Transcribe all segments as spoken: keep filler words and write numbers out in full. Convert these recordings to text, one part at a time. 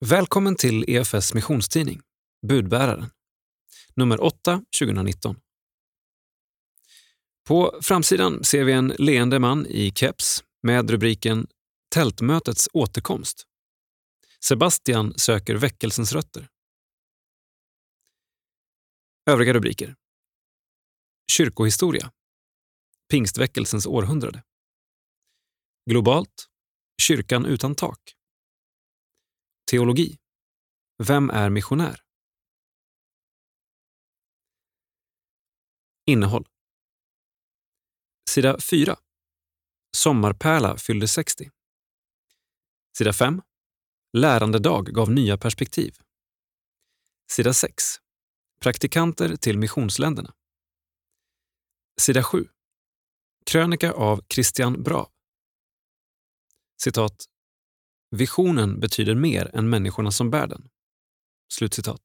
Välkommen till E F S missionstidning, Budbäraren, nummer åtta tjugonitton. På framsidan ser vi en leende man i keps med rubriken Tältmötets återkomst. Sebastian söker väckelsens rötter. Övriga rubriker: Kyrkohistoria, Pingstväckelsens århundrade. Globalt, kyrkan utan tak. Teologi, vem är missionär? Innehåll. Sida fyra. Sommarpärla fyllde sextio. Sida fem. Lärande dag gav nya perspektiv. Sida sex. Praktikanter till missionsländerna. Sida sju. Krönika av Christian Brav. Citat: Visionen betyder mer än människorna som bär den. Slutcitat.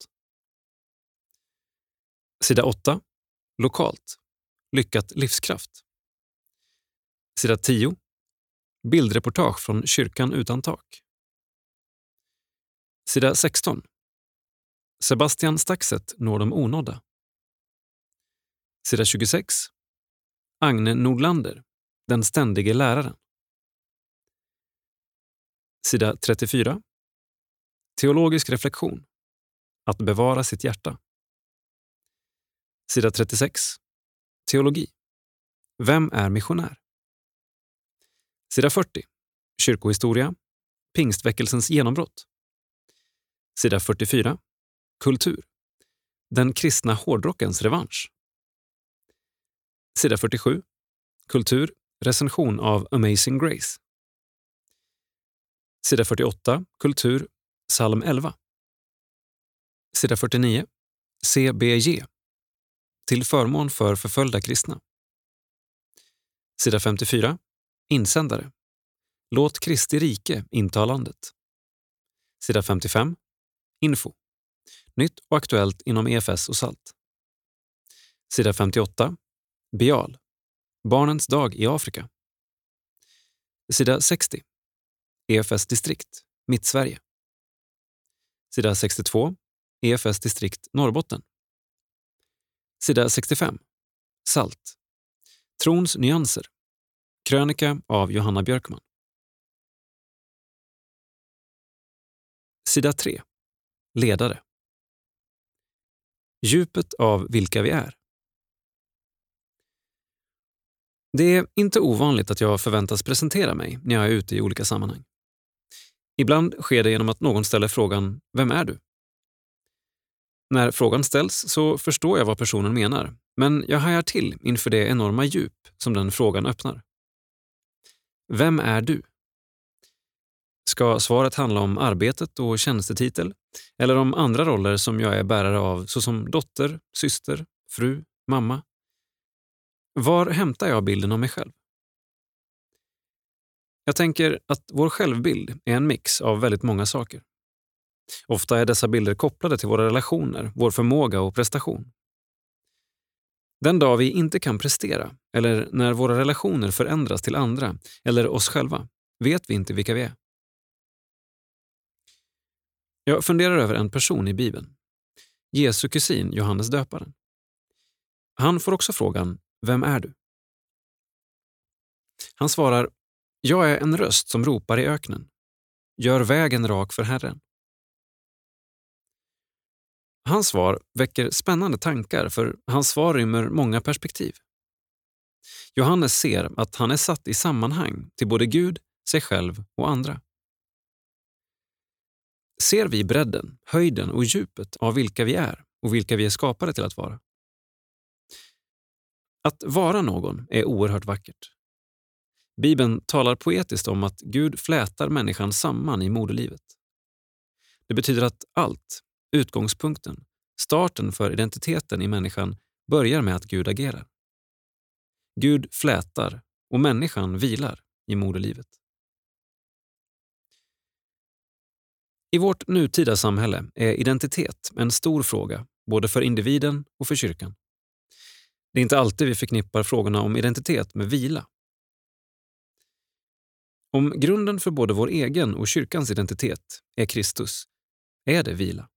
Sida åtta. Lokalt. Lyckat livskraft. Sida tio. Bildreportage från kyrkan utan tak. Sida sexton. Sebastian Staxet når de onådda. Sida tjugosex. Agne Nordlander, den ständige läraren. Sida trettiofyra. Teologisk reflektion. Att bevara sitt hjärta. Sida trettiosex. Teologi. Vem är missionär? Sida fyrtio. Kyrkohistoria. Pingstväckelsens genombrott. Sida fyrtiofyra. Kultur. Den kristna hårdrockens revansch. Sida fyrtiosju. Kultur. Recension av Amazing Grace. Sida fyrtioåtta. Kultur. Psalm elva. Sida fyrtionio. C B J. Till förmån för förföljda kristna. Sida femtiofyra. Insändare. Låt Kristi rike inta landet. Sida femtiofem. Info. Nytt och aktuellt inom E F S och SALT. Sida femtioåtta. Bial. Barnens dag i Afrika. Sida sextio. E F S distrikt, Mittsverige. Sida sextiotvå. E F S distrikt Norrbotten. Sida sextiofem. SALT. Trons nyanser. Krönika av Johanna Björkman. Sida tre. Ledare. Djupet av vilka vi är. Det är inte ovanligt att jag förväntas presentera mig när jag är ute i olika sammanhang. Ibland sker det genom att någon ställer frågan: vem är du? När frågan ställs så förstår jag vad personen menar, men jag hajar till inför det enorma djup som den frågan öppnar. Vem är du? Ska svaret handla om arbetet och tjänstetitel eller om andra roller som jag är bärare av, såsom dotter, syster, fru, mamma? Var hämtar jag bilden av mig själv? Jag tänker att vår självbild är en mix av väldigt många saker. Ofta är dessa bilder kopplade till våra relationer, vår förmåga och prestation. Den dag vi inte kan prestera, eller när våra relationer förändras till andra eller oss själva, vet vi inte vilka vi är. Jag funderar över en person i Bibeln. Jesu kusin Johannes döparen. Han får också frågan: vem är du? Han svarar: jag är en röst som ropar i öknen. Gör vägen rak för Herren. Hans svar väcker spännande tankar, för hans svar rymmer många perspektiv. Johannes ser att han är satt i sammanhang till både Gud, sig själv och andra. Ser vi bredden, höjden och djupet av vilka vi är och vilka vi är skapade till att vara? Att vara någon är oerhört vackert. Bibeln talar poetiskt om att Gud flätar människan samman i moderlivet. Det betyder att allt, utgångspunkten, starten för identiteten i människan börjar med att Gud agerar. Gud flätar och människan vilar i moderlivet. I vårt nutida samhälle är identitet en stor fråga både för individen och för kyrkan. Det är inte alltid vi förknippar frågorna om identitet med vila. Om grunden för både vår egen och kyrkans identitet är Kristus Är det vila?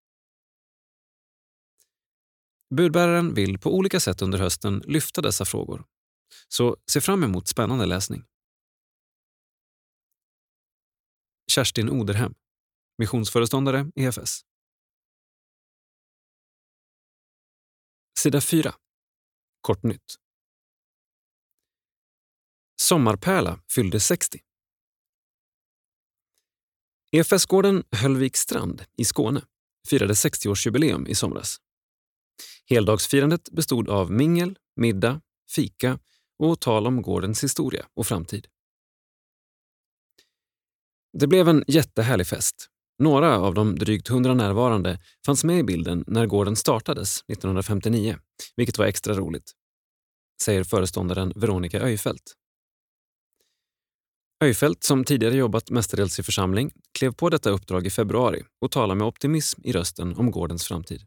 Budbäraren vill på olika sätt under hösten lyfta dessa frågor. Så se fram emot spännande läsning. Kerstin Oderhem, missionsföreståndare E F S. Sida fyra. Kortnytt. Sommarpärla fyllde sextio. E F S-gården Höllvikstrand i Skåne firade sextioårsjubileum i somras. Heldagsfirandet bestod av mingel, middag, fika och tal om gårdens historia och framtid. Det blev en jättehärlig fest. Några av de drygt hundra närvarande fanns med i bilden när gården startades nittonhundrafemtionio, vilket var extra roligt, säger föreståndaren Veronica Öjfält. Öjfält, som tidigare jobbat mestadels i församling, klev på detta uppdrag i februari och talade med optimism i rösten om gårdens framtid.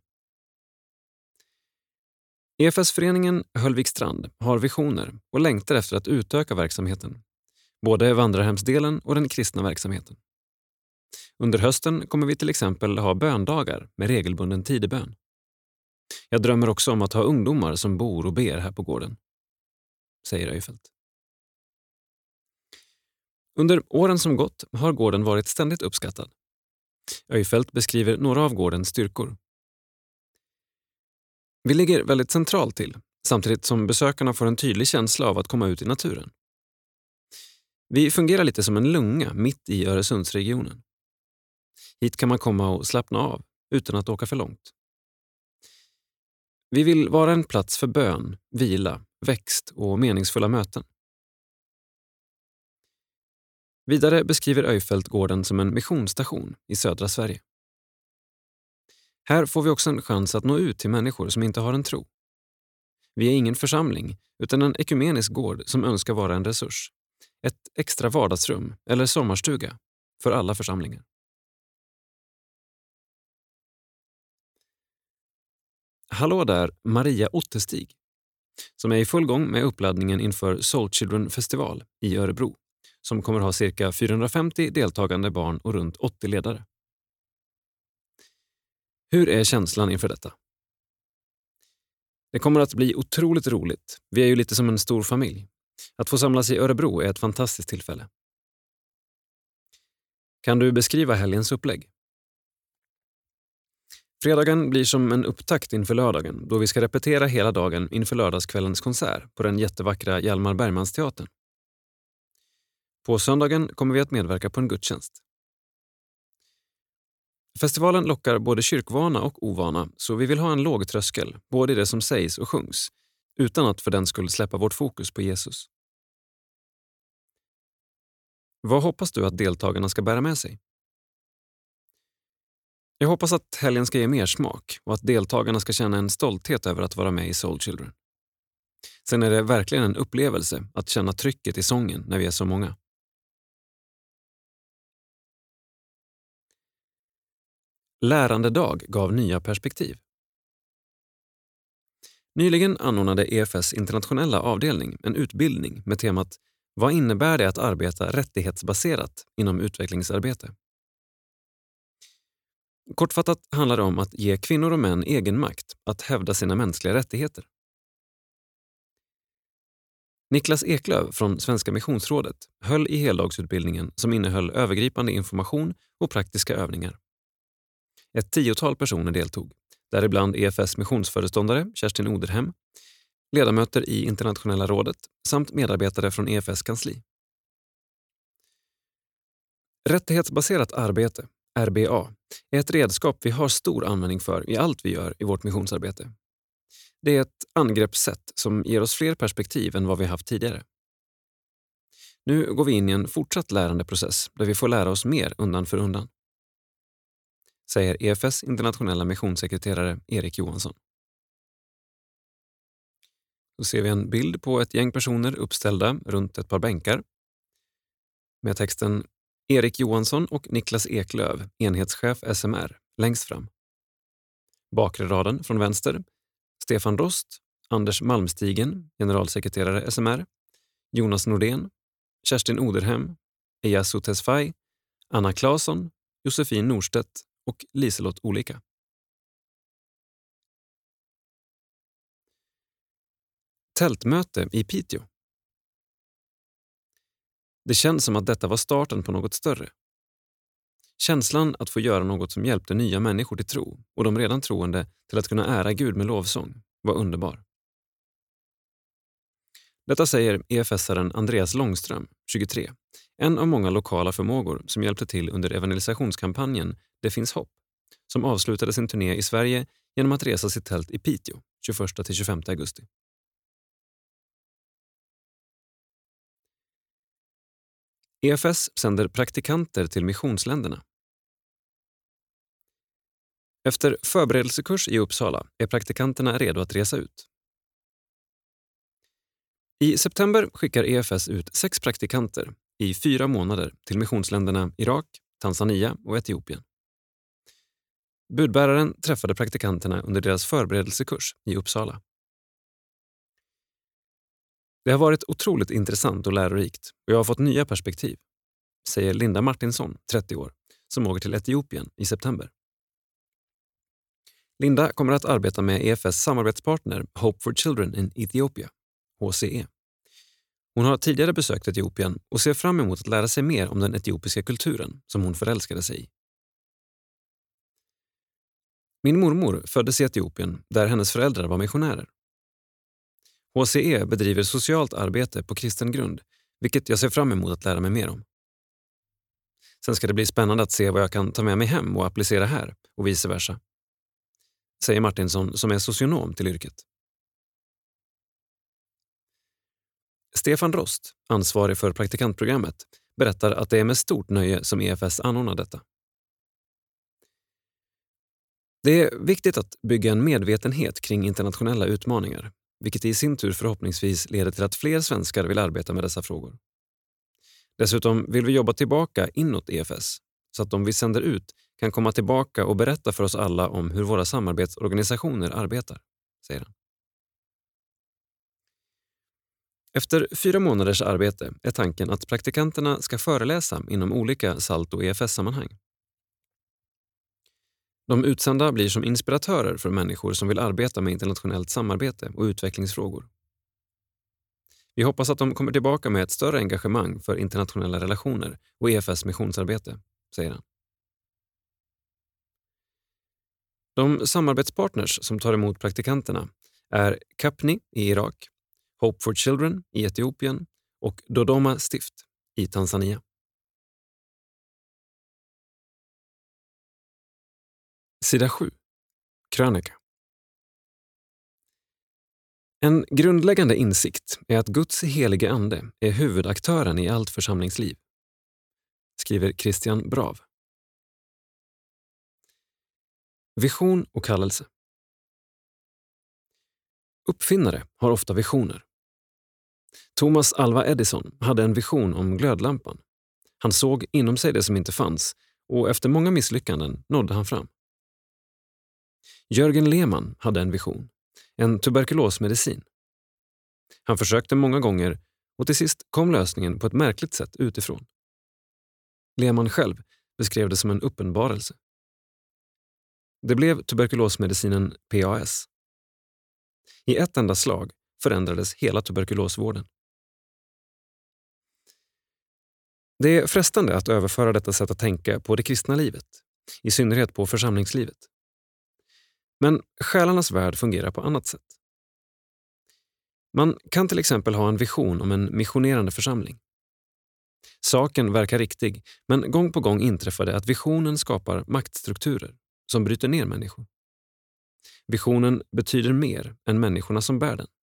E F S-föreningen Höllvikstrand har visioner och längtar efter att utöka verksamheten, både vandrarhemsdelen och den kristna verksamheten. Under hösten kommer vi till exempel ha böndagar med regelbunden tidebön. Jag drömmer också om att ha ungdomar som bor och ber här på gården, säger Öjfält. Under åren som gått har gården varit ständigt uppskattad. Öjfält beskriver några av gårdens styrkor. Vi ligger väldigt centralt till, samtidigt som besökarna får en tydlig känsla av att komma ut i naturen. Vi fungerar lite som en lunga mitt i Öresundsregionen. Hit kan man komma och slappna av utan att åka för långt. Vi vill vara en plats för bön, vila, växt och meningsfulla möten. Vidare beskriver Öjfält gården som en missionsstation i södra Sverige. Här får vi också en chans att nå ut till människor som inte har en tro. Vi är ingen församling utan en ekumenisk gård som önskar vara en resurs. Ett extra vardagsrum eller sommarstuga för alla församlingar. Hallå där, Maria Ottestig, som är i full gång med uppladdningen inför Soul Children Festival i Örebro, som kommer ha cirka fyrahundrafemtio deltagande barn och runt åttio ledare. Hur är känslan inför detta? Det kommer att bli otroligt roligt. Vi är ju lite som en stor familj. Att få samlas i Örebro är ett fantastiskt tillfälle. Kan du beskriva helgens upplägg? Fredagen blir som en upptakt inför lördagen då vi ska repetera hela dagen inför lördagskvällens konsert på den jättevackra Hjalmar Bergmansteatern. På söndagen kommer vi att medverka på en gudstjänst. Festivalen lockar både kyrkvana och ovana, så vi vill ha en låg tröskel, både i det som sägs och sjungs, utan att för den skull släppa vårt fokus på Jesus. Vad hoppas du att deltagarna ska bära med sig? Jag hoppas att helgen ska ge mer smak och att deltagarna ska känna en stolthet över att vara med i Soul Children. Sen är det verkligen en upplevelse att känna trycket i sången när vi är så många. Lärandedag gav nya perspektiv. Nyligen anordnade E F S internationella avdelning en utbildning med temat "Vad innebär det att arbeta rättighetsbaserat inom utvecklingsarbete?" Kortfattat handlar det om att ge kvinnor och män egen makt att hävda sina mänskliga rättigheter. Niklas Eklöv från Svenska Missionsrådet höll i heldagsutbildningen som innehöll övergripande information och praktiska övningar. Ett tiotal personer deltog, däribland E F S missionsföreståndare Kerstin Oderhem, ledamöter i internationella rådet samt medarbetare från E F S kansli. Rättighetsbaserat arbete, R B A, är ett redskap vi har stor användning för i allt vi gör i vårt missionsarbete. Det är ett angreppssätt som ger oss fler perspektiv än vad vi haft tidigare. Nu går vi in i en fortsatt lärandeprocess där vi får lära oss mer undan för undan, säger E F S internationella missionssekreterare Erik Johansson. Då ser vi en bild på ett gäng personer uppställda runt ett par bänkar med texten Erik Johansson och Niklas Eklöv, enhetschef S M R, längst fram. Bakre raden från vänster, Stefan Rost, Anders Malmstigen, generalsekreterare S M R, Jonas Nordén, Kerstin Oderhem, Eyasu Tesfaye, Anna Claesson, Josefin Norstedt och Liselott olika. Tältmöte i Piteå. Det känns som att detta var starten på något större. Känslan att få göra något som hjälpte nya människor till tro och de redan troende till att kunna ära Gud med lovsång var underbar. Detta säger E F S-aren Andreas Långström, tjugotre, en av många lokala förmågor som hjälpte till under evangelisationskampanjen Det finns hopp, som avslutade sin turné i Sverige genom att resa sitt tält i Piteå tjugoförsta till tjugofemte augusti. E F S sänder praktikanter till missionsländerna. Efter förberedelsekurs i Uppsala är praktikanterna redo att resa ut. I september skickar E F S ut sex praktikanter i fyra månader till missionsländerna Irak, Tanzania och Etiopien. Budbäraren träffade praktikanterna under deras förberedelsekurs i Uppsala. Det har varit otroligt intressant och lärorikt och jag har fått nya perspektiv, säger Linda Martinsson, trettio år, som åker till Etiopien i september. Linda kommer att arbeta med E F S samarbetspartner Hope for Children in Ethiopia, H C E. Hon har tidigare besökt Etiopien och ser fram emot att lära sig mer om den etiopiska kulturen som hon förälskade sig i. Min mormor föddes i Etiopien där hennes föräldrar var missionärer. H C E bedriver socialt arbete på kristen grund, vilket jag ser fram emot att lära mig mer om. Sen ska det bli spännande att se vad jag kan ta med mig hem och applicera här och vice versa, säger Martinsson som är socionom till yrket. Stefan Rost, ansvarig för praktikantprogrammet, berättar att det är med stort nöje som E F S anordnar detta. Det är viktigt att bygga en medvetenhet kring internationella utmaningar, vilket i sin tur förhoppningsvis leder till att fler svenskar vill arbeta med dessa frågor. Dessutom vill vi jobba tillbaka inåt E F S, så att de vi sänder ut kan komma tillbaka och berätta för oss alla om hur våra samarbetsorganisationer arbetar, säger han. Efter fyra månaders arbete är tanken att praktikanterna ska föreläsa inom olika SALT- och E F S-sammanhang. De utsända blir som inspiratörer för människor som vill arbeta med internationellt samarbete och utvecklingsfrågor. Vi hoppas att de kommer tillbaka med ett större engagemang för internationella relationer och E F S missionsarbete, säger han. De samarbetspartners som tar emot praktikanterna är Kapni i Irak, Hope for Children i Etiopien och Dodoma stift i Tanzania. Sida sju. Krönika. En grundläggande insikt är att Guds helige ande är huvudaktören i allt församlingsliv, skriver Christian Brav. Vision och kallelse. Uppfinnare har ofta visioner. Thomas Alva Edison hade en vision om glödlampan. Han såg inom sig det som inte fanns och efter många misslyckanden nådde han fram. Jörgen Lehmann hade en vision, en tuberkulosmedicin. Han försökte många gånger och till sist kom lösningen på ett märkligt sätt utifrån. Lehmann själv beskrev det som en uppenbarelse. Det blev tuberkulosmedicinen P A S. I ett enda slag förändrades hela tuberkulosvården. Det är frestande att överföra detta sätt att tänka på det kristna livet, i synnerhet på församlingslivet. Men själarnas värld fungerar på annat sätt. Man kan till exempel ha en vision om en missionerande församling. Saken verkar riktig, men gång på gång inträffar det att visionen skapar maktstrukturer som bryter ner människor. Visionen betyder mer än människorna som bär den.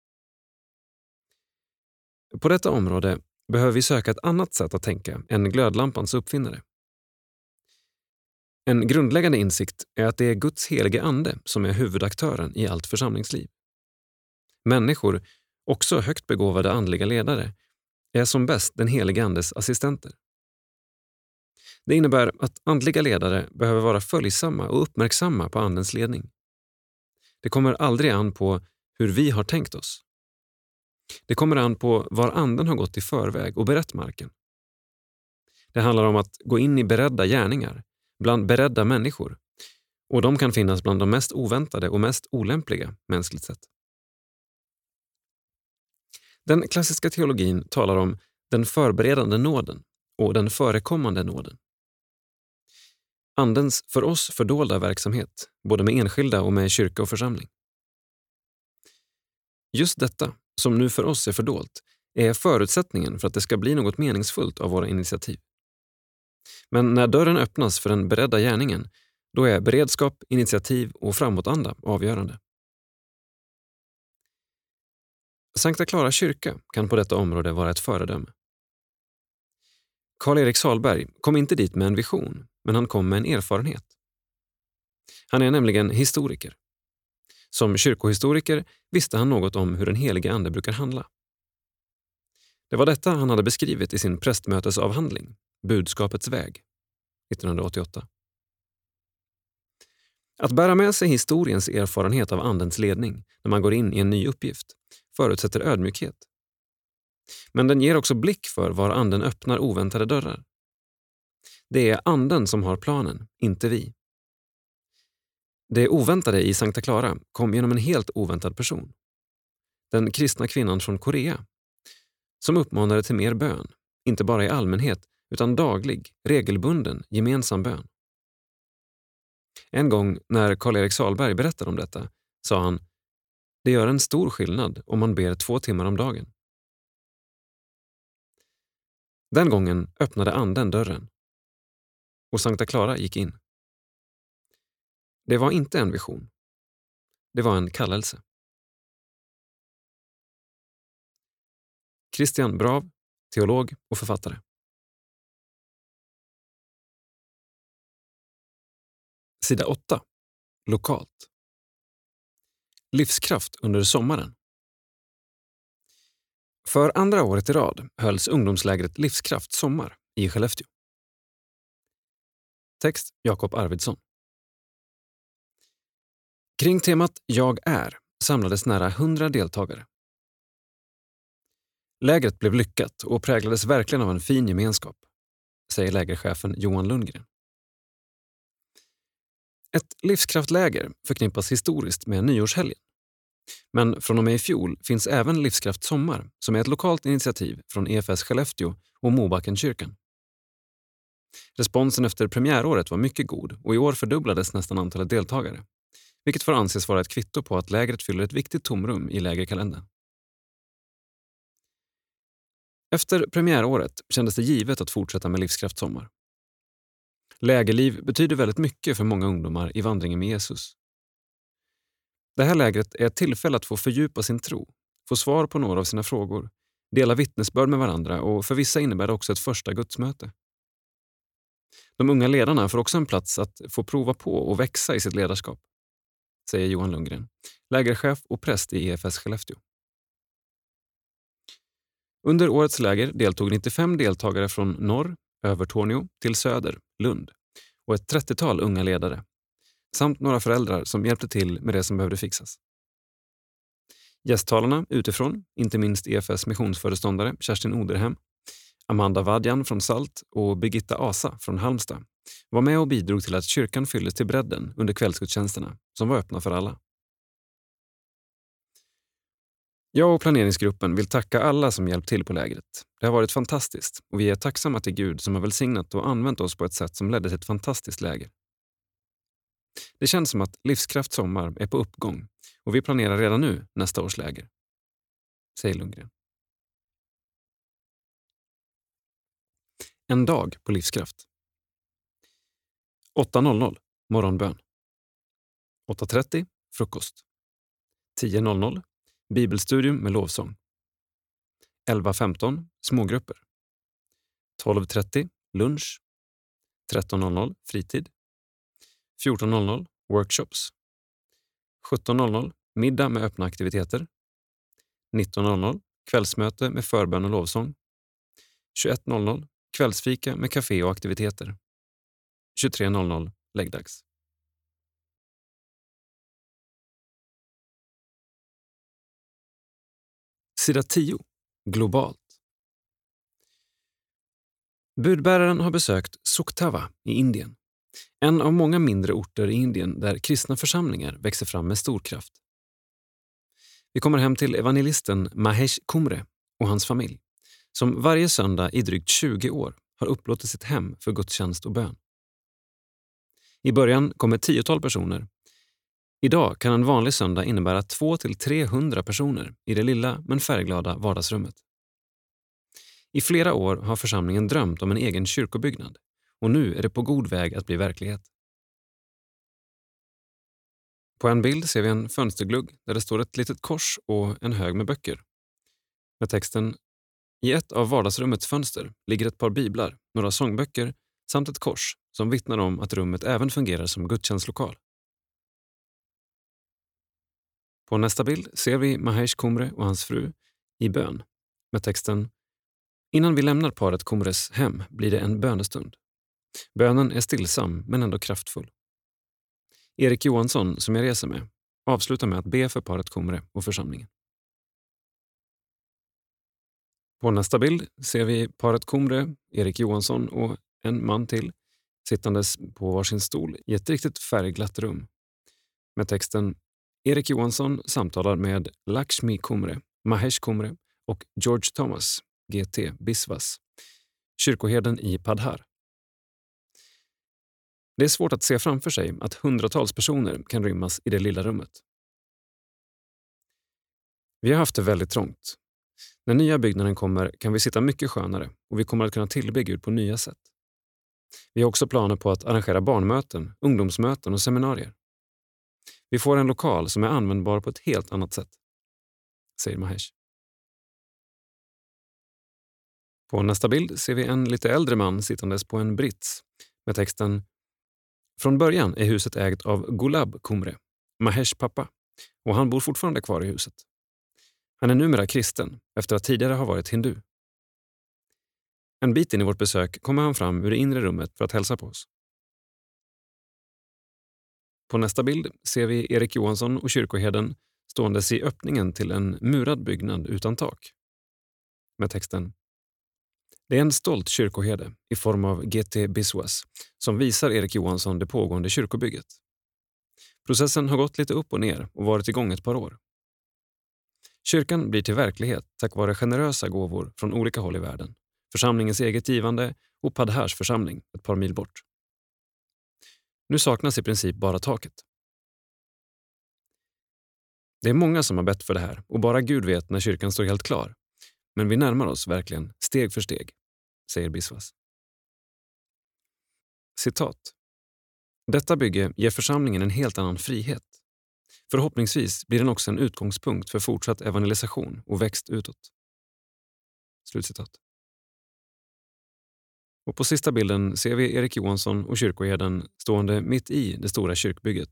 På detta område behöver vi söka ett annat sätt att tänka än glödlampans uppfinnare. En grundläggande insikt är att det är Guds helige ande som är huvudaktören i allt församlingsliv. Människor, också högt begåvade andliga ledare, är som bäst den helige andes assistenter. Det innebär att andliga ledare behöver vara följsamma och uppmärksamma på andens ledning. Det kommer aldrig an på hur vi har tänkt oss. Det kommer an på var anden har gått i förväg och berett marken. Det handlar om att gå in i beredda gärningar, bland beredda människor, Och de kan finnas bland de mest oväntade och mest olämpliga mänskligt sett. Den klassiska teologin talar om den förberedande nåden och den förekommande nåden. Andens för oss fördolda verksamhet, både med enskilda och med kyrka och församling. Just detta, som nu för oss är fördolt, är förutsättningen för att det ska bli något meningsfullt av våra initiativ. Men när dörren öppnas för den beredda gärningen, då är beredskap, initiativ och framåtanda avgörande. Sankta Clara kyrka kan på detta område vara ett föredöme. Karl-Erik Salberg kom inte dit med en vision, men han kom med en erfarenhet. Han är nämligen historiker. Som kyrkohistoriker visste han något om hur den helige ande brukar handla. Det var detta han hade beskrivit i sin prästmötesavhandling, Budskapets väg, nittonhundraåttioåtta. Att bära med sig historiens erfarenhet av andens ledning när man går in i en ny uppgift förutsätter ödmjukhet. Men den ger också blick för var anden öppnar oväntade dörrar. Det är anden som har planen, inte vi. Det oväntade i Sankta Clara kom genom en helt oväntad person. Den kristna kvinnan från Korea, som uppmanade till mer bön, inte bara i allmänhet utan daglig, regelbunden, gemensam bön. En gång när Karl-Erik Salberg berättade om detta sa han: det gör en stor skillnad om man ber två timmar om dagen. Den gången öppnade anden dörren och Sankta Clara gick in. Det var inte en vision. Det var en kallelse. Christian Brav, teolog och författare. Sida åtta. Lokalt. Livskraft under sommaren. För andra året i rad hölls ungdomslägret Livskraft sommar i Skellefteå. Text Jakob Arvidsson. Kring temat Jag är samlades nära hundra deltagare. Lägret blev lyckat och präglades verkligen av en fin gemenskap, säger lägerchefen Johan Lundgren. Ett livskraftläger förknippas historiskt med nyårshelgen. Men från och med i fjol finns även Livskraft sommar som är ett lokalt initiativ från E F S Skellefteå och Mobackenkyrkan. Responsen efter premiäråret var mycket god och i år fördubblades nästan antalet deltagare, vilket får anses vara ett kvitto på att lägret fyller ett viktigt tomrum i lägerkalendern. Efter premiäråret kändes det givet att fortsätta med Livskraft sommar. Lägerliv betyder väldigt mycket för många ungdomar i vandringen med Jesus. Det här lägret är ett tillfälle att få fördjupa sin tro, få svar på några av sina frågor, dela vittnesbörd med varandra och för vissa innebär det också ett första gudsmöte. De unga ledarna får också en plats att få prova på och växa i sitt ledarskap, säger Johan Lundgren, lägerchef och präst i E F S Skellefteå. Under årets läger deltog nittiofem deltagare från norr, Övertorneå, till söder, Lund, och ett trettiotal unga ledare, samt några föräldrar som hjälpte till med det som behövde fixas. Gästtalarna utifrån, inte minst E F S missionsföreståndare Kerstin Oderhem, Amanda Vadjan från Salt och Birgitta Asa från Halmstad, var med och bidrog till att kyrkan fylldes till bredden under kvällsgudstjänsterna, som var öppna för alla. Jag och planeringsgruppen vill tacka alla som hjälpt till på lägret. Det har varit fantastiskt och vi är tacksamma till Gud som har välsignat och använt oss på ett sätt som ledde till ett fantastiskt läger. Det känns som att Livskraft sommar är på uppgång och vi planerar redan nu nästa års läger, säger Lundgren. En dag på Livskraft. åtta noll noll morgonbön. åtta trettio frukost. tio noll noll bibelstudium med lovsång. elva femton smågrupper. tolv trettio lunch. tretton noll noll fritid. fjorton noll noll workshops. sjutton noll noll middag med öppna aktiviteter. nitton noll noll kvällsmöte med förbön och lovsång. tjugoett noll noll kvällsfika med kafé och aktiviteter. tjugotre noll noll läggdags. Sida tio. Globalt. Budbäraren har besökt Suktava i Indien. En av många mindre orter i Indien där kristna församlingar växer fram med stor kraft. Vi kommer hem till evangelisten Mahesh Kumre och hans familj, som varje söndag i drygt tjugo år har upplåtit sitt hem för gudstjänst och bön. I början kom ett tiotal personer. Idag kan en vanlig söndag innebära två till trehundra personer i det lilla men färgglada vardagsrummet. I flera år har församlingen drömt om en egen kyrkobyggnad och nu är det på god väg att bli verklighet. På en bild ser vi en fönsterglugg där det står ett litet kors och en hög med böcker. Med texten: i ett av vardagsrummets fönster ligger ett par biblar, några sångböcker samt ett kors som vittnar om att rummet även fungerar som gudstjänstlokal. På nästa bild ser vi Mahesh Kumre och hans fru i bön med texten: innan vi lämnar paret Kumres hem blir det en bönestund. Bönen är stillsam men ändå kraftfull. Erik Johansson, som jag reser med, avslutar med att be för paret Kumre och församlingen. På nästa bild ser vi paret Kumre, Erik Johansson och en man till sittandes på varsin stol i ett riktigt färgglatt rum. Med texten: Erik Johansson samtalar med Lakshmi Kumre, Mahesh Kumre och George Thomas, G T Biswas, kyrkoherden i Padhar. Det är svårt att se framför sig att hundratals personer kan rymmas i det lilla rummet. Vi har haft det väldigt trångt. När nya byggnaden kommer kan vi sitta mycket skönare och vi kommer att kunna tillbe Gud på nya sätt. Vi har också planer på att arrangera barnmöten, ungdomsmöten och seminarier. Vi får en lokal som är användbar på ett helt annat sätt, säger Mahesh. På nästa bild ser vi en lite äldre man sittandes på en brits med texten: från början är huset ägt av Gulab Kumre, Mahesh pappa, och han bor fortfarande kvar i huset. Han är numera kristen efter att tidigare ha varit hindu. En bit in i vårt besök kommer han fram ur det inre rummet för att hälsa på oss. På nästa bild ser vi Erik Johansson och kyrkoherden ståendes i öppningen till en murad byggnad utan tak. Med texten: det är en stolt kyrkoherde i form av G T Biswas som visar Erik Johansson det pågående kyrkobygget. Processen har gått lite upp och ner och varit igång ett par år. Kyrkan blir till verklighet tack vare generösa gåvor från olika håll i världen, församlingens eget givande och Padhars församling ett par mil bort. Nu saknas i princip bara taket. Det är många som har bett för det här och bara Gud vet när kyrkan står helt klar. Men vi närmar oss verkligen steg för steg, säger Biswas. Citat: detta bygge ger församlingen en helt annan frihet. Förhoppningsvis blir den också en utgångspunkt för fortsatt evangelisation och växt utåt. Slutcitat. Och på sista bilden ser vi Erik Johansson och kyrkoherden stående mitt i det stora kyrkbygget.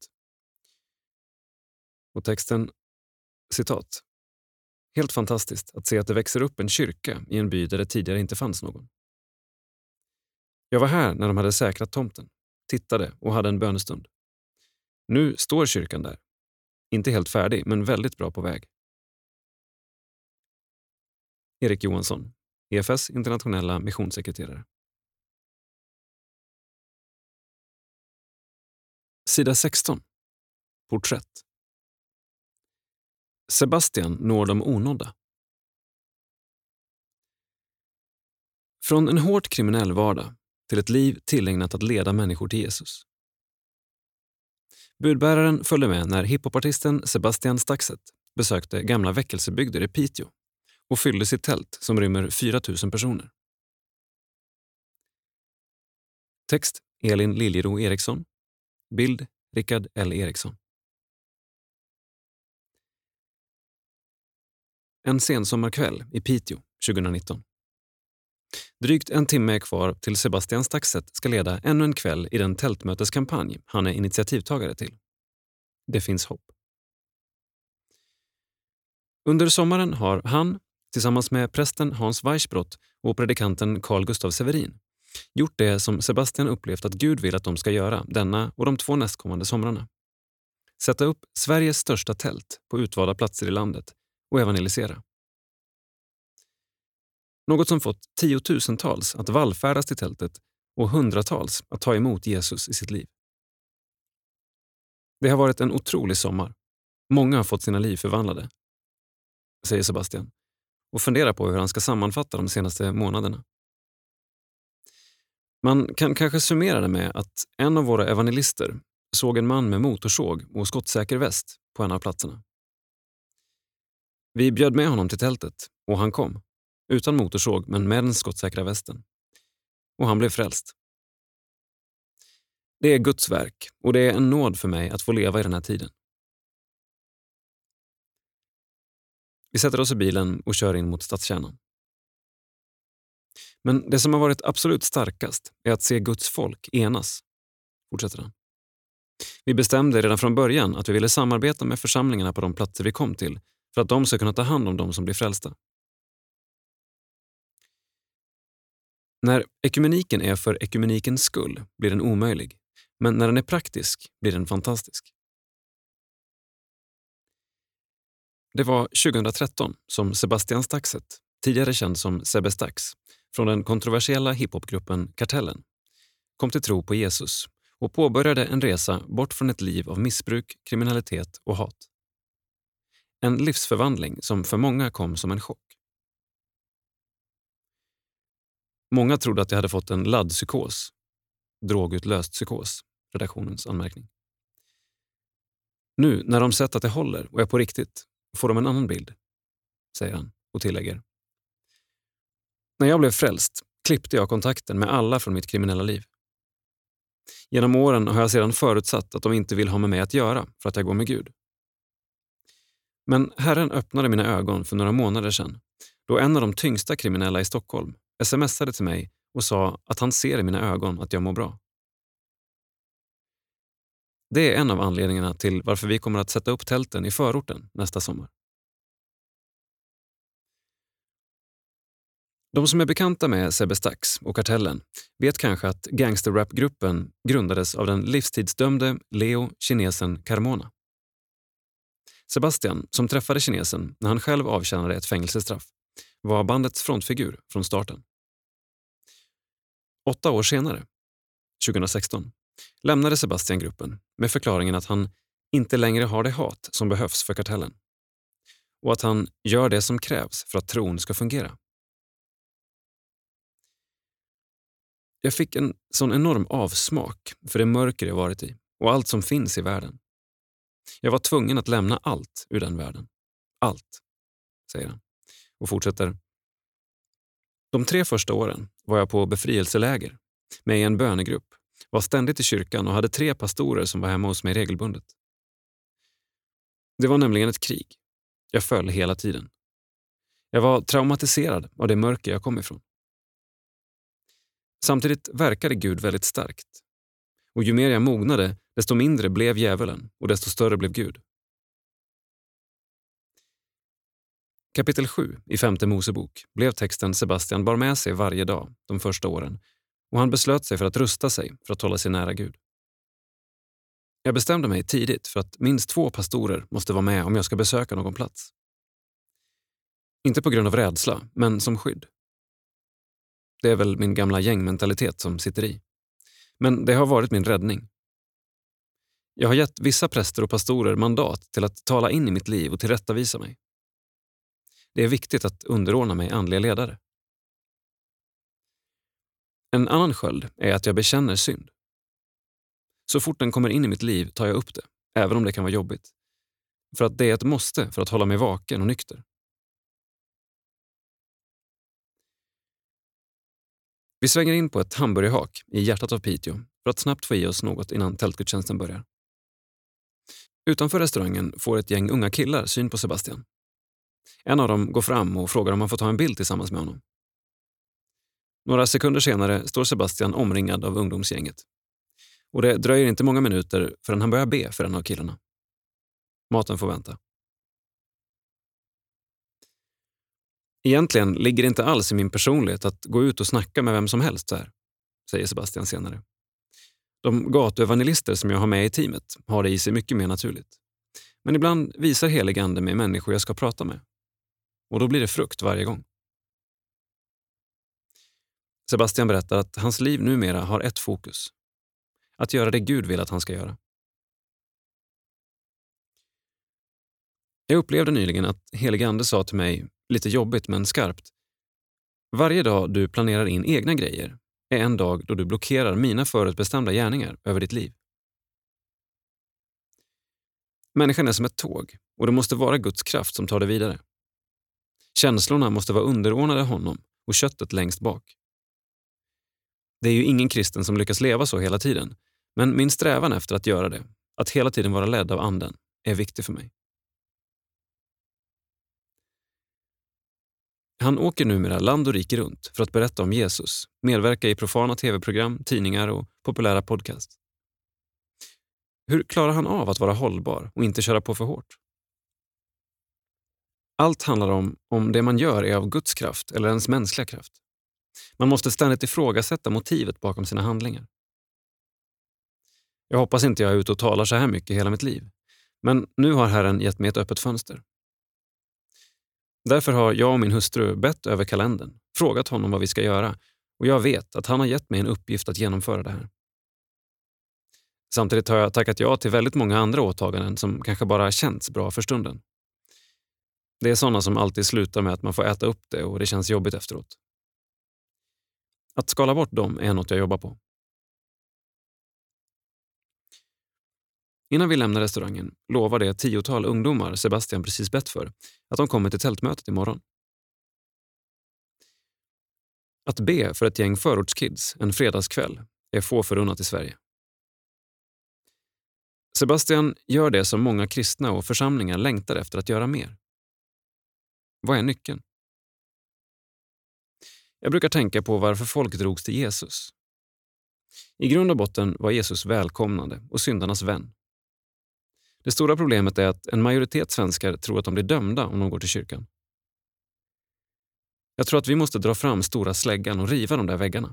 Och texten: citat: helt fantastiskt att se att det växer upp en kyrka i en by där det tidigare inte fanns någon. Jag var här när de hade säkrat tomten, tittade och hade en bönestund. Nu står kyrkan där. Inte helt färdig, men väldigt bra på väg. Erik Johansson, E F S internationella missionssekreterare. Sida sexton. Porträtt. Sebastian når de onådda. Från en hårt kriminell vardag till ett liv tillägnat att leda människor till Jesus. Budbäraren följde med när hiphopartisten Sebastian Staxet besökte gamla väckelsebygder i Piteå och fyllde sitt tält som rymmer fyra tusen personer. Text Elin Liljero Eriksson. Bild Rickard L. Eriksson. En sensommarkväll i Piteå tjugonitton. Drygt en timme är kvar till Sebastian Staxet ska leda ännu en kväll i den tältmöteskampanj han är initiativtagare till. Det finns hopp. Under sommaren har han, tillsammans med prästen Hans Weissbrott och predikanten Carl Gustav Severin, gjort det som Sebastian upplevt att Gud vill att de ska göra denna och de två nästkommande somrarna. Sätta upp Sveriges största tält på utvalda platser i landet och evangelisera. Något som fått tiotusentals att vallfärdas till tältet och hundratals att ta emot Jesus i sitt liv. Det har varit en otrolig sommar. Många har fått sina liv förvandlade, säger Sebastian och funderar på hur han ska sammanfatta de senaste månaderna. Man kan kanske summera det med att en av våra evangelister såg en man med motorsåg och skottsäker väst på en av platserna. Vi bjöd med honom till tältet och han kom, utan motorsåg men med den skottsäkra västen. Och han blev frälst. Det är Guds verk och det är en nåd för mig att få leva i den här tiden. Vi sätter oss i bilen och kör in mot stadskärnan. Men det som har varit absolut starkast är att se Guds folk enas, fortsätter han. Vi bestämde redan från början att vi ville samarbeta med församlingarna på de platser vi kom till för att de ska kunna ta hand om de som blir frälsta. När ekumeniken är för ekumenikens skull blir den omöjlig, men när den är praktisk blir den fantastisk. Det var tjugohundratretton som Sebastian Staxet, tidigare känd som Sebbe Stax, från den kontroversiella hiphopgruppen Kartellen, kom till tro på Jesus och påbörjade en resa bort från ett liv av missbruk, kriminalitet och hat. En livsförvandling som för många kom som en chock. Många trodde att jag hade fått en laddpsykos, drogutlöst psykos, redaktionens anmärkning. Nu, när de sett att det håller och är på riktigt, får de en annan bild, säger han och tillägger. När jag blev frälst klippte jag kontakten med alla från mitt kriminella liv. Genom åren har jag sedan förutsatt att de inte vill ha med mig att göra för att jag går med Gud. Men Herren öppnade mina ögon för några månader sedan då en av de tyngsta kriminella i Stockholm smsade till mig och sa att han ser i mina ögon att jag mår bra. Det är en av anledningarna till varför vi kommer att sätta upp tälten i förorten nästa sommar. De som är bekanta med Sebbe Stax och Kartellen vet kanske att gangsterrapgruppen grundades av den livstidsdömde Leo kinesen Carmona. Sebastian, som träffade kinesen när han själv avtjänade ett fängelsestraff, var bandets frontfigur från starten. Åtta år senare, tjugohundrasexton, lämnade Sebastian gruppen med förklaringen att han inte längre har det hat som behövs för Kartellen och att han gör det som krävs för att tron ska fungera. Jag fick en sån enorm avsmak för det mörker jag varit i och allt som finns i världen. Jag var tvungen att lämna allt ur den världen. Allt, säger han. Och fortsätter. De tre första åren var jag på befrielseläger med i en bönegrupp, var ständigt i kyrkan och hade tre pastorer som var hemma hos mig regelbundet. Det var nämligen ett krig. Jag föll hela tiden. Jag var traumatiserad av det mörker jag kom ifrån. Samtidigt verkade Gud väldigt starkt. Och ju mer jag mognade, desto mindre blev djävulen och desto större blev Gud. Kapitel sju i femte Mosebok blev texten Sebastian bar med sig varje dag de första åren och han beslöt sig för att rusta sig för att hålla sig nära Gud. Jag bestämde mig tidigt för att minst två pastorer måste vara med om jag ska besöka någon plats. Inte på grund av rädsla, men som skydd. Det är väl min gamla gängmentalitet som sitter i. Men det har varit min räddning. Jag har gett vissa präster och pastorer mandat till att tala in i mitt liv och tillrättavisa mig. Det är viktigt att underordna mig andliga ledare. En annan sköld är att jag bekänner synd. Så fort den kommer in i mitt liv tar jag upp det, även om det kan vara jobbigt. För att det är ett måste för att hålla mig vaken och nykter. Vi svänger in på ett hamburgerhak i hjärtat av Piteå för att snabbt få i oss något innan tältgudstjänsten börjar. Utanför restaurangen får ett gäng unga killar syn på Sebastian. En av dem går fram och frågar om han får ta en bild tillsammans med honom. Några sekunder senare står Sebastian omringad av ungdomsgänget. Och det dröjer inte många minuter förrän han börjar be för en av killarna. Maten får vänta. Egentligen ligger det inte alls i min personlighet att gå ut och snacka med vem som helst så här, säger Sebastian senare. De gatuevangelister som jag har med i teamet har det i sig mycket mer naturligt. Men ibland visar helig ande mig människor jag ska prata med. Och då blir det frukt varje gång. Sebastian berättar att hans liv numera har ett fokus. Att göra det Gud vill att han ska göra. Jag upplevde nyligen att helig ande sa till mig, lite jobbigt men skarpt: varje dag du planerar in egna grejer är en dag då du blockerar mina förutbestämda gärningar över ditt liv. Människan är som ett tåg och det måste vara Guds kraft som tar det vidare. Känslorna måste vara underordnade honom och köttet längst bak. Det är ju ingen kristen som lyckas leva så hela tiden, men min strävan efter att göra det, att hela tiden vara ledd av anden, är viktig för mig. Han åker numera land och rike runt för att berätta om Jesus, medverka i profana tv-program, tidningar och populära podcasts. Hur klarar han av att vara hållbar och inte köra på för hårt? Allt handlar om om det man gör är av Guds kraft eller ens mänskliga kraft. Man måste ständigt ifrågasätta motivet bakom sina handlingar. Jag hoppas inte jag är ute och talar så här mycket hela mitt liv, men nu har Herren gett mig ett öppet fönster. Därför har jag och min hustru bett över kalendern, frågat honom vad vi ska göra, och jag vet att han har gett mig en uppgift att genomföra det här. Samtidigt har jag tackat ja till väldigt många andra åtaganden som kanske bara känts bra för stunden. Det är sådana som alltid slutar med att man får äta upp det och det känns jobbigt efteråt. Att skala bort dem är något jag jobbar på. Innan vi lämnar restaurangen lovar det ett tiotal ungdomar Sebastian precis bett för att de kommer till tältmötet imorgon. Att be för ett gäng förortskids en fredagskväll är få förunnat i Sverige. Sebastian gör det som många kristna och församlingar längtar efter att göra mer. Vad är nyckeln? Jag brukar tänka på varför folk drogs till Jesus. I grund och botten var Jesus välkomnande och syndarnas vän. Det stora problemet är att en majoritet svenskar tror att de blir dömda om de går till kyrkan. Jag tror att vi måste dra fram stora släggan och riva de där väggarna.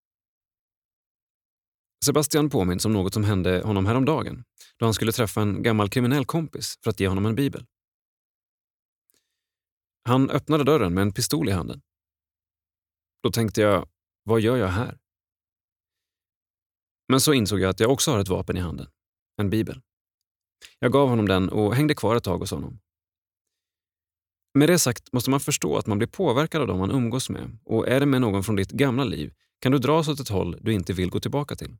Sebastian påminns om något som hände honom häromdagen, då han skulle träffa en gammal kriminell kompis för att ge honom en bibel. Han öppnade dörren med en pistol i handen. Då tänkte jag, vad gör jag här? Men så insåg jag att jag också har ett vapen i handen, en bibel. Jag gav honom den och hängde kvar ett tag hos honom. Med det sagt måste man förstå att man blir påverkad av dem man umgås med, och är det med någon från ditt gamla liv kan du dras åt ett håll du inte vill gå tillbaka till.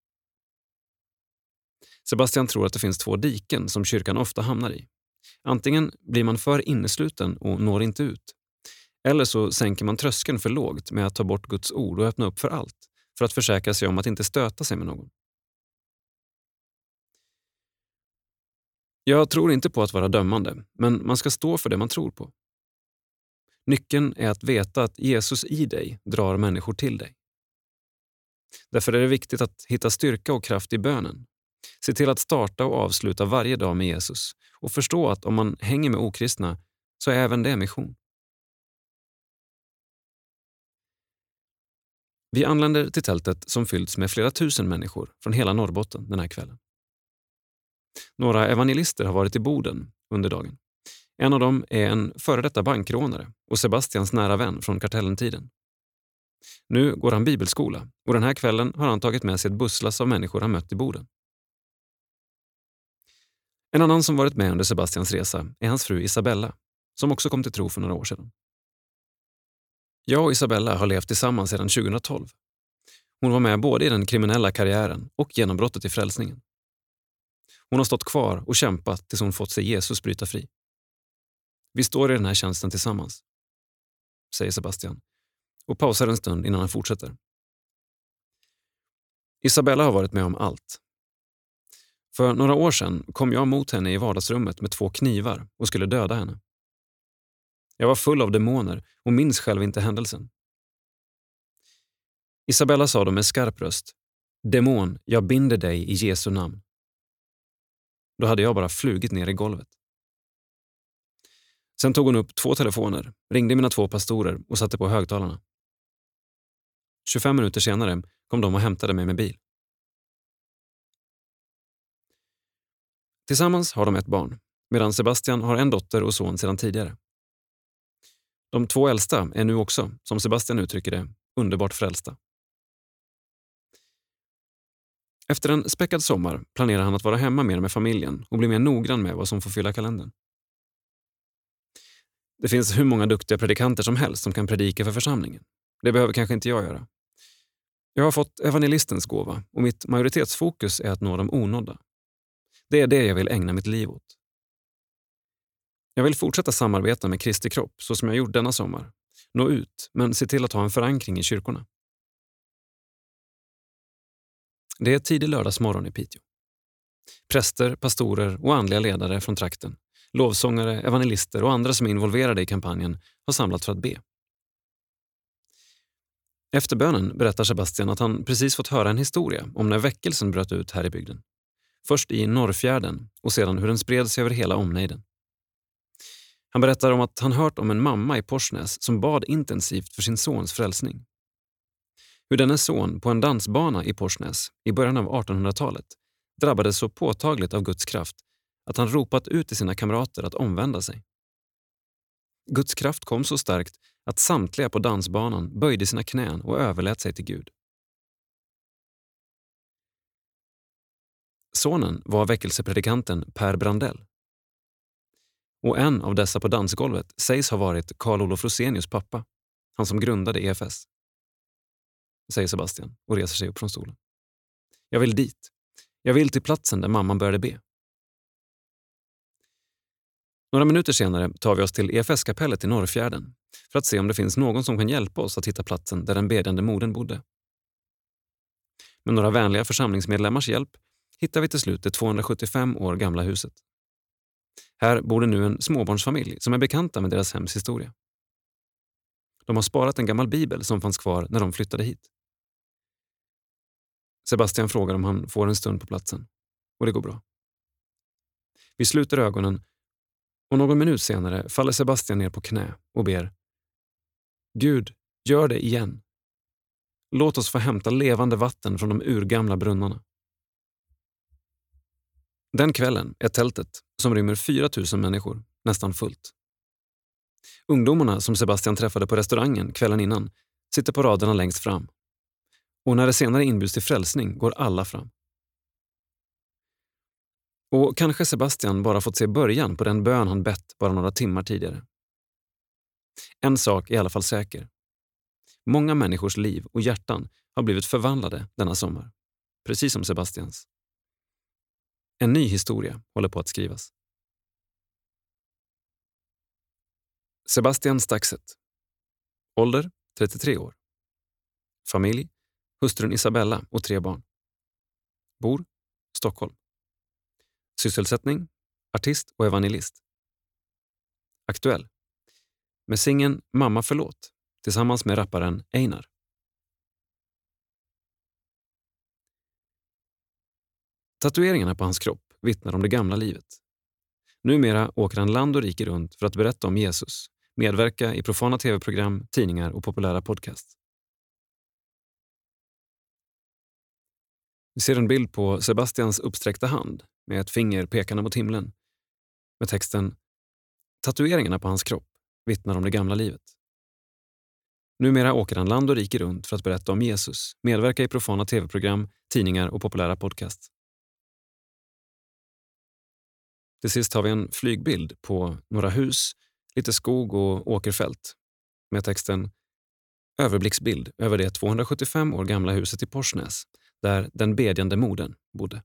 Sebastian tror att det finns två diken som kyrkan ofta hamnar i. Antingen blir man för innesluten och når inte ut, eller så sänker man tröskeln för lågt med att ta bort Guds ord och öppna upp för allt, för att försäkra sig om att inte stöta sig med någon. Jag tror inte på att vara dömande, men man ska stå för det man tror på. Nyckeln är att veta att Jesus i dig drar människor till dig. Därför är det viktigt att hitta styrka och kraft i bönen. Se till att starta och avsluta varje dag med Jesus och förstå att om man hänger med okristna så är även det mission. Vi anländer till tältet som fyllts med flera tusen människor från hela Norrbotten den här kvällen. Några evangelister har varit i Boden under dagen. En av dem är en före detta bankrånare och Sebastians nära vän från kartellentiden. Nu går han bibelskola och den här kvällen har han tagit med sig ett busslass av människor han mött i Boden. En annan som varit med under Sebastians resa är hans fru Isabella, som också kom till tro för några år sedan. Jag och Isabella har levt tillsammans sedan tjugohundratolv. Hon var med både i den kriminella karriären och genombrottet i frälsningen. Hon har stått kvar och kämpat tills hon fått sig Jesus bryta fri. Vi står i den här tjänsten tillsammans, säger Sebastian och pausar en stund innan han fortsätter. Isabella har varit med om allt. För några år sedan kom jag mot henne i vardagsrummet med två knivar och skulle döda henne. Jag var full av demoner och minns själv inte händelsen. Isabella sa då med skarp röst: "Demon, jag binder dig i Jesu namn." Då hade jag bara flugit ner i golvet. Sen tog hon upp två telefoner, ringde mina två pastorer och satte på högtalarna. tjugofem minuter senare kom de och hämtade mig med bil. Tillsammans har de ett barn, medan Sebastian har en dotter och son sedan tidigare. De två äldsta är nu också, som Sebastian uttrycker det, underbart frälsta. Efter en späckad sommar planerar han att vara hemma mer med familjen och bli mer noggrann med vad som får fylla kalendern. Det finns hur många duktiga predikanter som helst som kan predika för församlingen. Det behöver kanske inte jag göra. Jag har fått evangelistens gåva och mitt majoritetsfokus är att nå de onådda. Det är det jag vill ägna mitt liv åt. Jag vill fortsätta samarbeta med Kristi kropp så som jag gjort denna sommar. Nå ut, men se till att ha en förankring i kyrkorna. Det är tidig lördagsmorgon i Piteå. Präster, pastorer och andliga ledare från trakten, lovsångare, evangelister och andra som är involverade i kampanjen har samlat för att be. Efter bönen berättar Sebastian att han precis fått höra en historia om när väckelsen bröt ut här i bygden. Först i Norrfjärden och sedan hur den spred sig över hela omnejden. Han berättar om att han hört om en mamma i Porsnäs som bad intensivt för sin sons frälsning. Hur dennes son på en dansbana i Porsnäs i början av artonhundratalet drabbades så påtagligt av Guds kraft att han ropat ut till sina kamrater att omvända sig. Guds kraft kom så starkt att samtliga på dansbanan böjde sina knän och överlät sig till Gud. Sonen var väckelsepredikanten Per Brandell. Och en av dessa på dansgolvet sägs ha varit Carl Olof Rosenius pappa, han som grundade E F S. Säger Sebastian och reser sig upp från stolen. Jag vill dit. Jag vill till platsen där mamman började be. Några minuter senare tar vi oss till E F S-kapellet i Norrfjärden för att se om det finns någon som kan hjälpa oss att hitta platsen där den bedjande modern bodde. Med några vänliga församlingsmedlemmars hjälp hittar vi till slut det tvåhundrasjuttiofem år gamla huset. Här bor det nu en småbarnsfamilj som är bekanta med deras hems historia. De har sparat en gammal bibel som fanns kvar när de flyttade hit. Sebastian frågar om han får en stund på platsen. Och det går bra. Vi sluter ögonen och någon minut senare faller Sebastian ner på knä och ber: Gud, gör det igen. Låt oss få hämta levande vatten från de urgamla brunnarna. Den kvällen är tältet, som rymmer fyra tusen människor, nästan fullt. Ungdomarna som Sebastian träffade på restaurangen kvällen innan sitter på raderna längst fram. Och när det senare inbjuds till frälsning går alla fram. Och kanske Sebastian bara fått se början på den bön han bett bara några timmar tidigare. En sak är i alla fall säker. Många människors liv och hjärtan har blivit förvandlade denna sommar. Precis som Sebastians. En ny historia håller på att skrivas. Sebastian Staxet. Ålder trettiotre år. Familj: hustrun Isabella och tre barn. Bor: Stockholm. Sysselsättning: artist och evangelist. Aktuell: med singeln Mamma förlåt tillsammans med rapparen Einar. Tatueringarna på hans kropp vittnar om det gamla livet. Numera åker han land och rike runt för att berätta om Jesus, medverka i profana tv-program, tidningar och populära podcasts. Vi ser en bild på Sebastians uppsträckta hand med ett finger pekande mot himlen med texten: tatueringarna på hans kropp vittnar om det gamla livet. Numera åker han land och rike runt för att berätta om Jesus, medverka i profana tv-program, tidningar och populära podcasts. Till sist har vi en flygbild på några hus, lite skog och åkerfält med texten: överblicksbild över det tvåhundrasjuttiofem år gamla huset i Porsnäs där den bedjande modern bodde.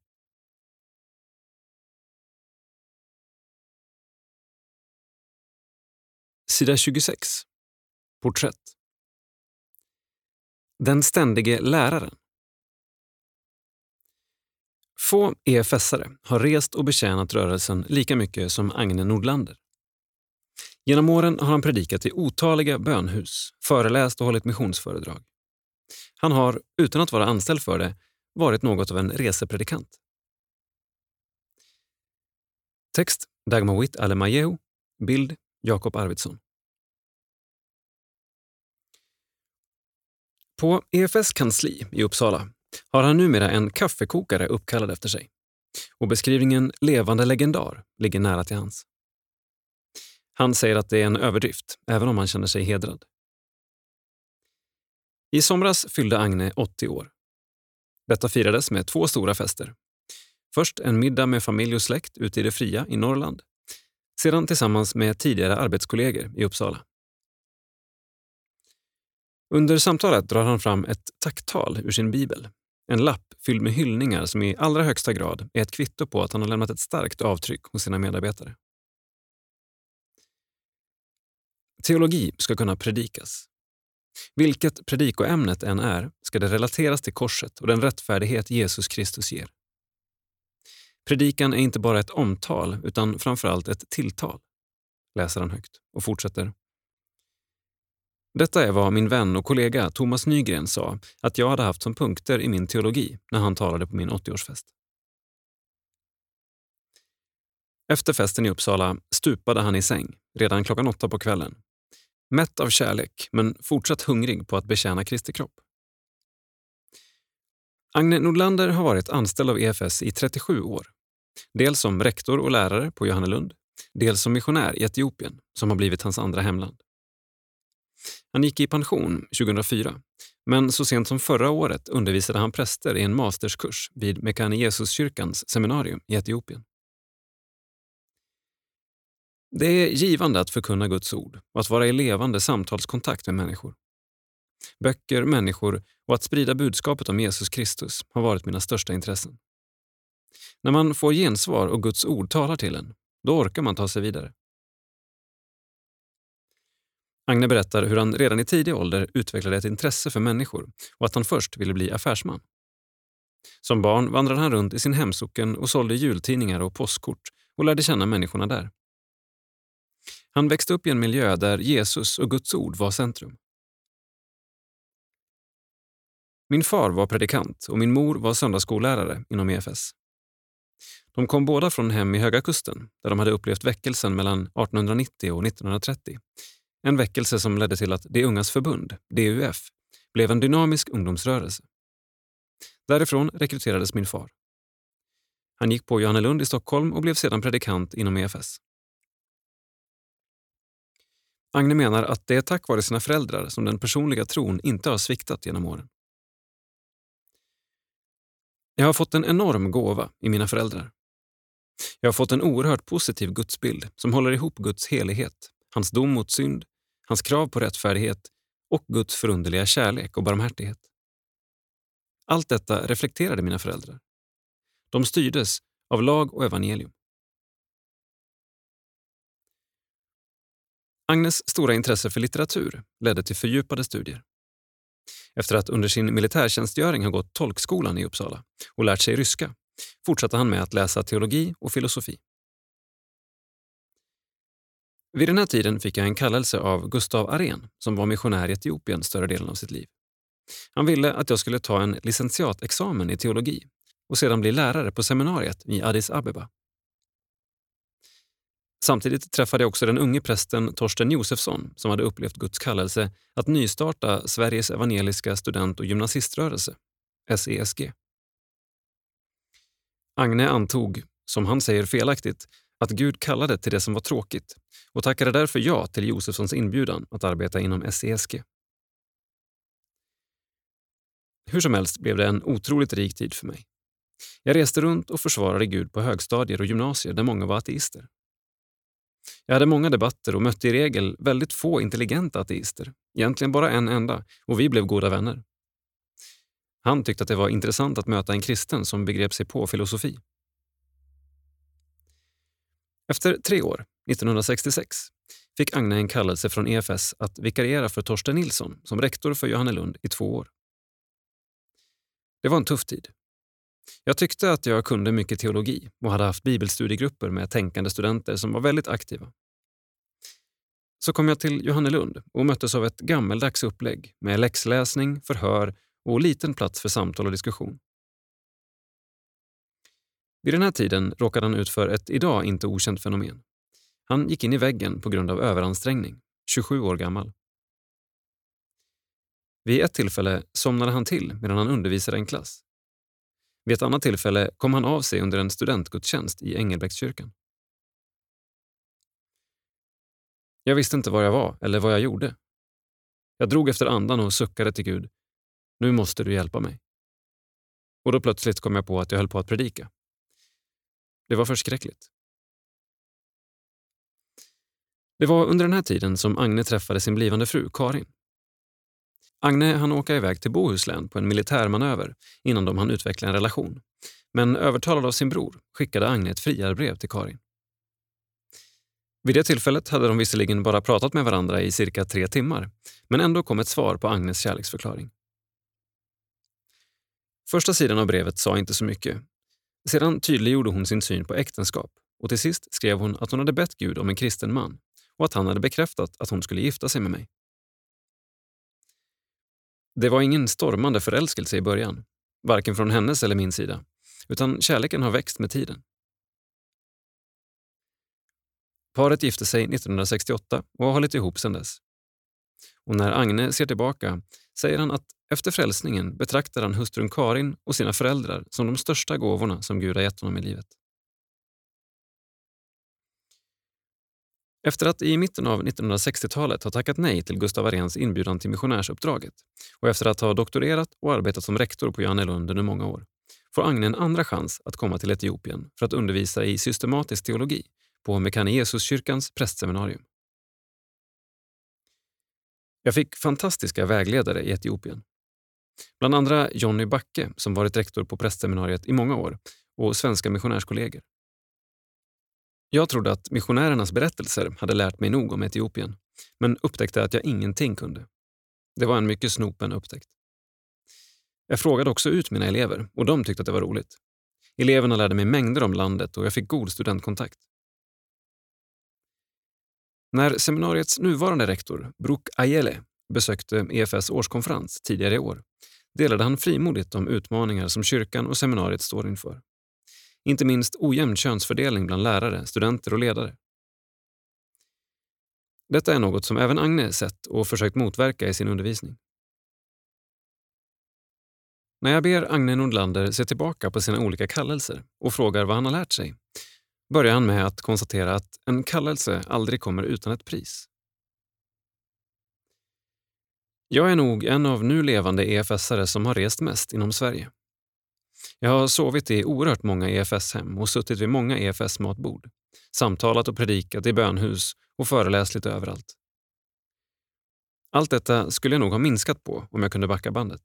Sida tjugosex. Porträtt. Den ständige läraren. Få E F S-are har rest och betjänat rörelsen lika mycket som Agne Nordlander. Genom åren har han predikat i otaliga bönhus, föreläst och hållit missionsföredrag. Han har, utan att vara anställd för det, varit något av en resepredikant. Text: Dagmar Witt Alemajehu. Bild: Jakob Arvidsson. På E F S kansli i Uppsala har han numera en kaffekokare uppkallad efter sig. Och beskrivningen levande legendar ligger nära till hans. Han säger att det är en överdrift, även om han känner sig hedrad. I somras fyllde Agne åttio år. Detta firades med två stora fester. Först en middag med familj och släkt ute i det fria i Norrland. Sedan tillsammans med tidigare arbetskollegor i Uppsala. Under samtalet drar han fram ett tacktal ur sin bibel. En lapp fylld med hyllningar som i allra högsta grad är ett kvitto på att han har lämnat ett starkt avtryck hos sina medarbetare. Teologi ska kunna predikas. Vilket predikoämnet än är ska det relateras till korset och den rättfärdighet Jesus Kristus ger. Predikan är inte bara ett omtal utan framförallt ett tilltal, läser han högt och fortsätter. Detta är vad min vän och kollega Thomas Nygren sa att jag hade haft som punkter i min teologi när han talade på min åttioårsfest. Efter festen i Uppsala stupade han i säng redan klockan åtta på kvällen. Mätt av kärlek men fortsatt hungrig på att betjäna Kristi kropp. Agne Nordlander har varit anställd av E F S i trettiosju år. Dels som rektor och lärare på Johannelund, dels som missionär i Etiopien som har blivit hans andra hemland. Han gick i pension tjugohundrafyra, men så sent som förra året undervisade han präster i en masterskurs vid Mekane Jesuskyrkans seminarium i Etiopien. Det är givande att förkunna Guds ord och att vara i levande samtalskontakt med människor. Böcker, människor och att sprida budskapet om Jesus Kristus har varit mina största intressen. När man får gensvar och Guds ord talar till en, då orkar man ta sig vidare. Agne berättar hur han redan i tidig ålder utvecklade ett intresse för människor och att han först ville bli affärsman. Som barn vandrade han runt i sin hemsocken och sålde jultidningar och postkort och lärde känna människorna där. Han växte upp i en miljö där Jesus och Guds ord var centrum. Min far var predikant och min mor var söndagsskollärare inom E F S. De kom båda från hem i Höga Kusten där de hade upplevt väckelsen mellan artonhundranittio och nittonhundratrettio. En väckelse som ledde till att Det ungas förbund, D U F, blev en dynamisk ungdomsrörelse. Därifrån rekryterades min far. Han gick på Johannelund i Stockholm och blev sedan predikant inom E F S. Agne menar att det är tack vare sina föräldrar som den personliga tron inte har sviktat genom åren. Jag har fått en enorm gåva i mina föräldrar. Jag har fått en oerhört positiv gudsbild som håller ihop Guds helighet, hans dom mot synd, hans krav på rättfärdighet och Guds förunderliga kärlek och barmhärtighet. Allt detta reflekterade mina föräldrar. De styrdes av lag och evangelium. Agnes stora intresse för litteratur ledde till fördjupade studier. Efter att under sin militärtjänstgöring ha gått tolkskolan i Uppsala och lärt sig ryska fortsatte han med att läsa teologi och filosofi. Vid den här tiden fick jag en kallelse av Gustav Arén som var missionär i Etiopien större delen av sitt liv. Han ville att jag skulle ta en licentiatexamen i teologi och sedan bli lärare på seminariet i Addis Abeba. Samtidigt träffade jag också den unge prästen Torsten Josefsson som hade upplevt Guds kallelse att nystarta Sveriges evangeliska student- och gymnasiströrelse, S E S G. Agne antog, som han säger felaktigt, att Gud kallade till det som var tråkigt och tackade därför ja till Josefssons inbjudan att arbeta inom S E S G. Hur som helst blev det en otroligt rik tid för mig. Jag reste runt och försvarade Gud på högstadier och gymnasier där många var ateister. Jag hade många debatter och mötte i regel väldigt få intelligenta ateister, egentligen bara en enda, och vi blev goda vänner. Han tyckte att det var intressant att möta en kristen som begrep sig på filosofi. Efter tre år, nittonhundrasextiosex, fick Agne en kallelse från E F S att vikariera för Torsten Nilsson som rektor för Johannelund i två år. Det var en tuff tid. Jag tyckte att jag kunde mycket teologi och hade haft bibelstudiegrupper med tänkande studenter som var väldigt aktiva. Så kom jag till Johannelund och möttes av ett gammeldags upplägg med läxläsning, förhör och liten plats för samtal och diskussion. Vid den här tiden råkade han ut för ett idag inte okänt fenomen. Han gick in i väggen på grund av överansträngning, tjugosju år gammal. Vid ett tillfälle somnade han till medan han undervisade en klass. Vid ett annat tillfälle kom han av sig under en studentgudstjänst i Engelbrektskyrkan. Jag visste inte var jag var eller vad jag gjorde. Jag drog efter andan och suckade till Gud. Nu måste du hjälpa mig. Och då plötsligt kom jag på att jag höll på att predika. Det var förskräckligt. Det var under den här tiden som Agne träffade sin blivande fru Karin. Agne hann åka iväg till Bohuslän på en militärmanöver innan de hann utveckla en relation. Men övertalad av sin bror skickade Agne ett friarbrev till Karin. Vid det tillfället hade de visserligen bara pratat med varandra i cirka tre timmar, men ändå kom ett svar på Agnes kärleksförklaring. Första sidan av brevet sa inte så mycket. Sedan tydliggjorde hon sin syn på äktenskap och till sist skrev hon att hon hade bett Gud om en kristen man och att han hade bekräftat att hon skulle gifta sig med mig. Det var ingen stormande förälskelse i början, varken från hennes eller min sida, utan kärleken har växt med tiden. Paret gifte sig nittonhundrasextioåtta och har hållit ihop sedan dess. Och när Agne ser tillbaka säger han att efter frälsningen betraktar han hustrun Karin och sina föräldrar som de största gåvorna som Gud har gett honom i livet. Efter att i mitten av nittonhundrasextiotalet ha tackat nej till Gustav Arens inbjudan till missionärsuppdraget och efter att ha doktorerat och arbetat som rektor på Johannelund under många år får Agne en andra chans att komma till Etiopien för att undervisa i systematisk teologi på Mekane Jesuskyrkans prästseminarium. Jag fick fantastiska vägledare i Etiopien. Bland andra Johnny Backe som varit rektor på prästseminariet i många år och svenska missionärskollegor. Jag trodde att missionärernas berättelser hade lärt mig nog om Etiopien, men upptäckte att jag ingenting kunde. Det var en mycket snopen upptäckt. Jag frågade också ut mina elever och de tyckte att det var roligt. Eleverna lärde mig mängder om landet och jag fick god studentkontakt. När seminariets nuvarande rektor, Brooke Ayele, besökte E F S årskonferens tidigare i år delade han frimodigt om utmaningar som kyrkan och seminariet står inför. Inte minst ojämn könsfördelning bland lärare, studenter och ledare. Detta är något som även Agne sett och försökt motverka i sin undervisning. När jag ber Agne Nordlander se tillbaka på sina olika kallelser och frågar vad han har lärt sig, börjar han med att konstatera att en kallelse aldrig kommer utan ett pris. Jag är nog en av nu levande E F S-are som har rest mest inom Sverige. Jag har sovit i oerhört många E F S-hem och suttit vid många E F S-matbord, samtalat och predikat i bönhus och föreläst lite överallt. Allt detta skulle jag nog ha minskat på om jag kunde backa bandet.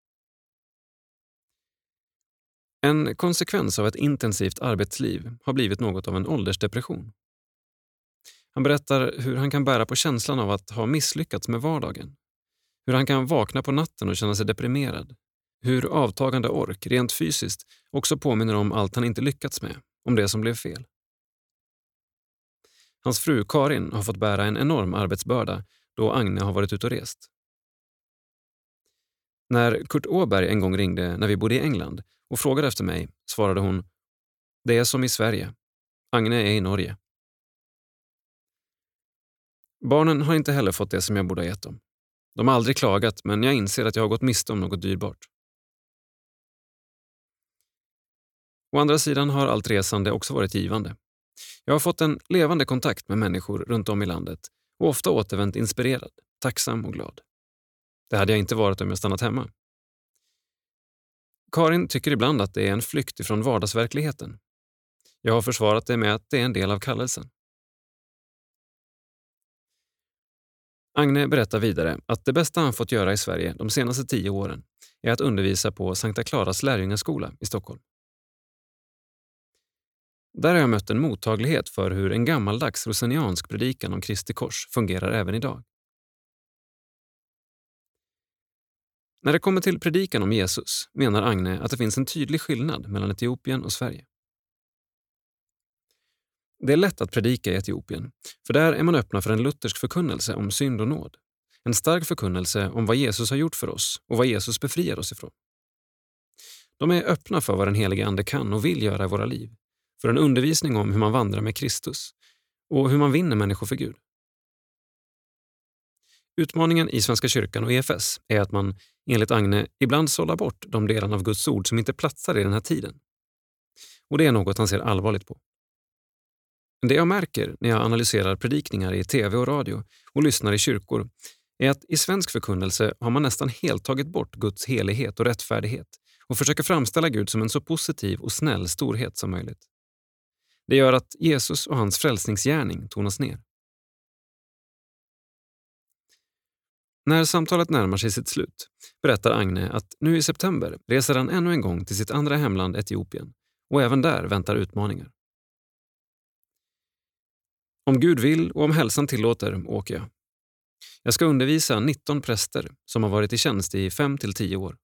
En konsekvens av ett intensivt arbetsliv har blivit något av en åldersdepression. Han berättar hur han kan bära på känslan av att ha misslyckats med vardagen. Hur han kan vakna på natten och känna sig deprimerad. Hur avtagande ork, rent fysiskt, också påminner om allt han inte lyckats med, om det som blev fel. Hans fru Karin har fått bära en enorm arbetsbörda då Agne har varit ute och rest. När Kurt Åberg en gång ringde när vi bodde i England och frågade efter mig svarade hon: "Det är som i Sverige. Agne är i Norge." Barnen har inte heller fått det som jag borde ha gett dem. De har aldrig klagat, men jag inser att jag har gått miste om något dyrbart. Å andra sidan har allt resande också varit givande. Jag har fått en levande kontakt med människor runt om i landet och ofta återvänt inspirerad, tacksam och glad. Det hade jag inte varit om jag stannat hemma. Karin tycker ibland att det är en flykt ifrån vardagsverkligheten. Jag har försvarat det med att det är en del av kallelsen. Agne berättar vidare att det bästa han fått göra i Sverige de senaste tio åren är att undervisa på Sankta Claras lärjungaskola i Stockholm. Där har jag mött en mottaglighet för hur en gammaldags roseniansk predikan om Kristi kors fungerar även idag. När det kommer till predikan om Jesus menar Agne att det finns en tydlig skillnad mellan Etiopien och Sverige. Det är lätt att predika i Etiopien, för där är man öppna för en luthersk förkunnelse om synd och nåd. En stark förkunnelse om vad Jesus har gjort för oss och vad Jesus befriar oss ifrån. De är öppna för vad den helige ande kan och vill göra i våra liv, för en undervisning om hur man vandrar med Kristus och hur man vinner människor för Gud. Utmaningen i Svenska kyrkan och E F S är att man, enligt Agne, ibland sållar bort de delarna av Guds ord som inte platsar i den här tiden. Och det är något han ser allvarligt på. Det jag märker när jag analyserar predikningar i tv och radio och lyssnar i kyrkor är att i svensk förkunnelse har man nästan helt tagit bort Guds helighet och rättfärdighet och försöker framställa Gud som en så positiv och snäll storhet som möjligt. Det gör att Jesus och hans frälsningsgärning tonas ner. När samtalet närmar sig sitt slut berättar Agne att nu i september reser han ännu en gång till sitt andra hemland Etiopien och även där väntar utmaningar. Om Gud vill och om hälsan tillåter åker jag. Jag ska undervisa nitton präster som har varit i tjänst i fem till tio år.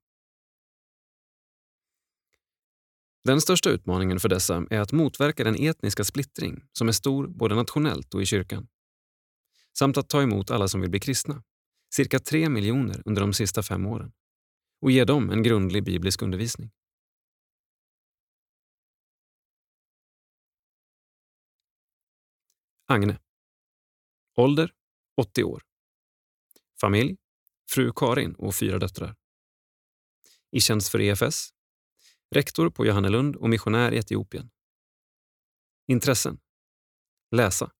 Den största utmaningen för dessa är att motverka den etniska splittring som är stor både nationellt och i kyrkan. Samt att ta emot alla som vill bli kristna, cirka tre miljoner under de sista fem åren, och ge dem en grundlig biblisk undervisning. Agne. Ålder åttio år. Familj, fru Karin och fyra döttrar. I tjänst för E F S. Rektor på Johannelund och missionär i Etiopien. Intressen. Läsa.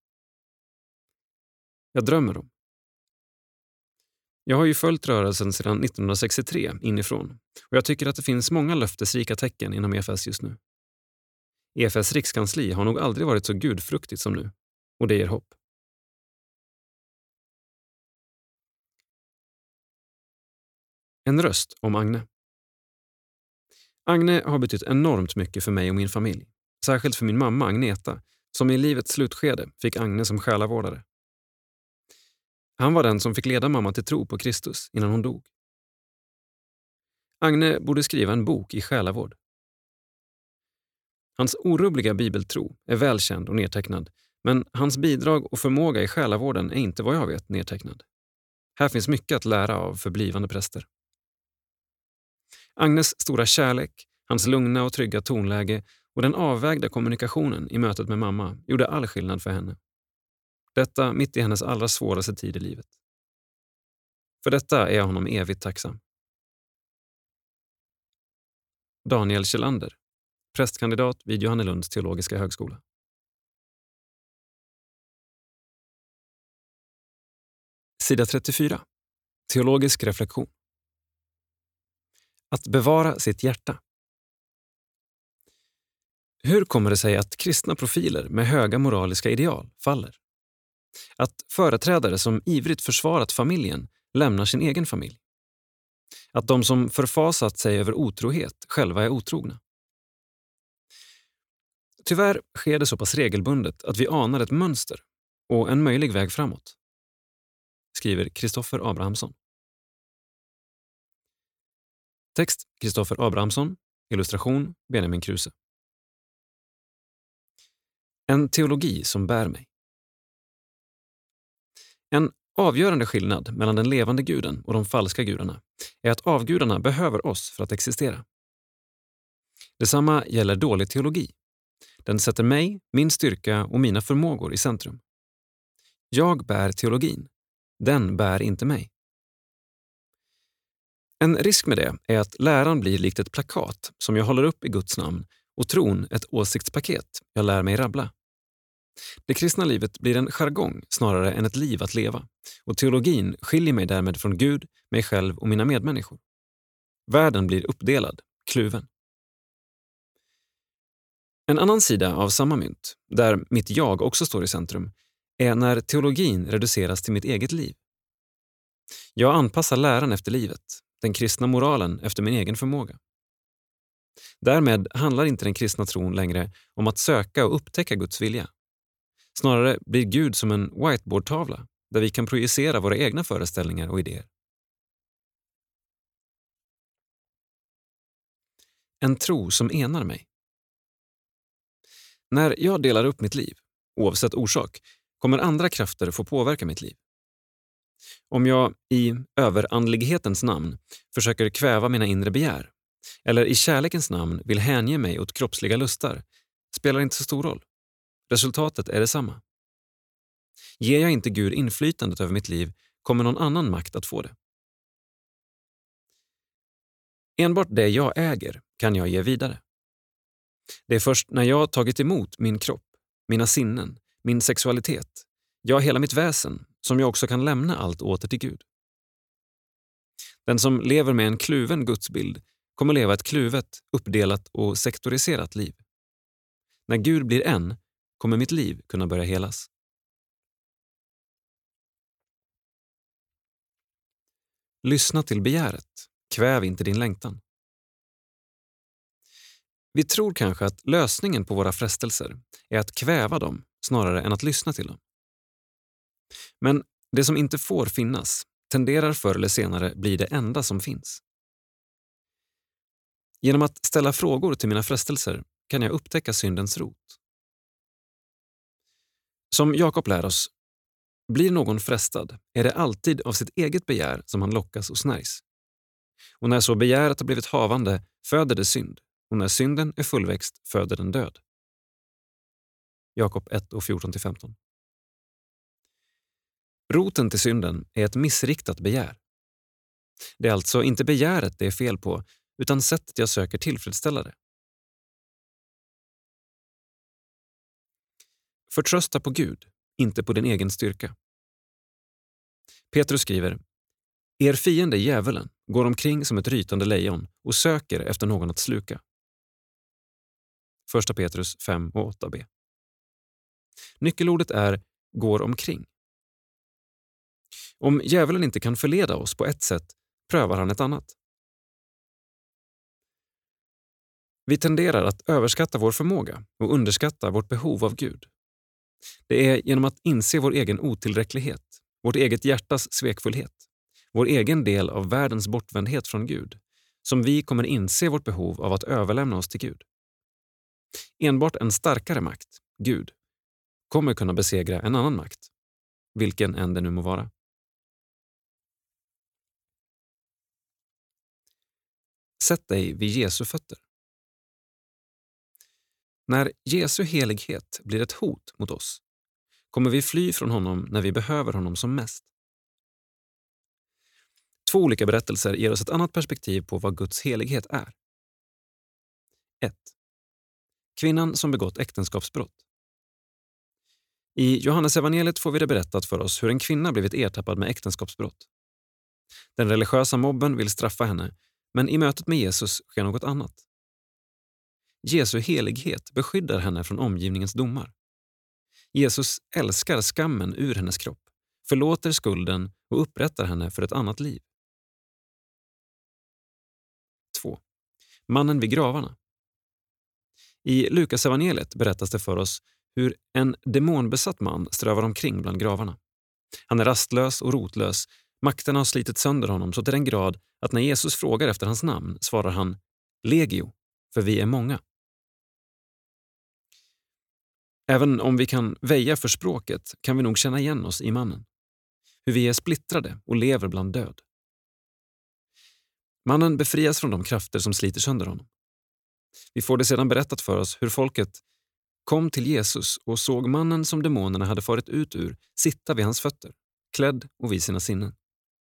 Jag drömmer om. Jag har ju följt rörelsen sedan nittonhundrasextiotre inifrån och jag tycker att det finns många löftesrika tecken inom E F S just nu. E F S rikskansli har nog aldrig varit så gudfruktigt som nu, och det ger hopp. En röst om Agne. Agne har betytt enormt mycket för mig och min familj, särskilt för min mamma Agneta, som i livets slutskede fick Agne som själavårdare. Han var den som fick leda mamma till tro på Kristus innan hon dog. Agne borde skriva en bok i själavård. Hans orubbliga bibeltro är välkänd och nedtecknad, men hans bidrag och förmåga i själavården är inte vad jag vet nedtecknad. Här finns mycket att lära av för blivande präster. Agnes stora kärlek, hans lugna och trygga tonläge och den avvägda kommunikationen i mötet med mamma gjorde all skillnad för henne. Detta mitt i hennes allra svåraste tid i livet. För detta är jag honom evigt tacksam. Daniel Kjellander, prästkandidat vid Johannelunds teologiska högskola. Sida trettiofyra. Teologisk reflektion. Att bevara sitt hjärta. Hur kommer det sig att kristna profiler med höga moraliska ideal faller? Att företrädare som ivrigt försvarat familjen lämnar sin egen familj? Att de som förfasat sig över otrohet själva är otrogna? Tyvärr sker det så pass regelbundet att vi anar ett mönster och en möjlig väg framåt, skriver Kristoffer Abrahamsson. Text Kristoffer Abrahamsson, illustration Benjamin Kruse. En teologi som bär mig. En avgörande skillnad mellan den levande guden och de falska gudarna är att avgudarna behöver oss för att existera. Detsamma gäller dålig teologi. Den sätter mig, min styrka och mina förmågor i centrum. Jag bär teologin. Den bär inte mig. En risk med det är att läran blir likt ett plakat som jag håller upp i Guds namn och tron ett åsiktspaket jag lär mig rabbla. Det kristna livet blir en jargong snarare än ett liv att leva, och teologin skiljer mig därmed från Gud, mig själv och mina medmänniskor. Världen blir uppdelad, kluven. En annan sida av samma mynt, där mitt jag också står i centrum, är när teologin reduceras till mitt eget liv. Jag anpassar läran efter livet, den kristna moralen efter min egen förmåga. Därmed handlar inte den kristna tron längre om att söka och upptäcka Guds vilja. Snarare blir Gud som en whiteboardtavla där vi kan projicera våra egna föreställningar och idéer. En tro som enar mig. När jag delar upp mitt liv, oavsett orsak, kommer andra krafter få påverka mitt liv. Om jag i överandlighetens namn försöker kväva mina inre begär, eller i kärlekens namn vill hänge mig åt kroppsliga lustar, spelar inte så stor roll. Resultatet är detsamma. Ger jag inte Gud inflytandet över mitt liv kommer någon annan makt att få det. Enbart det jag äger kan jag ge vidare. Det är först när jag har tagit emot min kropp, mina sinnen, min sexualitet, ja hela mitt väsen, som jag också kan lämna allt åter till Gud. Den som lever med en kluven gudsbild kommer leva ett kluvet, uppdelat och sektoriserat liv. När Gud blir en kommer mitt liv kunna börja helas. Lyssna till begäret. Kväv inte din längtan. Vi tror kanske att lösningen på våra frestelser är att kväva dem snarare än att lyssna till dem. Men det som inte får finnas tenderar förr eller senare bli det enda som finns. Genom att ställa frågor till mina frestelser kan jag upptäcka syndens rot. Som Jakob lär oss, blir någon frestad är det alltid av sitt eget begär som han lockas och snärjs. Och när så begäret har blivit havande föder det synd, och när synden är fullväxt föder den död. Jakob ett och fjorton till femton. Roten till synden är ett missriktat begär. Det är alltså inte begäret det är fel på, utan sättet jag söker tillfredsställa det. Förtrösta på Gud, inte på din egen styrka. Petrus skriver: Er fiende djävulen går omkring som ett rytande lejon och söker efter någon att sluka. Första Petrus fem och åtta b. Nyckelordet är går omkring. Om djävulen inte kan förleda oss på ett sätt prövar han ett annat. Vi tenderar att överskatta vår förmåga och underskatta vårt behov av Gud. Det är genom att inse vår egen otillräcklighet, vårt eget hjärtas svekfullhet, vår egen del av världens bortvändhet från Gud, som vi kommer inse vårt behov av att överlämna oss till Gud. Enbart en starkare makt, Gud, kommer kunna besegra en annan makt, vilken än det nu må vara. Sätt dig vid Jesu fötter. När Jesu helighet blir ett hot mot oss kommer vi fly från honom när vi behöver honom som mest. Två olika berättelser ger oss ett annat perspektiv på vad Guds helighet är. ett. Kvinnan som begått äktenskapsbrott. I Johannes evangeliet får vi det berättat för oss hur en kvinna blivit ertappad med äktenskapsbrott. Den religiösa mobben vill straffa henne, men i mötet med Jesus sker något annat. Jesu helighet beskyddar henne från omgivningens domar. Jesus älskar skammen ur hennes kropp, förlåter skulden och upprättar henne för ett annat liv. två. Mannen vid gravarna. I Lukas evangeliet berättas det för oss hur en demonbesatt man strövar omkring bland gravarna. Han är rastlös och rotlös. Makterna har slitit sönder honom så till den grad att när Jesus frågar efter hans namn svarar han Legio, för vi är många. Även om vi kan väja för språket kan vi nog känna igen oss i mannen. Hur vi är splittrade och lever bland död. Mannen befrias från de krafter som sliter sönder honom. Vi får det sedan berättat för oss hur folket kom till Jesus och såg mannen som demonerna hade farit ut ur sitta vid hans fötter, klädd och vid sina sinnen.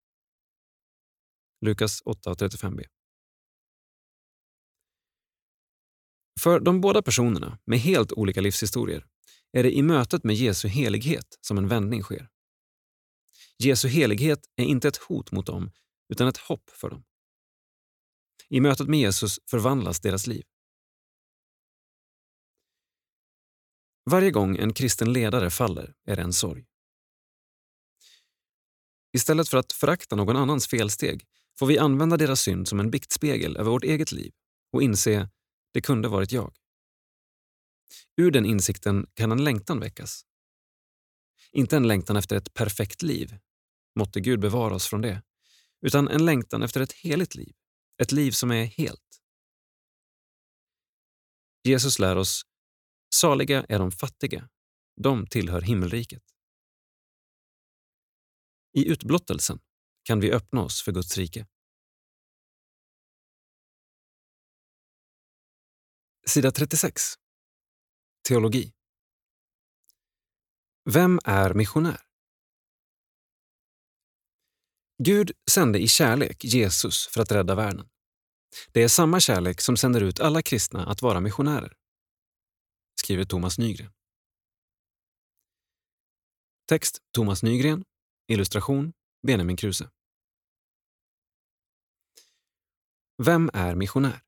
Lukas åtta och trettiofem b. För de båda personerna med helt olika livshistorier är det i mötet med Jesu helighet som en vändning sker. Jesu helighet är inte ett hot mot dem utan ett hopp för dem. I mötet med Jesus förvandlas deras liv. Varje gång en kristen ledare faller är det en sorg. Istället för att förakta någon annans felsteg får vi använda deras synd som en biktspegel över vårt eget liv och inse det kunde varit jag. Ur den insikten kan en längtan väckas. Inte en längtan efter ett perfekt liv, måtte Gud bevara oss från det, utan en längtan efter ett heligt liv, ett liv som är helt. Jesus lär oss, saliga är de fattiga, de tillhör himmelriket. I utblottelsen kan vi öppna oss för Guds rike. Sida trettiosex. Teologi. Vem är missionär? Gud sände i kärlek Jesus för att rädda världen. Det är samma kärlek som sänder ut alla kristna att vara missionärer, skriver Thomas Nygren. Text Thomas Nygren, illustration Benjamin Kruse. Vem är missionär?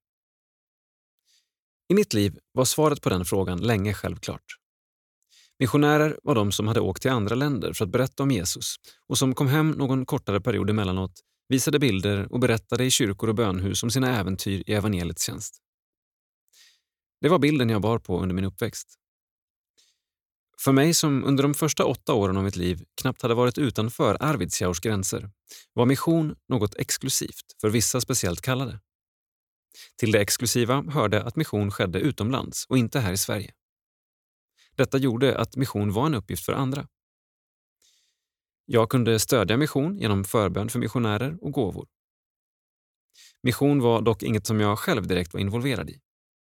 I mitt liv var svaret på den frågan länge självklart. Missionärer var de som hade åkt till andra länder för att berätta om Jesus och som kom hem någon kortare period emellanåt, visade bilder och berättade i kyrkor och bönhus om sina äventyr i evangeliets tjänst. Det var bilden jag bar på under min uppväxt. För mig som under de första åtta åren av mitt liv knappt hade varit utanför Arvidsjaurs gränser var mission något exklusivt för vissa speciellt kallade. Till det exklusiva hörde att mission skedde utomlands och inte här i Sverige. Detta gjorde att mission var en uppgift för andra. Jag kunde stödja mission genom förbön för missionärer och gåvor. Mission var dock inget som jag själv direkt var involverad i.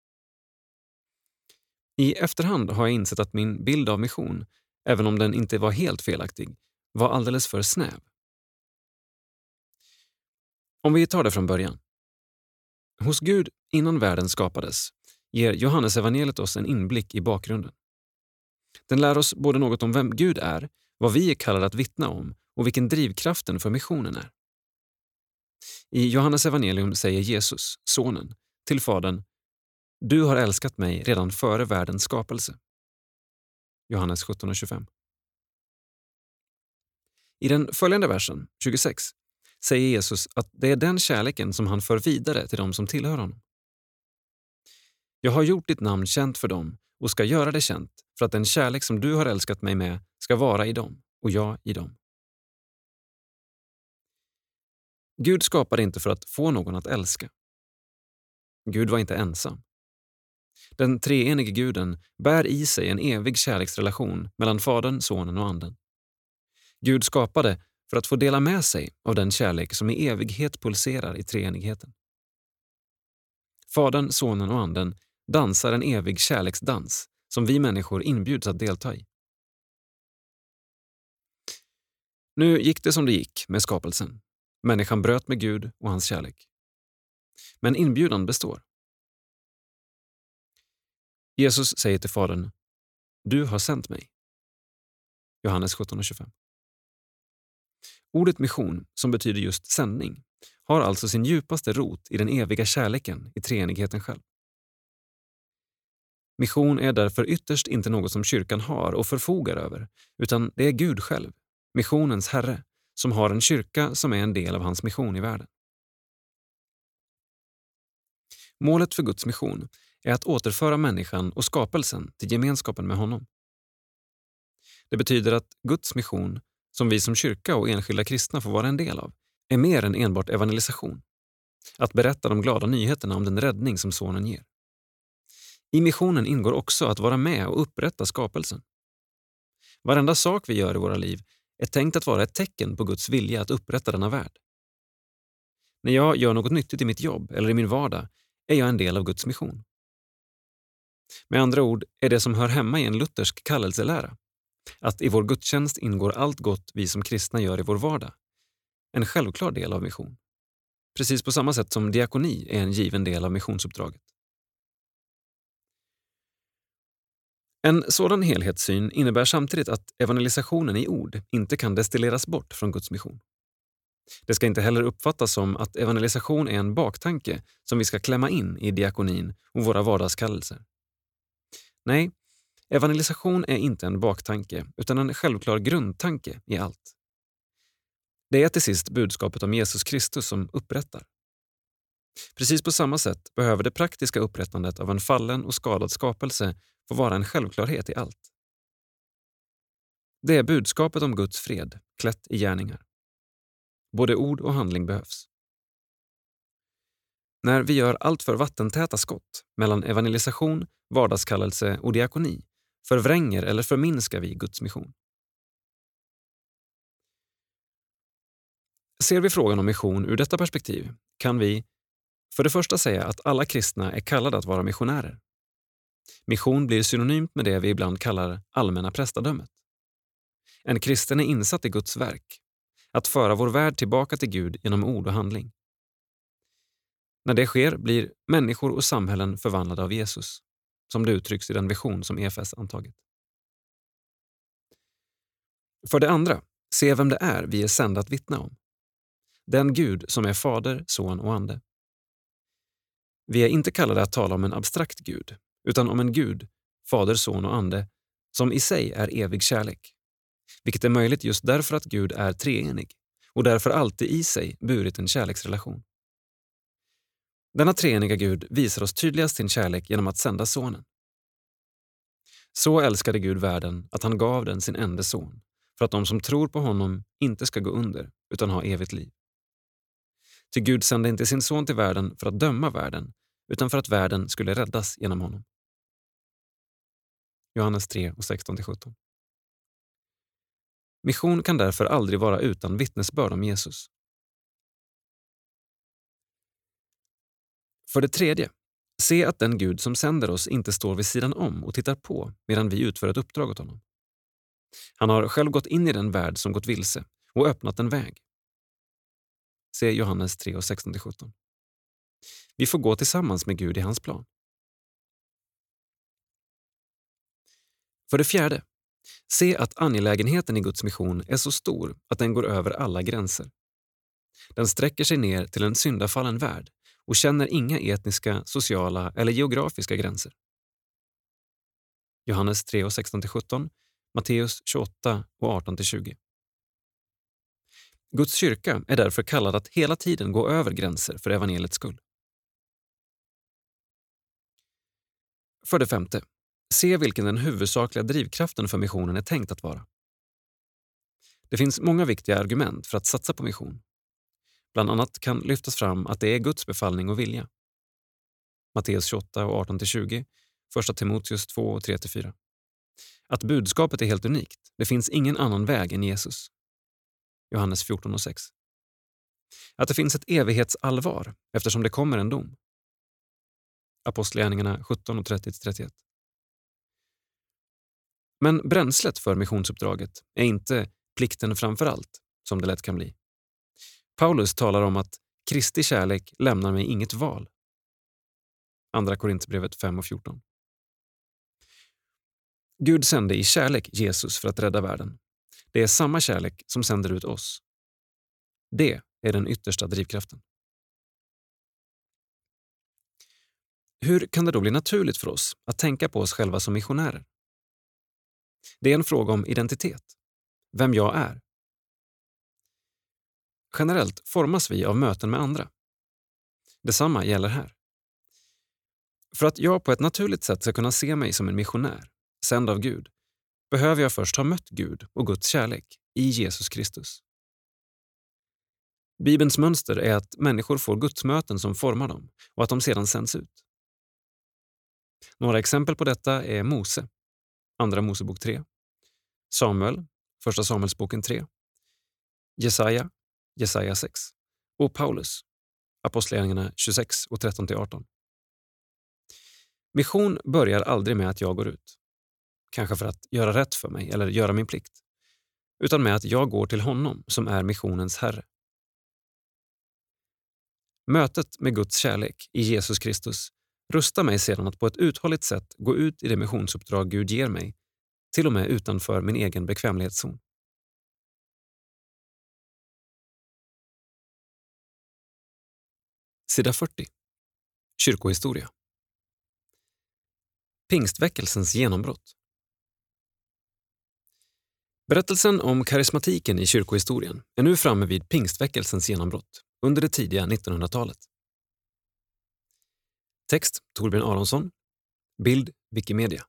I efterhand har jag insett att min bild av mission, även om den inte var helt felaktig, var alldeles för snäv. Om vi tar det från början. Hos Gud innan världen skapades ger Johannes evangeliet oss en inblick i bakgrunden. Den lär oss både något om vem Gud är, vad vi är kallade att vittna om och vilken drivkraften för missionen är. I Johannes evangelium säger Jesus, sonen, till fadern: Du har älskat mig redan före världens skapelse. Johannes sjutton och tjugofem. I den följande versen, tjugosex, säger Jesus att det är den kärleken som han för vidare till dem som tillhör honom. Jag har gjort ditt namn känt för dem och ska göra det känt för att den kärlek som du har älskat mig med ska vara i dem och jag i dem. Gud skapade inte för att få någon att älska. Gud var inte ensam. Den treenige guden bär i sig en evig kärleksrelation mellan Fadern, Sonen och Anden. Gud skapade för att få dela med sig av den kärlek som i evighet pulserar i treenigheten. Fadern, Sonen och Anden dansar en evig kärleksdans som vi människor inbjuds att delta i. Nu gick det som det gick med skapelsen. Människan bröt med Gud och hans kärlek. Men inbjudan består. Jesus säger till Fadern: Du har sänt mig. Johannes sjutton och tjugofem. Ordet mission, som betyder just sändning, har alltså sin djupaste rot i den eviga kärleken i treenigheten själv. Mission är därför ytterst inte något som kyrkan har och förfogar över, utan det är Gud själv, missionens herre, som har en kyrka som är en del av hans mission i världen. Målet för Guds mission är att återföra människan och skapelsen till gemenskapen med honom. Det betyder att Guds mission, som vi som kyrka och enskilda kristna får vara en del av, är mer än enbart evangelisation. Att berätta de glada nyheterna om den räddning som sonen ger. I missionen ingår också att vara med och upprätta skapelsen. Varenda sak vi gör i våra liv är tänkt att vara ett tecken på Guds vilja att upprätta denna värld. När jag gör något nyttigt i mitt jobb eller i min vardag är jag en del av Guds mission. Med andra ord är det som hör hemma i en luthersk kallelselära, att i vår gudstjänst ingår allt gott vi som kristna gör i vår vardag, en självklar del av mission. Precis på samma sätt som diakoni är en given del av missionsuppdraget. En sådan helhetssyn innebär samtidigt att evangelisationen i ord inte kan destilleras bort från Guds mission. Det ska inte heller uppfattas som att evangelisation är en baktanke som vi ska klämma in i diakonin och våra vardagskallelser. Nej, evangelisation är inte en baktanke utan en självklar grundtanke i allt. Det är till sist budskapet om Jesus Kristus som upprättar. Precis på samma sätt behöver det praktiska upprättandet av en fallen och skadad skapelse få vara en självklarhet i allt. Det är budskapet om Guds fred, klätt i gärningar. Både ord och handling behövs. När vi gör allt för vattentäta skott mellan evangelisation, vardagskallelse och diakoni förvränger eller förminskar vi Guds mission. Ser vi frågan om mission ur detta perspektiv kan vi för det första säga att alla kristna är kallade att vara missionärer. Mission blir synonymt med det vi ibland kallar allmänna prästadömet. En kristen är insatt i Guds verk, att föra vår värld tillbaka till Gud genom ord och handling. När det sker blir människor och samhällen förvandlade av Jesus, som det uttrycks i den vision som E F S antagit. För det andra, se vem det är vi är sända att vittna om. Den Gud som är Fader, Son och Ande. Vi är inte kallade att tala om en abstrakt Gud, utan om en Gud, Fader, Son och Ande, som i sig är evig kärlek. Vilket är möjligt just därför att Gud är treenig och därför alltid i sig burit en kärleksrelation. Denna treeniga Gud visar oss tydligast sin kärlek genom att sända sonen. Så älskade Gud världen att han gav den sin enda son, för att de som tror på honom inte ska gå under utan ha evigt liv. Ty Gud sände inte sin son till världen för att döma världen, utan för att världen skulle räddas genom honom. Johannes tre, sexton till sjutton. Mission kan därför aldrig vara utan vittnesbörd om Jesus. För det tredje, se att den Gud som sänder oss inte står vid sidan om och tittar på medan vi utför ett uppdrag åt honom. Han har själv gått in i den värld som gått vilse och öppnat en väg. Se Johannes tre, sexton till sjutton. Vi får gå tillsammans med Gud i hans plan. För det fjärde, se att angelägenheten i Guds mission är så stor att den går över alla gränser. Den sträcker sig ner till en syndafallen värld och känner inga etniska, sociala eller geografiska gränser. Johannes tre, sexton till sjutton, Matteus tjugoåtta och arton till tjugo. Guds kyrka är därför kallad att hela tiden gå över gränser för evangeliets skull. För det femte, se vilken den huvudsakliga drivkraften för missionen är tänkt att vara. Det finns många viktiga argument för att satsa på mission. Bland annat kan lyftas fram att det är Guds befallning och vilja. Matteus tjugoåtta och arton till tjugo, första Timoteus två och tre till fyra. Att budskapet är helt unikt. Det finns ingen annan väg än Jesus. Johannes fjorton och sex. Att det finns ett evighetsallvar eftersom det kommer en dom. Apostlagärningarna sjutton och trettio till trettioett. Men bränslet för missionsuppdraget är inte plikten framför allt, som det lätt kan bli. Paulus talar om att Kristi kärlek lämnar mig inget val. Andra Korinthierbrevet fem och fjorton. Gud sände i kärlek Jesus för att rädda världen. Det är samma kärlek som sänder ut oss. Det är den yttersta drivkraften. Hur kan det då bli naturligt för oss att tänka på oss själva som missionärer? Det är en fråga om identitet. Vem jag är. Generellt formas vi av möten med andra. Detsamma gäller här. För att jag på ett naturligt sätt ska kunna se mig som en missionär, sänd av Gud, behöver jag först ha mött Gud och Guds kärlek i Jesus Kristus. Bibelns mönster är att människor får gudsmöten som formar dem och att de sedan sänds ut. Några exempel på detta är Mose, Andra Mosebok tre, Samuel, Första Samuelsboken tre, Jesaja, Jesaja sex och Paulus, Apostlagärningarna tjugosex och tretton till arton. Mission börjar aldrig med att jag går ut, kanske för att göra rätt för mig eller göra min plikt, utan med att jag går till honom som är missionens herre. Mötet med Guds kärlek i Jesus Kristus rustar mig sedan att på ett uthålligt sätt gå ut i det missionsuppdrag Gud ger mig, till och med utanför min egen bekvämlighetszon. Sida fyrtio. Kyrkohistoria. Pingstväckelsens genombrott. Berättelsen om karismatiken i kyrkohistorien är nu framme vid pingstväckelsens genombrott under det tidiga nittonhundratalet. Text Torbjörn Aronsson. Bild Wikimedia.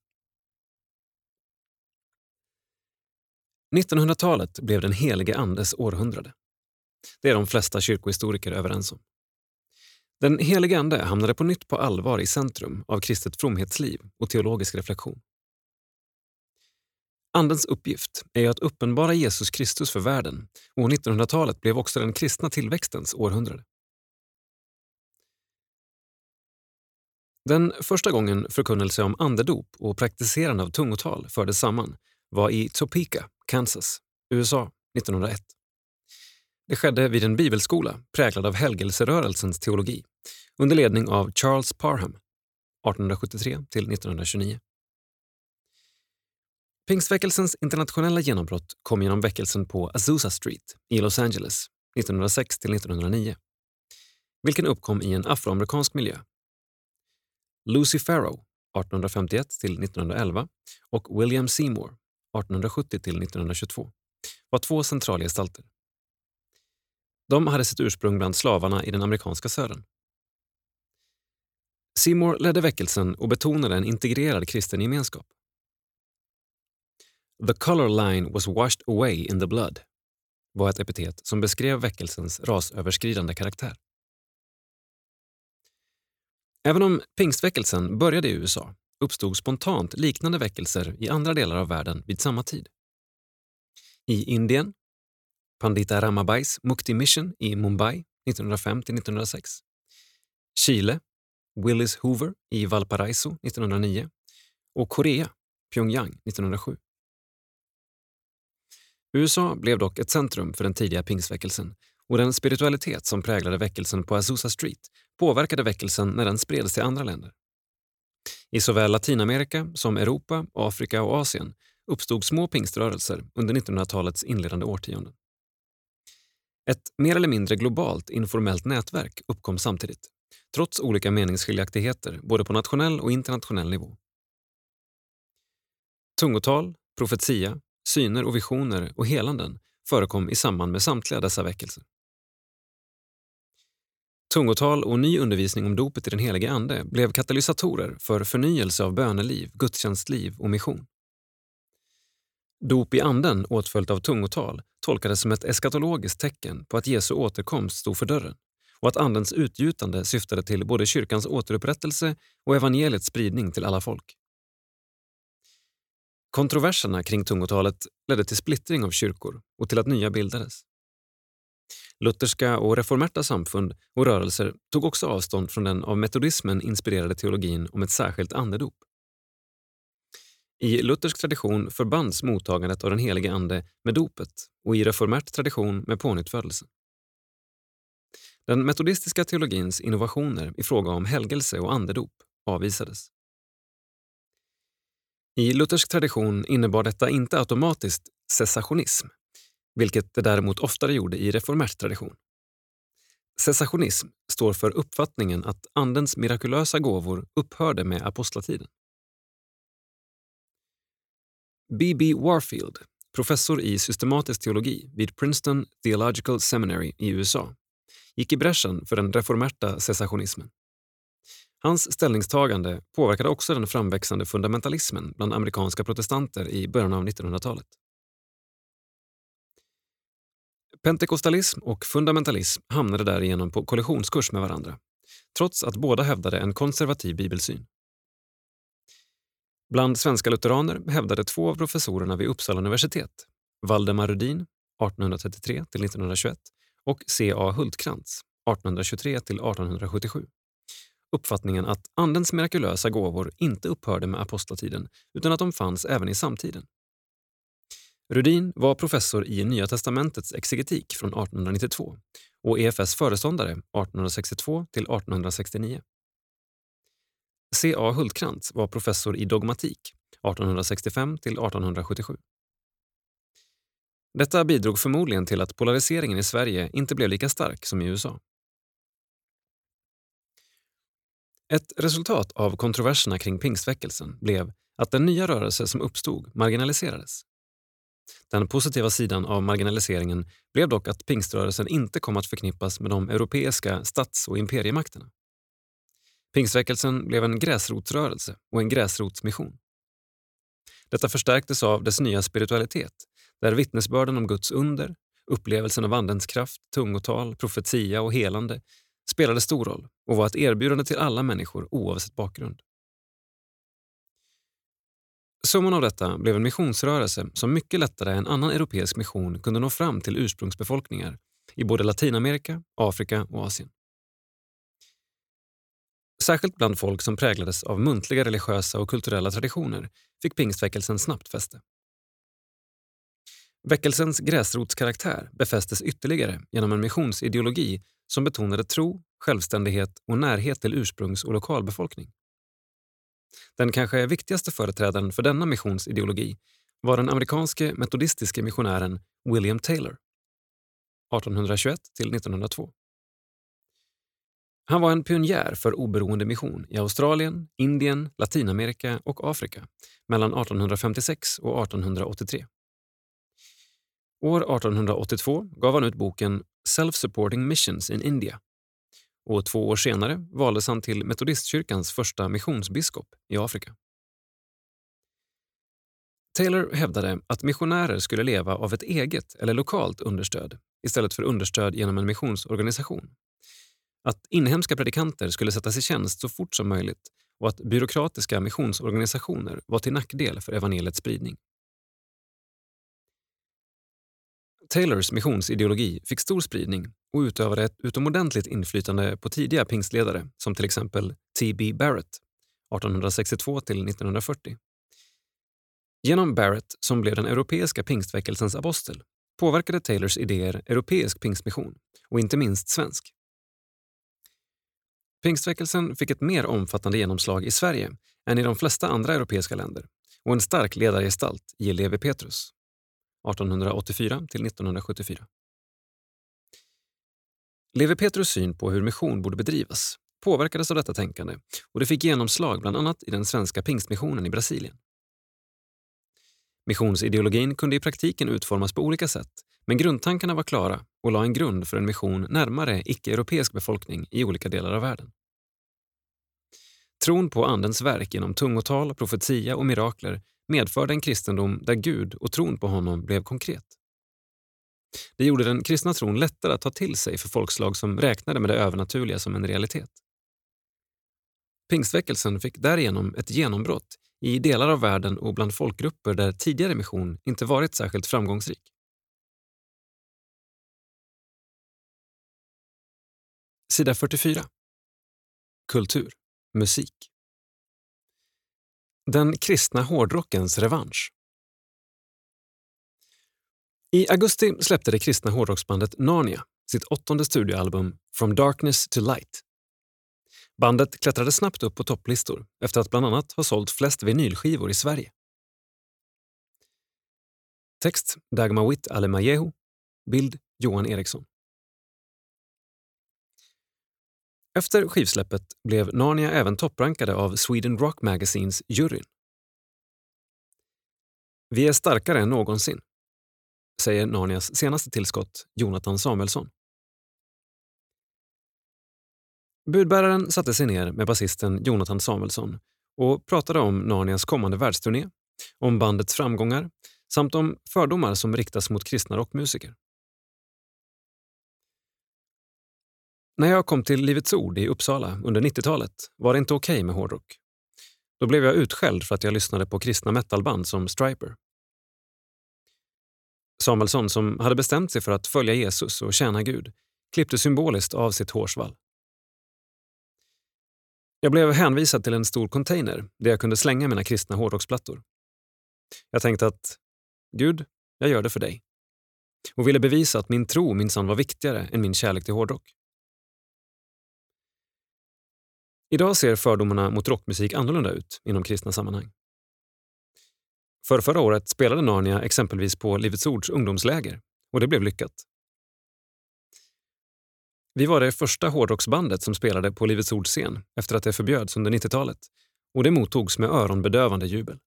nittonhundratalet blev den helige andes århundrade. Det är de flesta kyrkohistoriker överens om. Den helige ande hamnade på nytt på allvar i centrum av kristet fromhetsliv och teologisk reflektion. Andens uppgift är att uppenbara Jesus Kristus för världen och nittonhundratalet blev också den kristna tillväxtens århundrade. Den första gången förkunnelse om andedop och praktiserande av tungotal fördes samman var i Topeka, Kansas, U S A nittonhundraett. Det skedde vid en bibelskola präglad av helgelserörelsens teologi under ledning av Charles Parham arton sjuttiotre till nittonhundratjugonio. Pingstväckelsens internationella genombrott kom genom väckelsen på Azusa Street i Los Angeles nittonhundrasex till nittonhundranio, vilken uppkom i en afroamerikansk miljö. Lucy Farrow arton femtioett till nittonhundraelva och William Seymour arton sjuttio till nittonhundratjugotvå var två centralgestalter. De hade sitt ursprung bland slavarna i den amerikanska södern. Seymour ledde väckelsen och betonade en integrerad kristen gemenskap. The color line was washed away in the blood var ett epitet som beskrev väckelsens rasöverskridande karaktär. Även om pingstväckelsen började i U S A uppstod spontant liknande väckelser i andra delar av världen vid samma tid. I Indien, Pandita Ramabais Mukti Mission i Mumbai nittonhundrafem till nittonhundrasex. Chile, Willis Hoover i Valparaiso nittonhundranio och Korea, Pyongyang nittonhundrasju. U S A blev dock ett centrum för den tidiga pingstväckelsen och den spiritualitet som präglade väckelsen på Azusa Street påverkade väckelsen när den spreds till andra länder. I såväl Latinamerika som Europa, Afrika och Asien uppstod små pingströrelser under nittonhundratalets inledande årtionden. Ett mer eller mindre globalt informellt nätverk uppkom samtidigt, trots olika meningsskiljaktigheter både på nationell och internationell nivå. Tungotal, profetia, syner och visioner och helanden förekom i samband med samtliga dessa väckelser. Tungotal och ny undervisning om dopet i den helige ande blev katalysatorer för förnyelse av böneliv, gudstjänstliv och mission. Dop i anden åtföljt av tungotal tolkades som ett eskatologiskt tecken på att Jesu återkomst stod för dörren och att andens utgjutande syftade till både kyrkans återupprättelse och evangeliets spridning till alla folk. Kontroverserna kring tungotalet ledde till splittring av kyrkor och till att nya bildades. Lutherska och reformerta samfund och rörelser tog också avstånd från den av metodismen inspirerade teologin om ett särskilt andedop. I luthersk tradition förbands mottagandet av den helige ande med dopet och i reformert tradition med pånyttfödelse. Den metodistiska teologins innovationer i fråga om helgelse och andedop avvisades. I luthersk tradition innebar detta inte automatiskt cessationism, vilket det däremot oftare gjorde i reformert tradition. Cessationism står för uppfattningen att andens mirakulösa gåvor upphörde med apostlatiden. B B Warfield, professor i systematisk teologi vid Princeton Theological Seminary i U S A, gick i bräschen för den reformerta cessationismen. Hans ställningstagande påverkade också den framväxande fundamentalismen bland amerikanska protestanter i början av nittonhundratalet. Pentekostalism och fundamentalism hamnade därigenom på kollisionskurs med varandra, trots att båda hävdade en konservativ bibelsyn. Bland svenska lutheraner hävdade två av professorerna vid Uppsala universitet, Valdemar Rudin artonhundratrettiotre till nittonhundratjugoett och C A Hultkrantz artonhundratjugotre till artonhundrasjuttiosju, uppfattningen att andens mirakulösa gåvor inte upphörde med apostlatiden utan att de fanns även i samtiden. Rudin var professor i Nya testamentets exegetik från artonhundranittiotvå och E F S föreståndare artonhundrasextiotvå till artonhundrasextionio. C A Hultkrantz var professor i dogmatik artonhundrasextiofem till artonhundrasjuttiosju. Detta bidrog förmodligen till att polariseringen i Sverige inte blev lika stark som i U S A. Ett resultat av kontroverserna kring pingstväckelsen blev att den nya rörelse som uppstod marginaliserades. Den positiva sidan av marginaliseringen blev dock att pingströrelsen inte kom att förknippas med de europeiska stats- och imperiemakterna. Pingstväckelsen blev en gräsrotsrörelse och en gräsrotsmission. Detta förstärktes av dess nya spiritualitet, där vittnesbörden om Guds under, upplevelsen av andens kraft, tungotal, profetia och helande spelade stor roll och var ett erbjudande till alla människor oavsett bakgrund. Summan av detta blev en missionsrörelse som mycket lättare än annan europeisk mission kunde nå fram till ursprungsbefolkningar i både Latinamerika, Afrika och Asien. Särskilt bland folk som präglades av muntliga religiösa och kulturella traditioner fick pingstväckelsen snabbt fäste. Väckelsens gräsrotskaraktär befästes ytterligare genom en missionsideologi som betonade tro, självständighet och närhet till ursprungs- och lokalbefolkning. Den kanske viktigaste företrädaren för denna missionsideologi var den amerikanske metodistiske missionären William Taylor, artonhundratjugoett till nittonhundratvå. Han var en pionjär för oberoende mission i Australien, Indien, Latinamerika och Afrika mellan artonhundrafemtiosex och artonhundraåttiotre. År artonhundraåttiotvå gav han ut boken Self-Supporting Missions in India och två år senare valdes han till metodistkyrkans första missionsbiskop i Afrika. Taylor hävdade att missionärer skulle leva av ett eget eller lokalt understöd istället för understöd genom en missionsorganisation. Att inhemska predikanter skulle sättas i tjänst så fort som möjligt och att byråkratiska missionsorganisationer var till nackdel för evangeliets spridning. Taylors missionsideologi fick stor spridning och utövade ett utomordentligt inflytande på tidiga pingstledare som till exempel T B Barrett arton sextiotvå till nittonhundrafyrtio. Genom Barrett, som blev den europeiska pingstväckelsens apostel, påverkade Taylors idéer europeisk pingstmission och inte minst svensk. Pingstväckelsen fick ett mer omfattande genomslag i Sverige än i de flesta andra europeiska länder och en stark ledargestalt i Levi Petrus arton åttiofyra till nittonhundrasjuttiofyra. Levi Petrus syn på hur mission borde bedrivas påverkades av detta tänkande och det fick genomslag bland annat i den svenska pingstmissionen i Brasilien. Missionsideologin kunde i praktiken utformas på olika sätt, men grundtankarna var klara och la en grund för en mission närmare icke-europeisk befolkning i olika delar av världen. Tron på andens verk genom tungotal, profetia och mirakler medförde en kristendom där Gud och tron på honom blev konkret. Det gjorde den kristna tron lättare att ta till sig för folkslag som räknade med det övernaturliga som en realitet. Pingstväckelsen fick därigenom ett genombrott i delar av världen och bland folkgrupper där tidigare mission inte varit särskilt framgångsrik. Sida fyrtiofyra. Kultur, musik. Den kristna hårdrockens revansch. I augusti släppte det kristna hårdrocksbandet Narnia sitt åttonde studioalbum From Darkness to Light. Bandet klättrade snabbt upp på topplistor efter att bland annat ha sålt flest vinylskivor i Sverige. Text Dagmar Witt Alemayehu, bild Johan Eriksson. Efter skivsläppet blev Narnia även topprankade av Sweden Rock Magazines juryn. Vi är starkare än någonsin, säger Narnias senaste tillskott Jonathan Samuelsson. Budbäraren satte sig ner med basisten Jonathan Samuelsson och pratade om Narnias kommande världsturné, om bandets framgångar samt om fördomar som riktas mot kristna rockmusiker. När jag kom till Livets Ord i Uppsala under nittiotalet var det inte okej med hårdrock. Då blev jag utskälld för att jag lyssnade på kristna metalband som Stryper. Samuelsson, som hade bestämt sig för att följa Jesus och tjäna Gud, klippte symboliskt av sitt hårsvall. Jag blev hänvisad till en stor container där jag kunde slänga mina kristna hårdrocksplattor. Jag tänkte att, Gud, jag gör det för dig. Och ville bevisa att min tro minsann var viktigare än min kärlek till hårdrock. Idag ser fördomarna mot rockmusik annorlunda ut inom kristna sammanhang. För förra året spelade Narnia exempelvis på Livets Ords ungdomsläger och det blev lyckat. Vi var det första hårdrocksbandet som spelade på Livets Ords scen efter att det förbjöds under nittiotalet och det mottogs med öronbedövande jubel.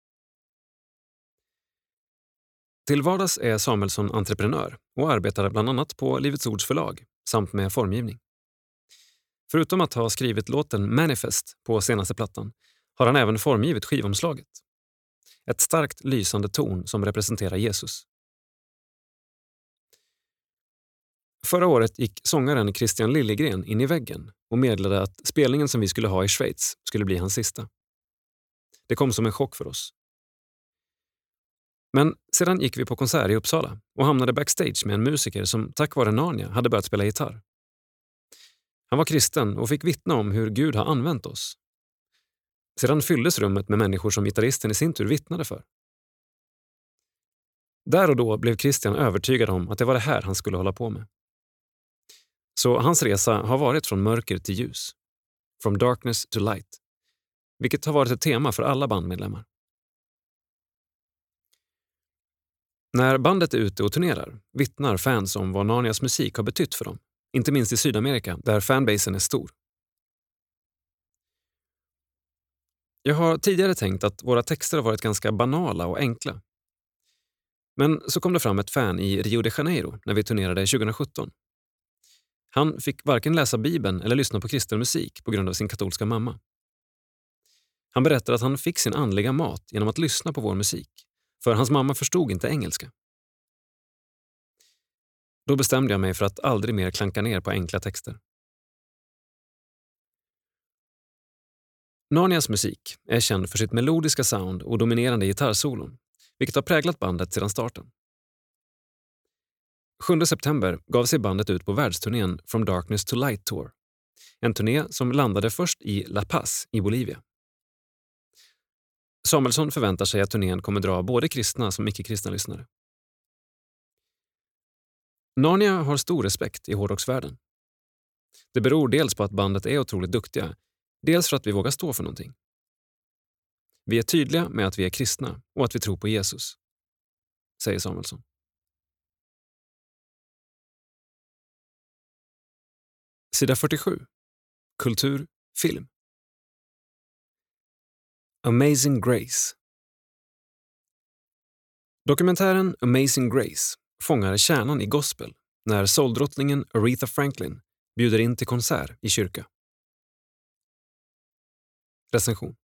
Till vardags är Samuelsson entreprenör och arbetar bland annat på Livets Ords förlag samt med formgivning. Förutom att ha skrivit låten Manifest på senaste plattan har han även formgivit skivomslaget. Ett starkt lysande ton som representerar Jesus. Förra året gick sångaren Christian Liljegren in i väggen och meddelade att spelningen som vi skulle ha i Schweiz skulle bli hans sista. Det kom som en chock för oss. Men sedan gick vi på konsert i Uppsala och hamnade backstage med en musiker som tack vare Narnia hade börjat spela gitarr. Han var kristen och fick vittna om hur Gud har använt oss. Sedan fylldes rummet med människor som gitarristen i sin tur vittnade för. Där och då blev Christian övertygad om att det var det här han skulle hålla på med. Så hans resa har varit från mörker till ljus. From darkness to light. Vilket har varit ett tema för alla bandmedlemmar. När bandet är ute och turnerar vittnar fans om vad Narnias musik har betytt för dem. Inte minst i Sydamerika, där fanbasen är stor. Jag har tidigare tänkt att våra texter har varit ganska banala och enkla. Men så kom det fram ett fan i Rio de Janeiro när vi turnerade tjugohundrasjutton Han fick varken läsa Bibeln eller lyssna på kristen musik på grund av sin katolska mamma. Han berättar att han fick sin andliga mat genom att lyssna på vår musik, för hans mamma förstod inte engelska. Då bestämde jag mig för att aldrig mer klanka ner på enkla texter. Narnias musik är känd för sitt melodiska sound och dominerande gitarrsolon, vilket har präglat bandet sedan starten. sjunde september gav sig bandet ut på världsturnén From Darkness to Light Tour, en turné som landade först i La Paz i Bolivia. Samuelsson förväntar sig att turnén kommer dra både kristna som icke-kristna lyssnare. Narnia har stor respekt i hårdrocksvärlden. Det beror dels på att bandet är otroligt duktiga, dels för att vi vågar stå för någonting. Vi är tydliga med att vi är kristna och att vi tror på Jesus, säger Samuelsson. Sida fyrtiosju. Kultur, film. Amazing Grace. Dokumentären Amazing Grace fångar kärnan i gospel när souldrottningen Aretha Franklin bjuder in till konsert i kyrka. Recension.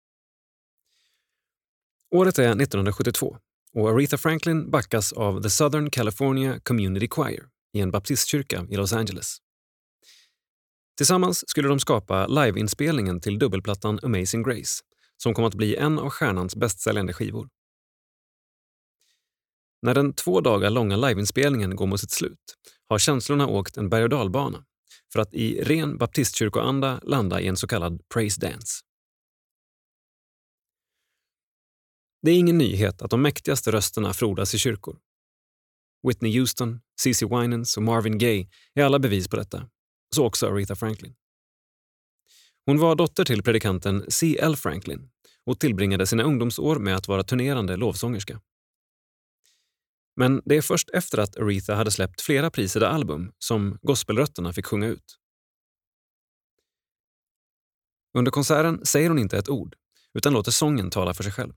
Året är nittonhundrasjuttiotvå och Aretha Franklin backas av The Southern California Community Choir i en baptistkyrka i Los Angeles. Tillsammans skulle de skapa liveinspelningen till dubbelplattan Amazing Grace, som kom att bli en av stjärnans bästsäljande skivor. När den två dagar långa liveinspelningen går mot sitt slut har känslorna åkt en berg- och dalbana för att i ren baptistkyrkoanda landa i en så kallad praise dance. Det är ingen nyhet att de mäktigaste rösterna frodas i kyrkor. Whitney Houston, C C Winans och Marvin Gaye är alla bevis på detta, så också Aretha Franklin. Hon var dotter till predikanten C L Franklin och tillbringade sina ungdomsår med att vara turnerande lovsångerska. Men det är först efter att Aretha hade släppt flera prisade album som gospelrötterna fick sjunga ut. Under konserten säger hon inte ett ord, utan låter sången tala för sig själv.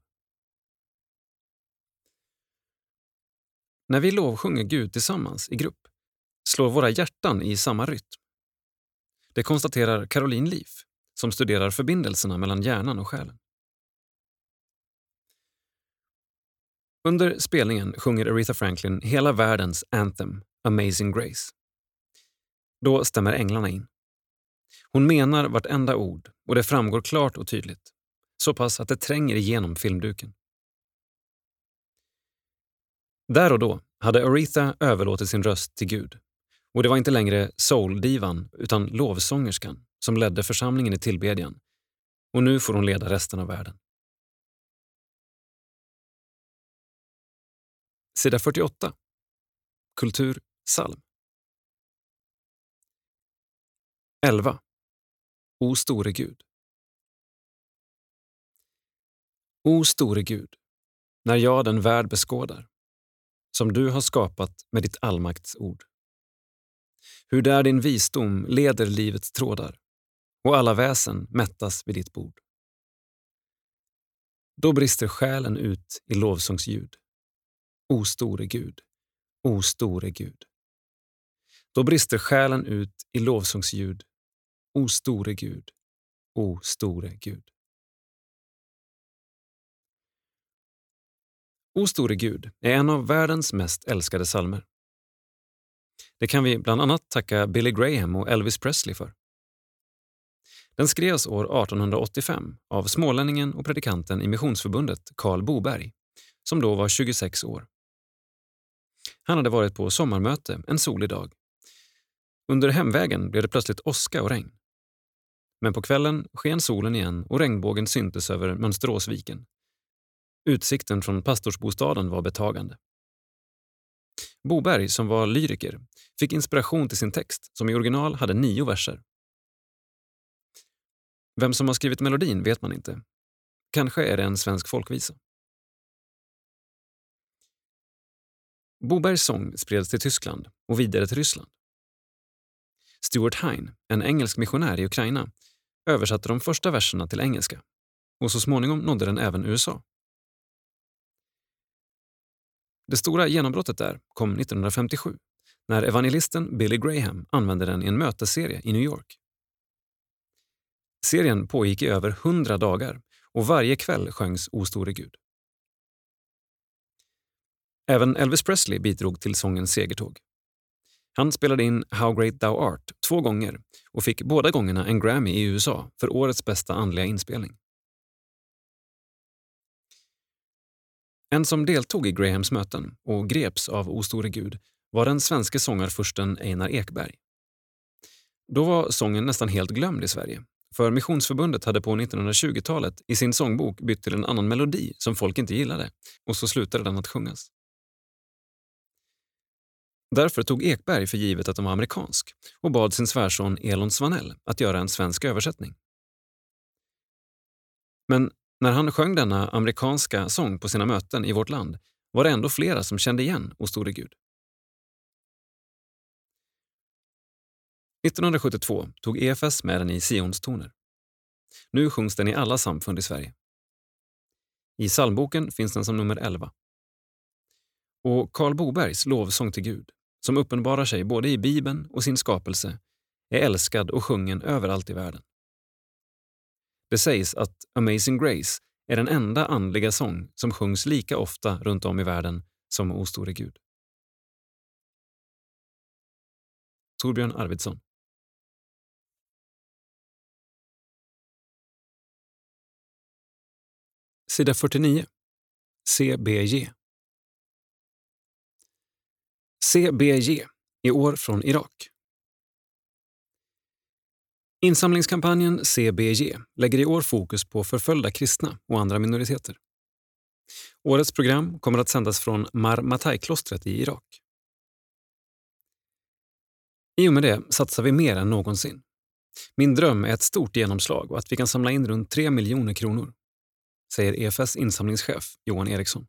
När vi lovsjunger Gud tillsammans i grupp slår våra hjärtan i samma rytm. Det konstaterar Caroline Leaf, som studerar förbindelserna mellan hjärnan och själen. Under spelningen sjunger Aretha Franklin hela världens anthem, Amazing Grace. Då stämmer änglarna in. Hon menar vartenda ord och det framgår klart och tydligt, så pass att det tränger igenom filmduken. Där och då hade Aretha överlåtit sin röst till Gud, och det var inte längre soul-divan utan lovsångerskan som ledde församlingen i tillbedjan, och nu får hon leda resten av världen. Sida fyrtioåtta. Kultur, psalm. elva. O store Gud. O store Gud, när jag den värld beskådar, som du har skapat med ditt allmakts ord. Hur där din visdom leder livets trådar och alla väsen mättas vid ditt bord. Då brister själen ut i lovsångsljud. O store Gud, o store Gud. Då brister själen ut i lovsångsljud. O store Gud, o store Gud. O store Gud är en av världens mest älskade psalmer. Det kan vi bland annat tacka Billy Graham och Elvis Presley för. Den skrevs år arton åttiofem av smålänningen och predikanten i Missionsförbundet Karl Boberg, som då var tjugosex år. Han hade varit på sommarmöte en solig dag. Under hemvägen blev det plötsligt åska och regn. Men på kvällen sken solen igen och regnbågen syntes över Mönsteråsviken. Utsikten från pastorsbostaden var betagande. Boberg, som var lyriker, fick inspiration till sin text som i original hade nio verser. Vem som har skrivit melodin vet man inte. Kanske är det en svensk folkvisa. Bobergs sång spreds till Tyskland och vidare till Ryssland. Stuart Hine, en engelsk missionär i Ukraina, översatte de första verserna till engelska och så småningom nådde den även U S A. Det stora genombrottet där kom nittonhundrafemtiosju när evangelisten Billy Graham använde den i en mötesserie i New York. Serien pågick i över hundra dagar och varje kväll sjöngs O store Gud. Även Elvis Presley bidrog till sångens segertåg. Han spelade in How Great Thou Art två gånger och fick båda gångerna en Grammy i U S A för årets bästa andliga inspelning. En som deltog i Grahams möten och greps av O store Gud var den svenske sångarfursten Einar Ekberg. Då var sången nästan helt glömd i Sverige, för Missionsförbundet hade på nittonhundratjugotalet i sin sångbok bytt till en annan melodi som folk inte gillade, och så slutade den att sjungas. Därför tog Ekberg för givet att den var amerikansk och bad sin svärson Elon Svanell att göra en svensk översättning. Men när han sjöng denna amerikanska sång på sina möten i vårt land var det ändå flera som kände igen O store Gud. nittonhundrasjuttiotvå tog E F S med den i Sions toner. Nu sjungs den i alla samfund i Sverige. I psalmboken finns den som nummer elva. Och Karl Bobergs lovsång till Gud, som uppenbarar sig både i Bibeln och sin skapelse, är älskad och sjungen överallt i världen. Det sägs att Amazing Grace är den enda andliga sång som sjungs lika ofta runt om i världen som O store Gud. Torbjörn Arvidsson. Sida fyrtionio. C B J. C B J, i år från Irak. Insamlingskampanjen C B J lägger i år fokus på förföljda kristna och andra minoriteter. Årets program kommer att sändas från Mar Matai-klostret i Irak. I och med det satsar vi mer än någonsin. Min dröm är ett stort genomslag och att vi kan samla in runt tre miljoner kronor, säger E F S insamlingschef Johan Eriksson.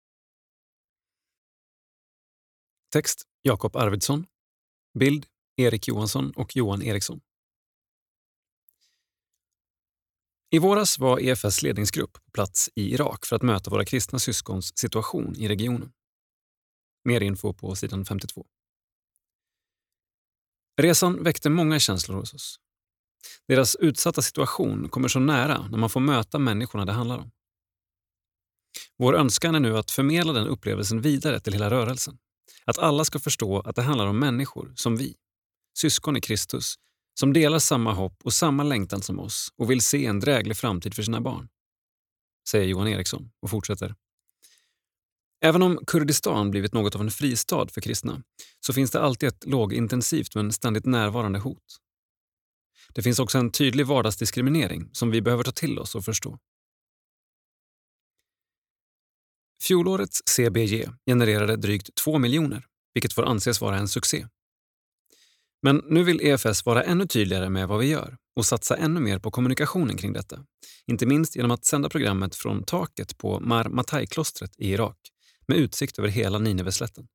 Text Jakob Arvidsson. Bild Erik Johansson och Johan Eriksson. I våras var E F S ledningsgrupp på plats i Irak för att möta våra kristna syskons situation i regionen. Mer info på sidan femtiotvå. Resan väckte många känslor hos oss. Deras utsatta situation kommer så nära när man får möta människorna det handlar om. Vår önskan är nu att förmedla den upplevelsen vidare till hela rörelsen. Att alla ska förstå att det handlar om människor som vi, syskon i Kristus, som delar samma hopp och samma längtan som oss och vill se en dräglig framtid för sina barn, säger Johan Eriksson och fortsätter. Även om Kurdistan blivit något av en fristad för kristna så finns det alltid ett lågintensivt men ständigt närvarande hot. Det finns också en tydlig vardagsdiskriminering som vi behöver ta till oss och förstå. Fjolårets C B J genererade drygt två miljoner, vilket får anses vara en succé. Men nu vill E F S vara ännu tydligare med vad vi gör och satsa ännu mer på kommunikationen kring detta. Inte minst genom att sända programmet från taket på Mar Matai-klostret i Irak med utsikt över hela Nineveslätten.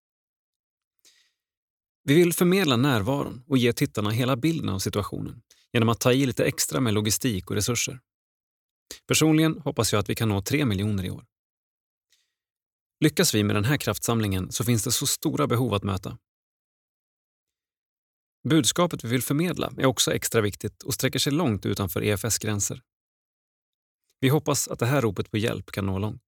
Vi vill förmedla närvaron och ge tittarna hela bilden av situationen genom att ta i lite extra med logistik och resurser. Personligen hoppas jag att vi kan nå tre miljoner i år. Lyckas vi med den här kraftsamlingen så finns det så stora behov att möta. Budskapet vi vill förmedla är också extra viktigt och sträcker sig långt utanför E F S-gränser. Vi hoppas att det här ropet på hjälp kan nå långt.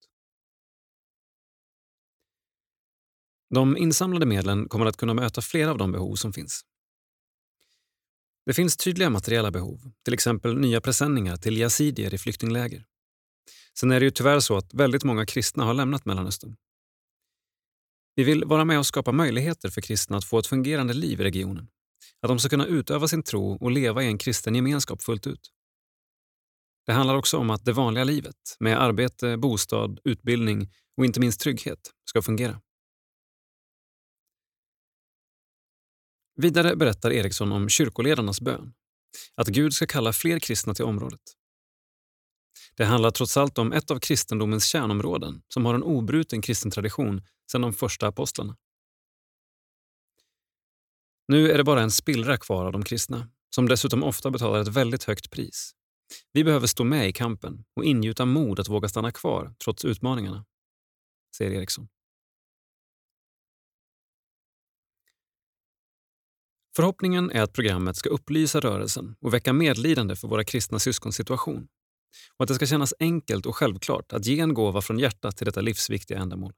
De insamlade medlen kommer att kunna möta flera av de behov som finns. Det finns tydliga materiella behov, till exempel nya presenningar till yazidier i flyktingläger. Sen är det ju tyvärr så att väldigt många kristna har lämnat Mellanöstern. Vi vill vara med och skapa möjligheter för kristna att få ett fungerande liv i regionen. Att de ska kunna utöva sin tro och leva i en kristen gemenskap fullt ut. Det handlar också om att det vanliga livet, med arbete, bostad, utbildning och inte minst trygghet, ska fungera. Vidare berättar Eriksson om kyrkoledarnas bön. Att Gud ska kalla fler kristna till området. Det handlar trots allt om ett av kristendomens kärnområden som har en obruten kristen tradition sedan de första apostlarna. Nu är det bara en spillra kvar av de kristna, som dessutom ofta betalar ett väldigt högt pris. Vi behöver stå med i kampen och ingjuta mod att våga stanna kvar trots utmaningarna, säger Eriksson. Förhoppningen är att programmet ska upplysa rörelsen och väcka medlidande för våra kristna syskons situation och att det ska kännas enkelt och självklart att ge en gåva från hjärtat till detta livsviktiga ändamål.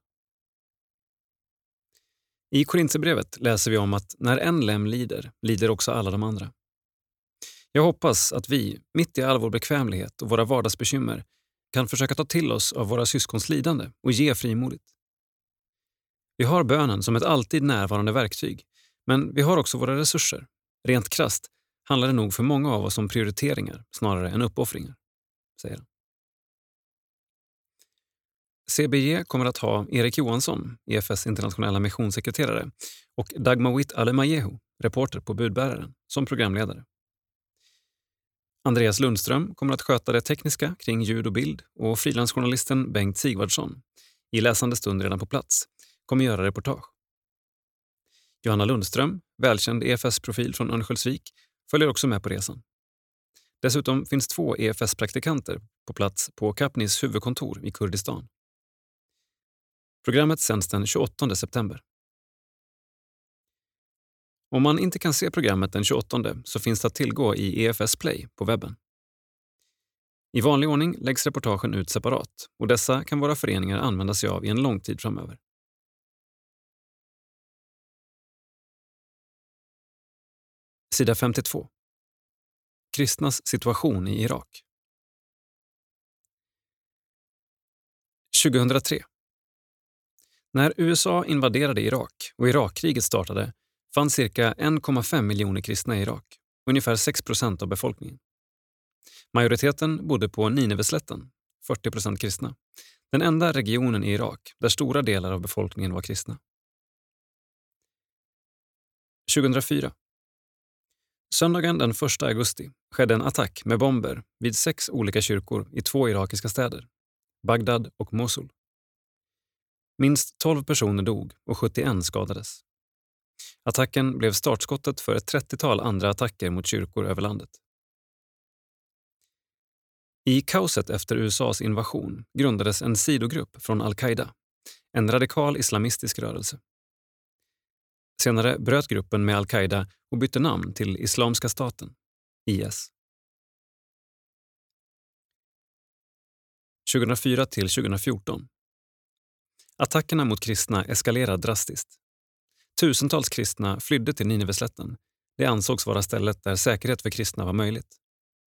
I Korinthierbrevet läser vi om att när en lem lider, lider också alla de andra. Jag hoppas att vi, mitt i all vår bekvämlighet och våra vardagsbekymmer, kan försöka ta till oss av våra syskons lidande och ge frimodigt. Vi har bönen som ett alltid närvarande verktyg, men vi har också våra resurser. Rent krasst handlar det nog för många av oss om prioriteringar snarare än uppoffringar, säger han. C B J kommer att ha Erik Johansson, E F S internationella missionssekreterare, och Dagmawit Alemayehu, reporter på Budbäraren, som programledare. Andreas Lundström kommer att sköta det tekniska kring ljud och bild och frilansjournalisten Bengt Sigvardsson, i läsande stund redan på plats, kommer göra reportage. Johanna Lundström, välkänd E F S-profil från Örnsköldsvik, följer också med på resan. Dessutom finns två E F S-praktikanter på plats på Capnis huvudkontor i Kurdistan. Programmet sänds den tjugoåttonde september. Om man inte kan se programmet den tjugoåttonde så finns det att tillgå i E F S Play på webben. I vanlig ordning läggs reportagen ut separat och dessa kan våra föreningar använda sig av i en lång tid framöver. Sida femtiotvå. Kristnas situation i Irak. tjugohundratre. När U S A invaderade Irak och Irakkriget startade fanns cirka en komma fem miljoner kristna i Irak, ungefär sex procent av befolkningen. Majoriteten bodde på Nineveslätten, fyrtio procent kristna, den enda regionen i Irak där stora delar av befolkningen var kristna. tjugohundrafyra. Söndagen den första augusti skedde en attack med bomber vid sex olika kyrkor i två irakiska städer, Bagdad och Mosul. Minst tolv personer dog och sjuttioen skadades. Attacken blev startskottet för ett trettiotal andra attacker mot kyrkor över landet. I kaoset efter U S As invasion grundades en sidogrupp från Al-Qaida, en radikal islamistisk rörelse. Senare bröt gruppen med Al-Qaida och bytte namn till Islamiska staten, I S. tjugohundrafyra till tjugohundrafjorton. Attackerna mot kristna eskalerade drastiskt. Tusentals kristna flydde till Nineveslätten. Det ansågs vara stället där säkerhet för kristna var möjligt.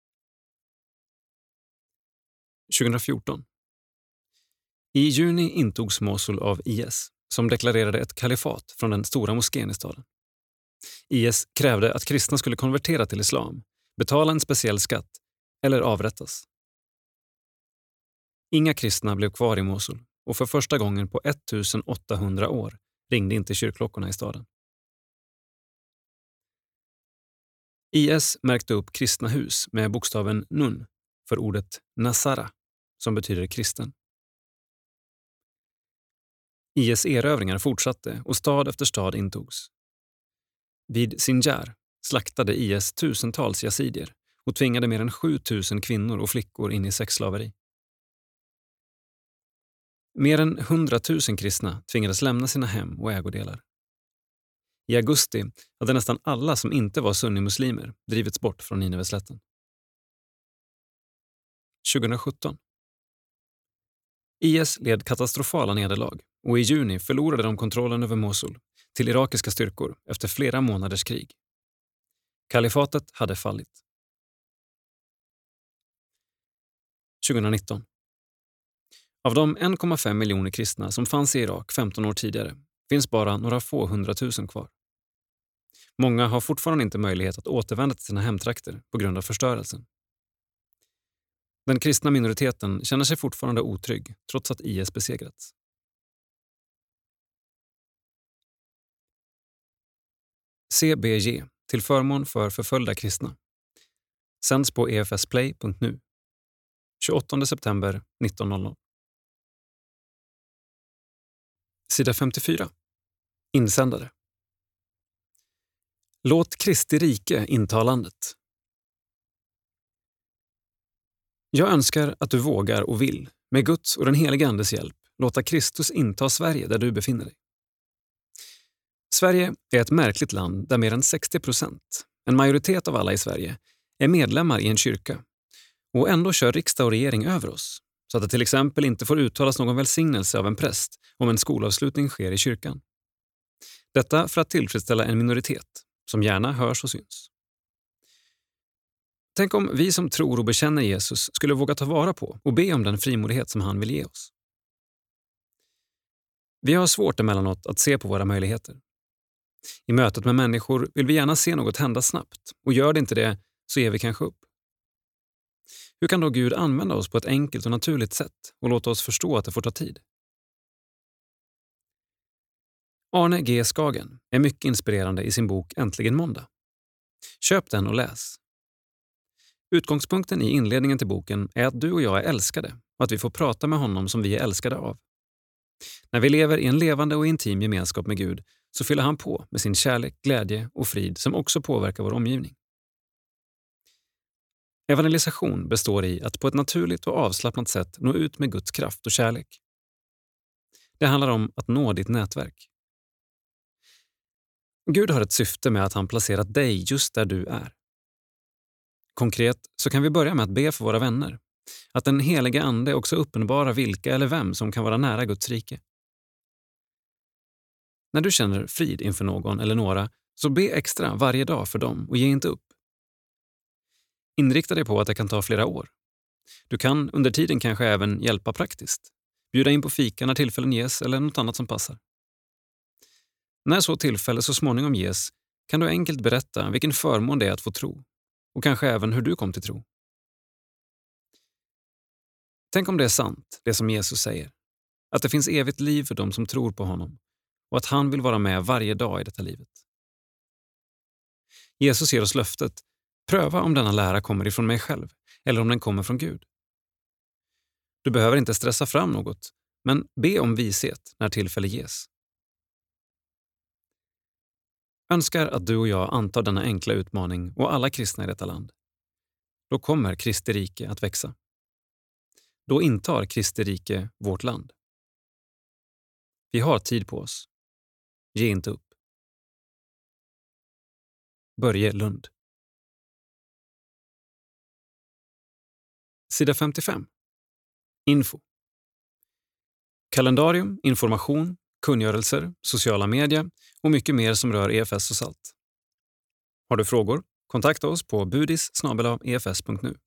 tjugohundrafjorton. I juni intogs Mosul av I S, som deklarerade ett kalifat från den stora moskén i staden. I S krävde att kristna skulle konvertera till islam, betala en speciell skatt eller avrättas. Inga kristna blev kvar i Mosul och för första gången på ettusenåttahundra år ringde inte kyrkklockorna i staden. I S märkte upp kristna hus med bokstaven Nun för ordet Nasara, som betyder kristen. I S erövringar fortsatte och stad efter stad intogs. Vid Sinjar slaktade I S tusentals yazidier och tvingade mer än sjutusen kvinnor och flickor in i sexslaveri. Mer än hundratusen kristna tvingades lämna sina hem och ägodelar. I augusti hade nästan alla som inte var sunnimuslimer drivits bort från Nineveslätten. tjugohundrasjutton. I S led katastrofala nederlag och i juni förlorade de kontrollen över Mosul till irakiska styrkor efter flera månaders krig. Kalifatet hade fallit. tjugohundranitton. Av de en komma fem miljoner kristna som fanns i Irak femton år tidigare finns bara några få hundratusen kvar. Många har fortfarande inte möjlighet att återvända till sina hemtrakter på grund av förstörelsen. Den kristna minoriteten känner sig fortfarande otrygg trots att I S besegrats. C B J till förmån för förföljda kristna. Sänds på e f s play punkt nu. tjugoåttonde september nitton noll noll. Sida femtiofyra. Insändare. Låt Kristi rike inta landet. Jag önskar att du vågar och vill, med Guds och den helige Andes hjälp, låta Kristus inta Sverige där du befinner dig. Sverige är ett märkligt land där mer än sextio procent, en majoritet av alla i Sverige, är medlemmar i en kyrka. Och ändå kör riksdag och regering över oss, så att det till exempel inte får uttalas någon välsignelse av en präst om en skolavslutning sker i kyrkan. Detta för att tillfredsställa en minoritet, som gärna hörs och syns. Tänk om vi som tror och bekänner Jesus skulle våga ta vara på och be om den frimodighet som han vill ge oss. Vi har svårt emellanåt att se på våra möjligheter. I mötet med människor vill vi gärna se något hända snabbt, och gör det inte det så ger vi kanske upp. Hur kan då Gud använda oss på ett enkelt och naturligt sätt och låta oss förstå att det får ta tid? Arne G. Skagen är mycket inspirerande i sin bok Äntligen måndag. Köp den och läs. Utgångspunkten i inledningen till boken är att du och jag är älskade och att vi får prata med honom som vi är älskade av. När vi lever i en levande och intim gemenskap med Gud så fyller han på med sin kärlek, glädje och frid som också påverkar vår omgivning. Evangelisation består i att på ett naturligt och avslappnat sätt nå ut med Guds kraft och kärlek. Det handlar om att nå ditt nätverk. Gud har ett syfte med att han placerat dig just där du är. Konkret så kan vi börja med att be för våra vänner, att den heliga ande också uppenbarar vilka eller vem som kan vara nära Guds rike. När du känner frid inför någon eller några, så be extra varje dag för dem och ge inte upp. Inrikta dig på att det kan ta flera år. Du kan under tiden kanske även hjälpa praktiskt. Bjuda in på fika när tillfällen ges eller något annat som passar. När så tillfälle så småningom ges kan du enkelt berätta vilken förmån det är att få tro. Och kanske även hur du kom till tro. Tänk om det är sant, det som Jesus säger. Att det finns evigt liv för dem som tror på honom. Och att han vill vara med varje dag i detta livet. Jesus ger oss löftet: pröva om denna lära kommer ifrån mig själv eller om den kommer från Gud. Du behöver inte stressa fram något, men be om vishet när tillfälle ges. Önskar att du och jag antar denna enkla utmaning och alla kristna i detta land. Då kommer Kristi rike att växa. Då intar Kristi rike vårt land. Vi har tid på oss. Ge inte upp. Börje Lund. Sida femtiofem. Info. Kalendarium, information, kungörelser, sociala medier och mycket mer som rör E F S och SALT. Har du frågor? Kontakta oss på budis snabel-a e f s punkt nu.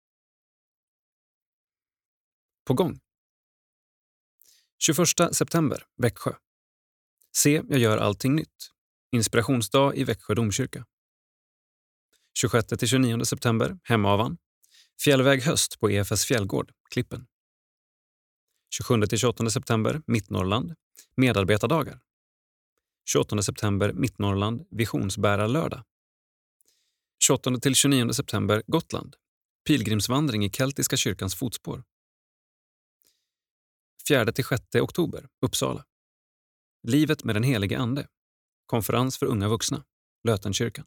På gång. tjugoförsta september, Växjö. Se, jag gör allting nytt. Inspirationsdag i Växjö domkyrka. tjugosjätte till tjugonionde september, Hemavan. Fjällväg höst på E F S fjällgård, Klippen. tjugosjunde till tjugoåttonde september, Mittnorrland. Medarbetardagar. tjugoåttonde september, Mittnorrland. Visionsbärarlördag. tjugoåttonde till tjugonionde september, Gotland. Pilgrimsvandring i Keltiska kyrkans fotspår. fjärde till sjätte oktober, Uppsala. Livet med den helige ande. Konferens för unga vuxna, Lötenkyrkan.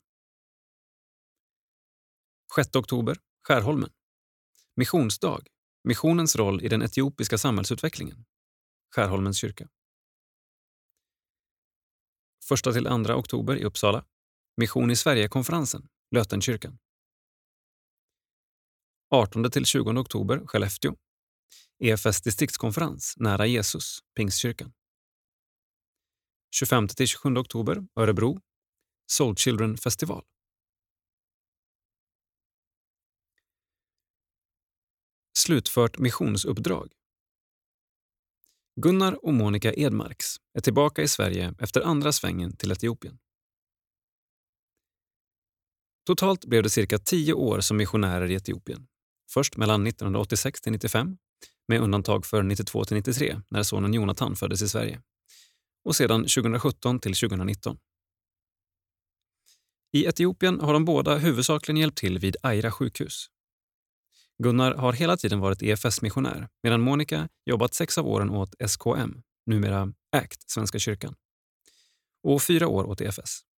sjätte oktober, Skärholmen. Missionsdag. Missionens roll i den etiopiska samhällsutvecklingen. Skärholmens kyrka. första till andra oktober i Uppsala. Mission i Sverige-konferensen, Lötenkyrkan. artonde till tjugonde oktober, Skellefteå. E F S distriktskonferens, nära Jesus, Pingstkyrkan. tjugofemte till tjugosjunde oktober, Örebro. Soul Children festival. Slutfört missionsuppdrag. Gunnar och Monica Edmarks är tillbaka i Sverige efter andra svängen till Etiopien. Totalt blev det cirka tio år som missionärer i Etiopien. Först mellan nittonhundraåttiosex till nittiofem, med undantag för nittiotvå till nittiotre när sonen Jonathan föddes i Sverige. Och sedan tjugosjutton till tjugonitton. I Etiopien har de båda huvudsakligen hjälpt till vid Aira sjukhus. Gunnar har hela tiden varit E F S-missionär medan Monica jobbat sex av åren åt S K M, numera A C T, Svenska kyrkan. Och fyra år åt E F S.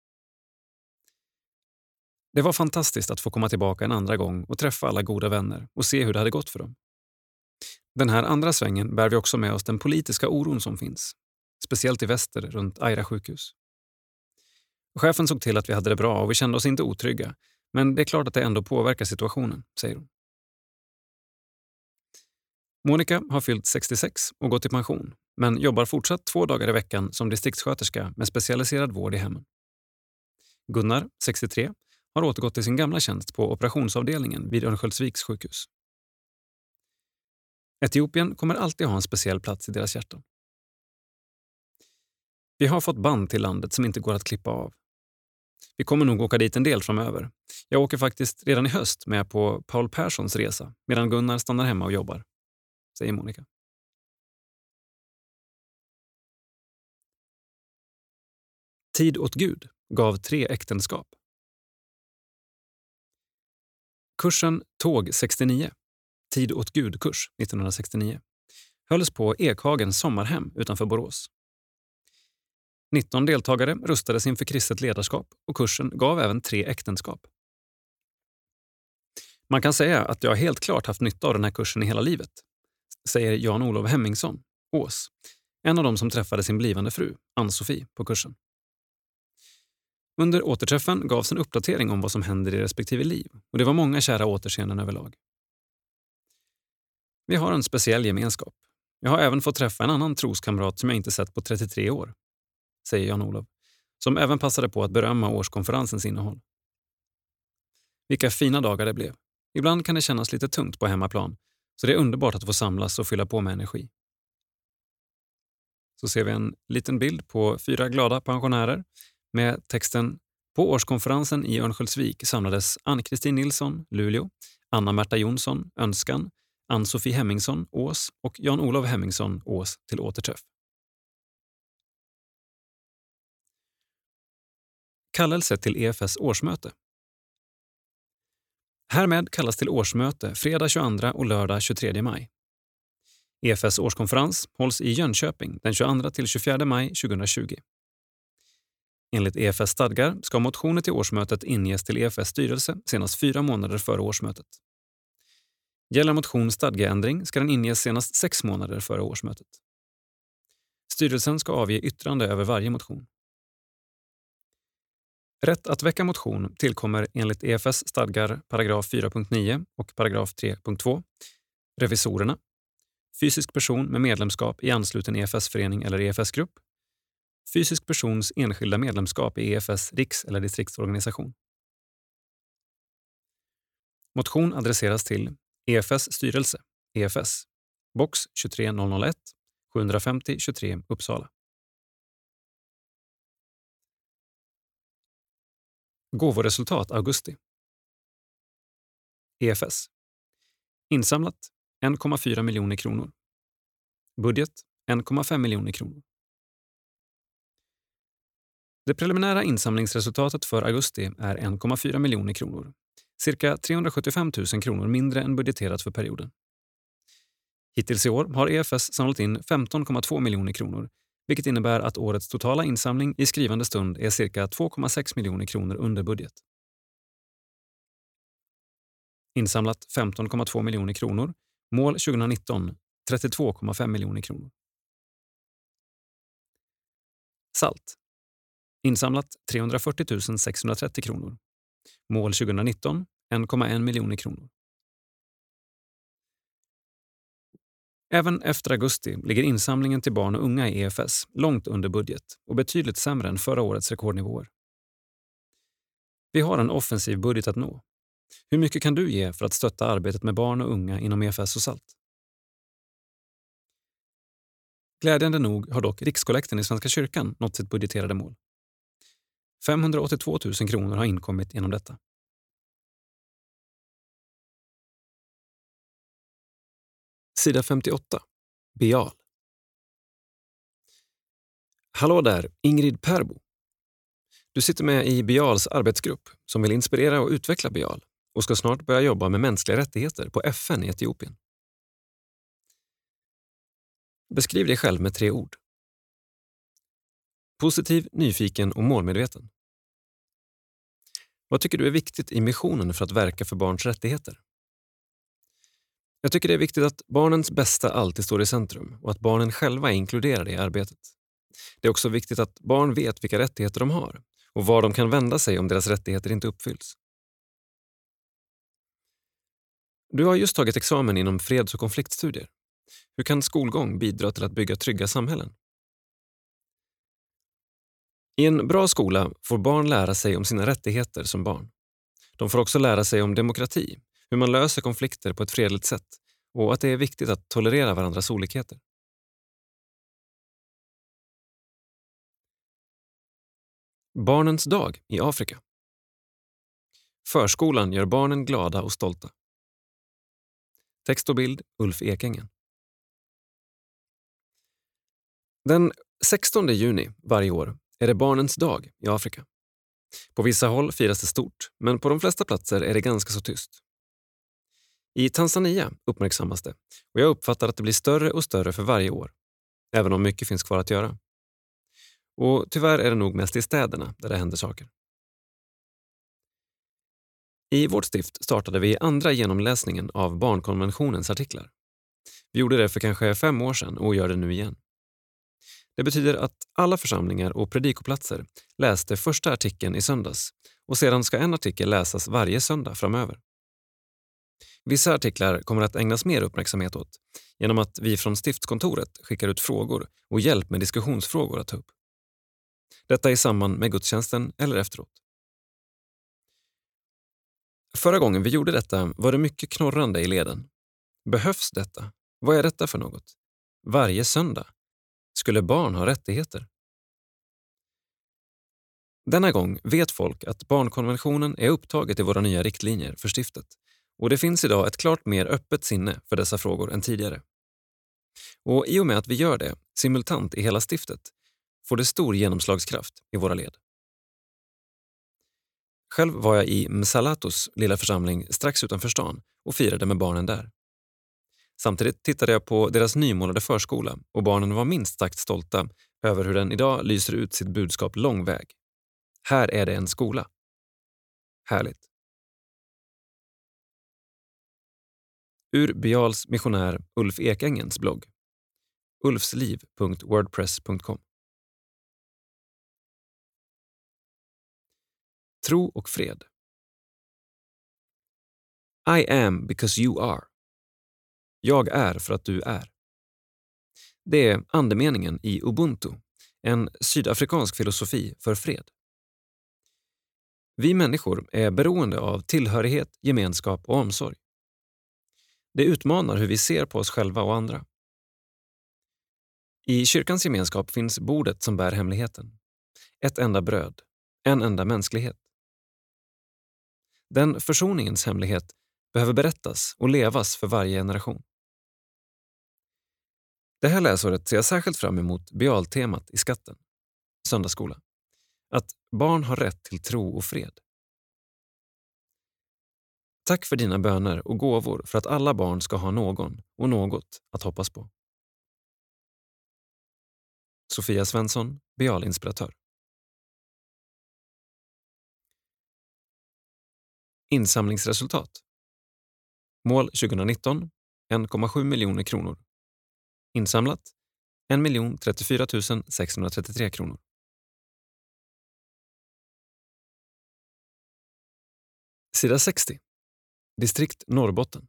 Det var fantastiskt att få komma tillbaka en andra gång och träffa alla goda vänner och se hur det hade gått för dem. Den här andra svängen bär vi också med oss den politiska oron som finns, speciellt i väster runt Aira sjukhus. Chefen såg till att vi hade det bra och vi kände oss inte otrygga. Men det är klart att det ändå påverkar situationen, säger hon. Monica har fyllt sextiosex och gått i pension, men jobbar fortsatt två dagar i veckan som distriktssköterska med specialiserad vård i hemmen. Gunnar, sextiotre, har återgått till sin gamla tjänst på operationsavdelningen vid Örnsköldsviks sjukhus. Etiopien kommer alltid ha en speciell plats i deras hjärtan. Vi har fått band till landet som inte går att klippa av. Vi kommer nog åka dit en del framöver. Jag åker faktiskt redan i höst med på Paul Perssons resa medan Gunnar stannar hemma och jobbar, säger Monica. Tid åt Gud gav tre äktenskap. Kursen Tåg sextionio, Tid åt Gud-kurs nittonhundrasextionio, hölls på Ekhagens sommarhem utanför Borås. nitton deltagare rustades inför kristet ledarskap och kursen gav även tre äktenskap. Man kan säga att jag helt klart haft nytta av den här kursen i hela livet, säger Jan-Olof Hemmingsson, Ås, en av dem som träffade sin blivande fru, Ann-Sofie, på kursen. Under återträffen gavs en uppdatering om vad som händer i respektive liv och det var många kära återseenden överlag. Vi har en speciell gemenskap. Jag har även fått träffa en annan troskamrat som jag inte sett på trettiotre år, säger Jan-Olof, som även passade på att berömma årskonferensens innehåll. Vilka fina dagar det blev. Ibland kan det kännas lite tungt på hemmaplan, så det är underbart att få samlas och fylla på med energi. Så ser vi en liten bild på fyra glada pensionärer med texten: På årskonferensen i Örnsköldsvik samlades Ann-Kristin Nilsson, Luleå, Anna-Märta Jonsson, Önskan, Ann-Sofie Hemmingsson, Ås och Jan-Olof Hemmingsson, Ås till återträff. Kallelse till E F S årsmöte. Härmed kallas till årsmöte fredag tjugoandra och lördag tjugotredje maj. E F S årskonferens hålls i Jönköping den tjugoandra till tjugofjärde maj tjugohundratjugo. Enligt E F S stadgar ska motioner till årsmötet inges till E F S styrelse senast fyra månader före årsmötet. Gäller motion stadgeändring ska den inges senast sex månader före årsmötet. Styrelsen ska avge yttrande över varje motion. Rätt att väcka motion tillkommer enligt E F S stadgar paragraf fyra punkt nio och paragraf tre punkt två revisorerna, fysisk person med medlemskap i ansluten E F S-förening eller E F S-grupp, fysisk persons enskilda medlemskap i E F S riks- eller distriktsorganisation. Motion adresseras till E F S styrelse, E F S, box tjugotre noll noll ett, sjuhundrafemtio tjugotre Uppsala. Gåvoresultat augusti. E F S. Insamlat en komma fyra miljoner kronor. Budget en komma fem miljoner kronor. Det preliminära insamlingsresultatet för augusti är en komma fyra miljoner kronor. Cirka trehundrasjuttiofem tusen kronor mindre än budgeterat för perioden. Hittills i år har E F S samlat in femton komma två miljoner kronor, vilket innebär att årets totala insamling i skrivande stund är cirka två komma sex miljoner kronor under budget. Insamlat femton komma två miljoner kronor, mål tjugonitton trettiotvå komma fem miljoner kronor. Salt. Insamlat trehundrafyrtio tusen sexhundratrettio kronor. Mål tjugonitton en komma en miljoner kronor. Även efter augusti ligger insamlingen till barn och unga i E F S långt under budget och betydligt sämre än förra årets rekordnivåer. Vi har en offensiv budget att nå. Hur mycket kan du ge för att stötta arbetet med barn och unga inom E F S och Salt? Glädjande nog har dock Rikskollekten i Svenska kyrkan nått sitt budgeterade mål. femhundraåttiotvå tusen kronor har inkommit genom detta. Sida femtioåtta. Bial. Hallå där, Ingrid Perbo. Du sitter med i Bials arbetsgrupp som vill inspirera och utveckla Bial och ska snart börja jobba med mänskliga rättigheter på F N i Etiopien. Beskriv dig själv med tre ord. Positiv, nyfiken och målmedveten. Vad tycker du är viktigt i missionen för att verka för barns rättigheter? Jag tycker det är viktigt att barnens bästa alltid står i centrum och att barnen själva är inkluderade i arbetet. Det är också viktigt att barn vet vilka rättigheter de har och var de kan vända sig om deras rättigheter inte uppfylls. Du har just tagit examen inom freds- och konfliktstudier. Hur kan skolgång bidra till att bygga trygga samhällen? I en bra skola får barn lära sig om sina rättigheter som barn. De får också lära sig om demokrati, hur man löser konflikter på ett fredligt sätt och att det är viktigt att tolerera varandras olikheter. Barnens dag i Afrika. Förskolan gör barnen glada och stolta. Text och bild Ulf Ekängen. Den sextonde juni varje år är det barnens dag i Afrika. På vissa håll firas det stort, men på de flesta platser är det ganska så tyst. I Tanzania uppmärksammas det och jag uppfattar att det blir större och större för varje år, även om mycket finns kvar att göra. Och tyvärr är det nog mest i städerna där det händer saker. I vårt stift startade vi andra genomläsningen av barnkonventionens artiklar. Vi gjorde det för kanske fem år sedan och gör det nu igen. Det betyder att alla församlingar och predikoplatser läste första artikeln i söndags och sedan ska en artikel läsas varje söndag framöver. Vissa artiklar kommer att ägnas mer uppmärksamhet åt genom att vi från stiftskontoret skickar ut frågor och hjälp med diskussionsfrågor att ta upp. Detta i samband med gudstjänsten eller efteråt. Förra gången vi gjorde detta var det mycket knorrande i leden. Behövs detta? Vad är detta för något? Varje söndag? Skulle barn ha rättigheter? Denna gång vet folk att barnkonventionen är upptaget i våra nya riktlinjer för stiftet och det finns idag ett klart mer öppet sinne för dessa frågor än tidigare. Och i och med att vi gör det simultant i hela stiftet får det stor genomslagskraft i våra led. Själv var jag i Msalatos lilla församling strax utanför stan och firade med barnen där. Samtidigt tittade jag på deras nymålade förskola och barnen var minst sagt stolta över hur den idag lyser ut sitt budskap lång väg. Här är det en skola. Härligt. Ur Bials missionär Ulf Ekängens blogg. ulfsliv punkt wordpress punkt com. Tro och fred. I am because you are. Jag är för att du är. Det är andemeningen i Ubuntu, en sydafrikansk filosofi för fred. Vi människor är beroende av tillhörighet, gemenskap och omsorg. Det utmanar hur vi ser på oss själva och andra. I kyrkans gemenskap finns bordet som bär hemligheten. Ett enda bröd, en enda mänsklighet. Den försoningens hemlighet behöver berättas och levas för varje generation. Det här läsåret ser jag särskilt fram emot Bialtemat i skatten, söndagsskola. Att barn har rätt till tro och fred. Tack för dina böner och gåvor för att alla barn ska ha någon och något att hoppas på. Sofia Svensson, Bialinspiratör. Insamlingsresultat. Mål tjugonitton, en komma sju miljoner kronor. Insamlat, en miljon trettiofyra tusen sexhundratrettiotre kronor. Sida sextio. Distrikt Norrbotten.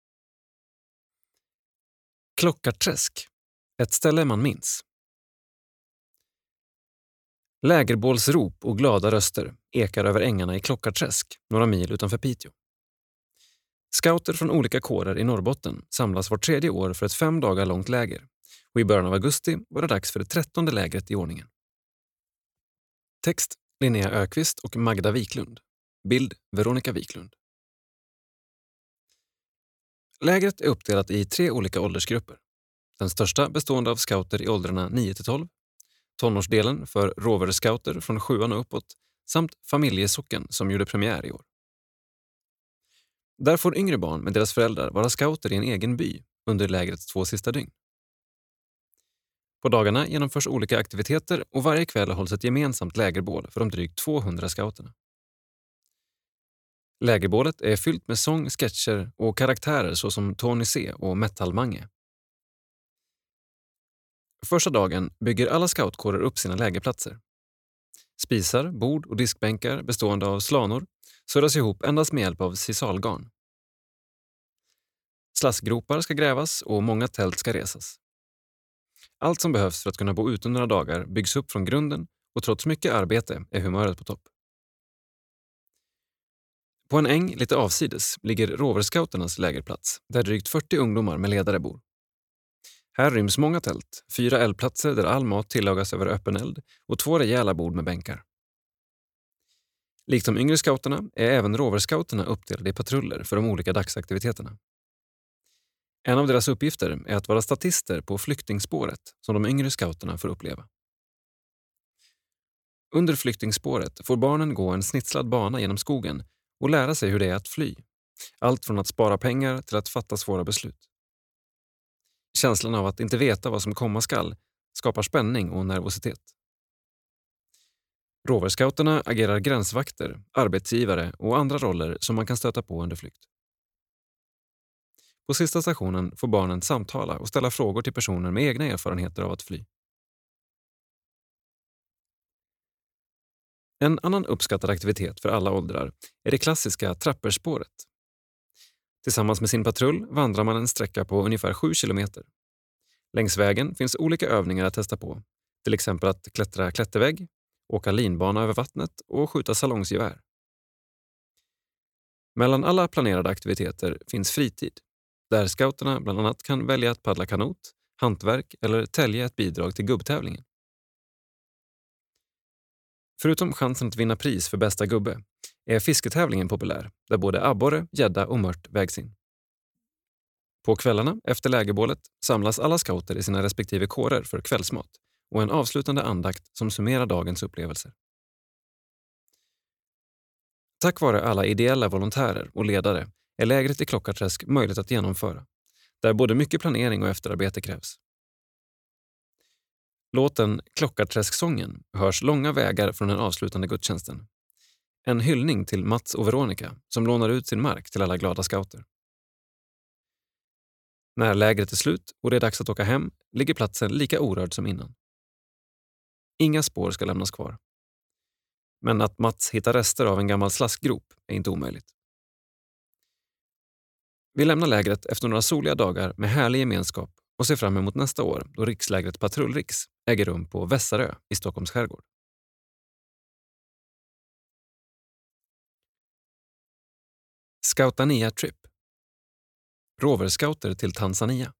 Klockarträsk. Ett ställe man minns. Lägerbålsrop och glada röster ekar över ängarna i Klockarträsk, några mil utanför Piteå. Scouter från olika kårer i Norrbotten samlas var tredje år för ett fem dagar långt läger och i början av augusti var det dags för det trettonde lägret i ordningen. Text Linnea Ökvist och Magda Wiklund. Bild Veronica Wiklund. Lägret är uppdelat i tre olika åldersgrupper. Den största bestående av scouter i åldrarna nio till tolv, tonårsdelen för roverscouter från sjuan och uppåt samt familjesocken som gjorde premiär i år. Där får yngre barn med deras föräldrar vara scouter i en egen by under lägrets två sista dygn. På dagarna genomförs olika aktiviteter och varje kväll hålls ett gemensamt lägerbål för de drygt tvåhundra scouterna. Lägerbålet är fyllt med sång, sketcher och karaktärer såsom Tony C och Metal Mange. Första dagen bygger alla scoutkårer upp sina lägerplatser. Spisar, bord och diskbänkar bestående av slanor surras ihop endast med hjälp av sisalgarn. Slaskgropar ska grävas och många tält ska resas. Allt som behövs för att kunna bo ute några dagar byggs upp från grunden och trots mycket arbete är humöret på topp. På en äng lite avsides ligger roverscouternas lägerplats där drygt fyrtio ungdomar med ledare bor. Här ryms många tält, fyra eldplatser där all mat tillagas över öppen eld och två rejäla bord med bänkar. Likt de yngre scouterna är även roverscouterna uppdelade i patruller för de olika dagsaktiviteterna. En av deras uppgifter är att vara statister på flyktingspåret som de yngre scouterna får uppleva. Under flyktingspåret får barnen gå en snitslad bana genom skogen och lära sig hur det är att fly. Allt från att spara pengar till att fatta svåra beslut. Känslan av att inte veta vad som komma skall skapar spänning och nervositet. Roverscouterna agerar gränsvakter, arbetsgivare och andra roller som man kan stöta på under flykt. På sista stationen får barnen samtala och ställa frågor till personer med egna erfarenheter av att fly. En annan uppskattad aktivitet för alla åldrar är det klassiska trapperspåret. Tillsammans med sin patrull vandrar man en sträcka på ungefär sju kilometer. Längs vägen finns olika övningar att testa på, till exempel att klättra klättervägg, åka linbana över vattnet och skjuta salongsgevär. Mellan alla planerade aktiviteter finns fritid, där scouterna bland annat kan välja att paddla kanot, hantverk eller tälja ett bidrag till gubbtävlingen. Förutom chansen att vinna pris för bästa gubbe är fisketävlingen populär, där både abborre, gädda och mört vägs in. På kvällarna efter lägerbålet samlas alla scouter i sina respektive kårer för kvällsmat och en avslutande andakt som summerar dagens upplevelser. Tack vare alla ideella volontärer och ledare är lägret i Klockarträsk möjligt att genomföra, där både mycket planering och efterarbete krävs. Låten Klockarträsksången hörs långa vägar från den avslutande gudstjänsten. En hyllning till Mats och Veronica som lånar ut sin mark till alla glada scouter. När lägret är slut och det är dags att åka hem ligger platsen lika orörd som innan. Inga spår ska lämnas kvar. Men att Mats hittar rester av en gammal slaskgrop är inte omöjligt. Vi lämnar lägret efter några soliga dagar med härlig gemenskap och ser fram emot nästa år då rikslägret Patrullriks äger rum på Vässarö i Stockholms skärgård. Scoutania Trip. Roverscouter till Tanzania.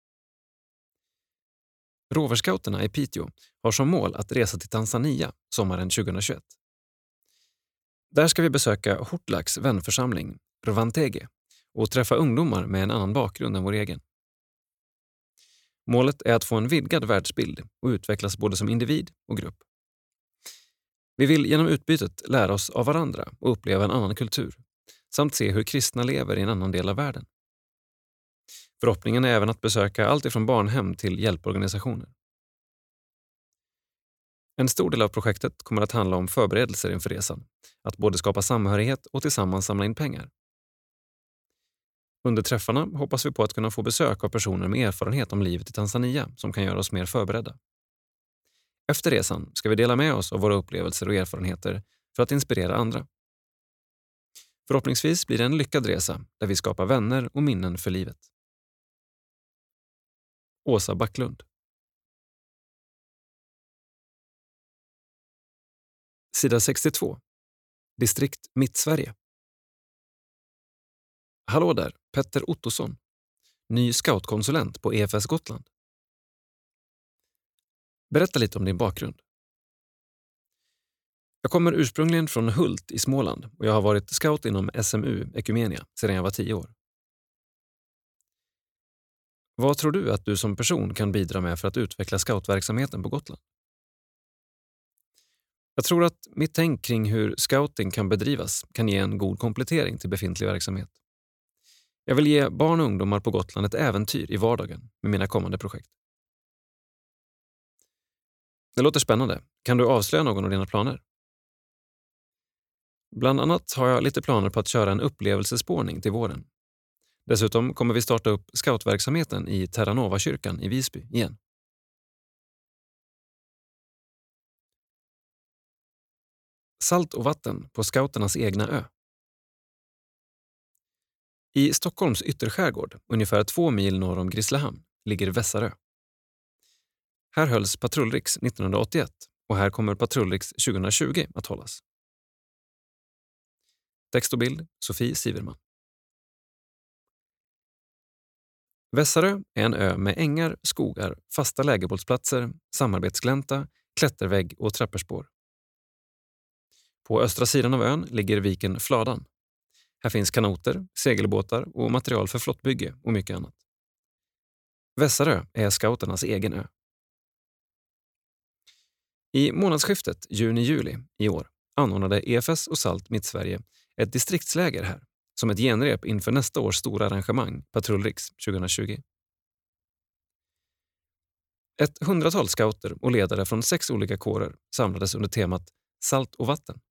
Roverscouterna i Piteå har som mål att resa till Tanzania sommaren tjugohundratjugoett. Där ska vi besöka Hortlaks vänförsamling, Rwantege, och träffa ungdomar med en annan bakgrund än vår egen. Målet är att få en vidgad världsbild och utvecklas både som individ och grupp. Vi vill genom utbytet lära oss av varandra och uppleva en annan kultur, samt se hur kristna lever i en annan del av världen. Förhoppningen är även att besöka allt ifrån barnhem till hjälporganisationer. En stor del av projektet kommer att handla om förberedelser inför resan, att både skapa samhörighet och tillsammans samla in pengar. Under träffarna hoppas vi på att kunna få besök av personer med erfarenhet om livet i Tanzania som kan göra oss mer förberedda. Efter resan ska vi dela med oss av våra upplevelser och erfarenheter för att inspirera andra. Förhoppningsvis blir det en lyckad resa där vi skapar vänner och minnen för livet. Åsa Backlund. Sida sextiotvå. Distrikt Mittsverige. Hallå där, Petter Ottosson. Ny scoutkonsulent på E F S Gotland. Berätta lite om din bakgrund. Jag kommer ursprungligen från Hult i Småland och jag har varit scout inom S M U Ekumenia sedan jag var tio år. Vad tror du att du som person kan bidra med för att utveckla scoutverksamheten på Gotland? Jag tror att mitt tänk kring hur scouting kan bedrivas kan ge en god komplettering till befintlig verksamhet. Jag vill ge barn och ungdomar på Gotland ett äventyr i vardagen med mina kommande projekt. Det låter spännande. Kan du avslöja någon av dina planer? Bland annat har jag lite planer på att köra en upplevelsespårning till våren. Dessutom kommer vi starta upp scoutverksamheten i Terranova-kyrkan i Visby igen. Salt och vatten på scouternas egna ö. I Stockholms ytterskärgård, ungefär två mil norr om Grisslehamn, ligger Vässarö. Här hölls Patrullriks nittonhundraåttioett och här kommer Patrullriks tjugohundratjugo att hållas. Text och bild Sofie Siverman. Vässarö är en ö med ängar, skogar, fasta lägerbåtsplatser, samarbetsglänta, klättervägg och trapperspår. På östra sidan av ön ligger viken Fladan. Här finns kanoter, segelbåtar och material för flottbygge och mycket annat. Vässarö är scouternas egen ö. I månadsskiftet juni-juli i år anordnade E F S och Salt Mittsverige ett distriktsläger här som ett genrep inför nästa års stora arrangemang Patrullriks tjugohundratjugo. Ett hundratal scouter och ledare från sex olika kårer samlades under temat Salt och vatten.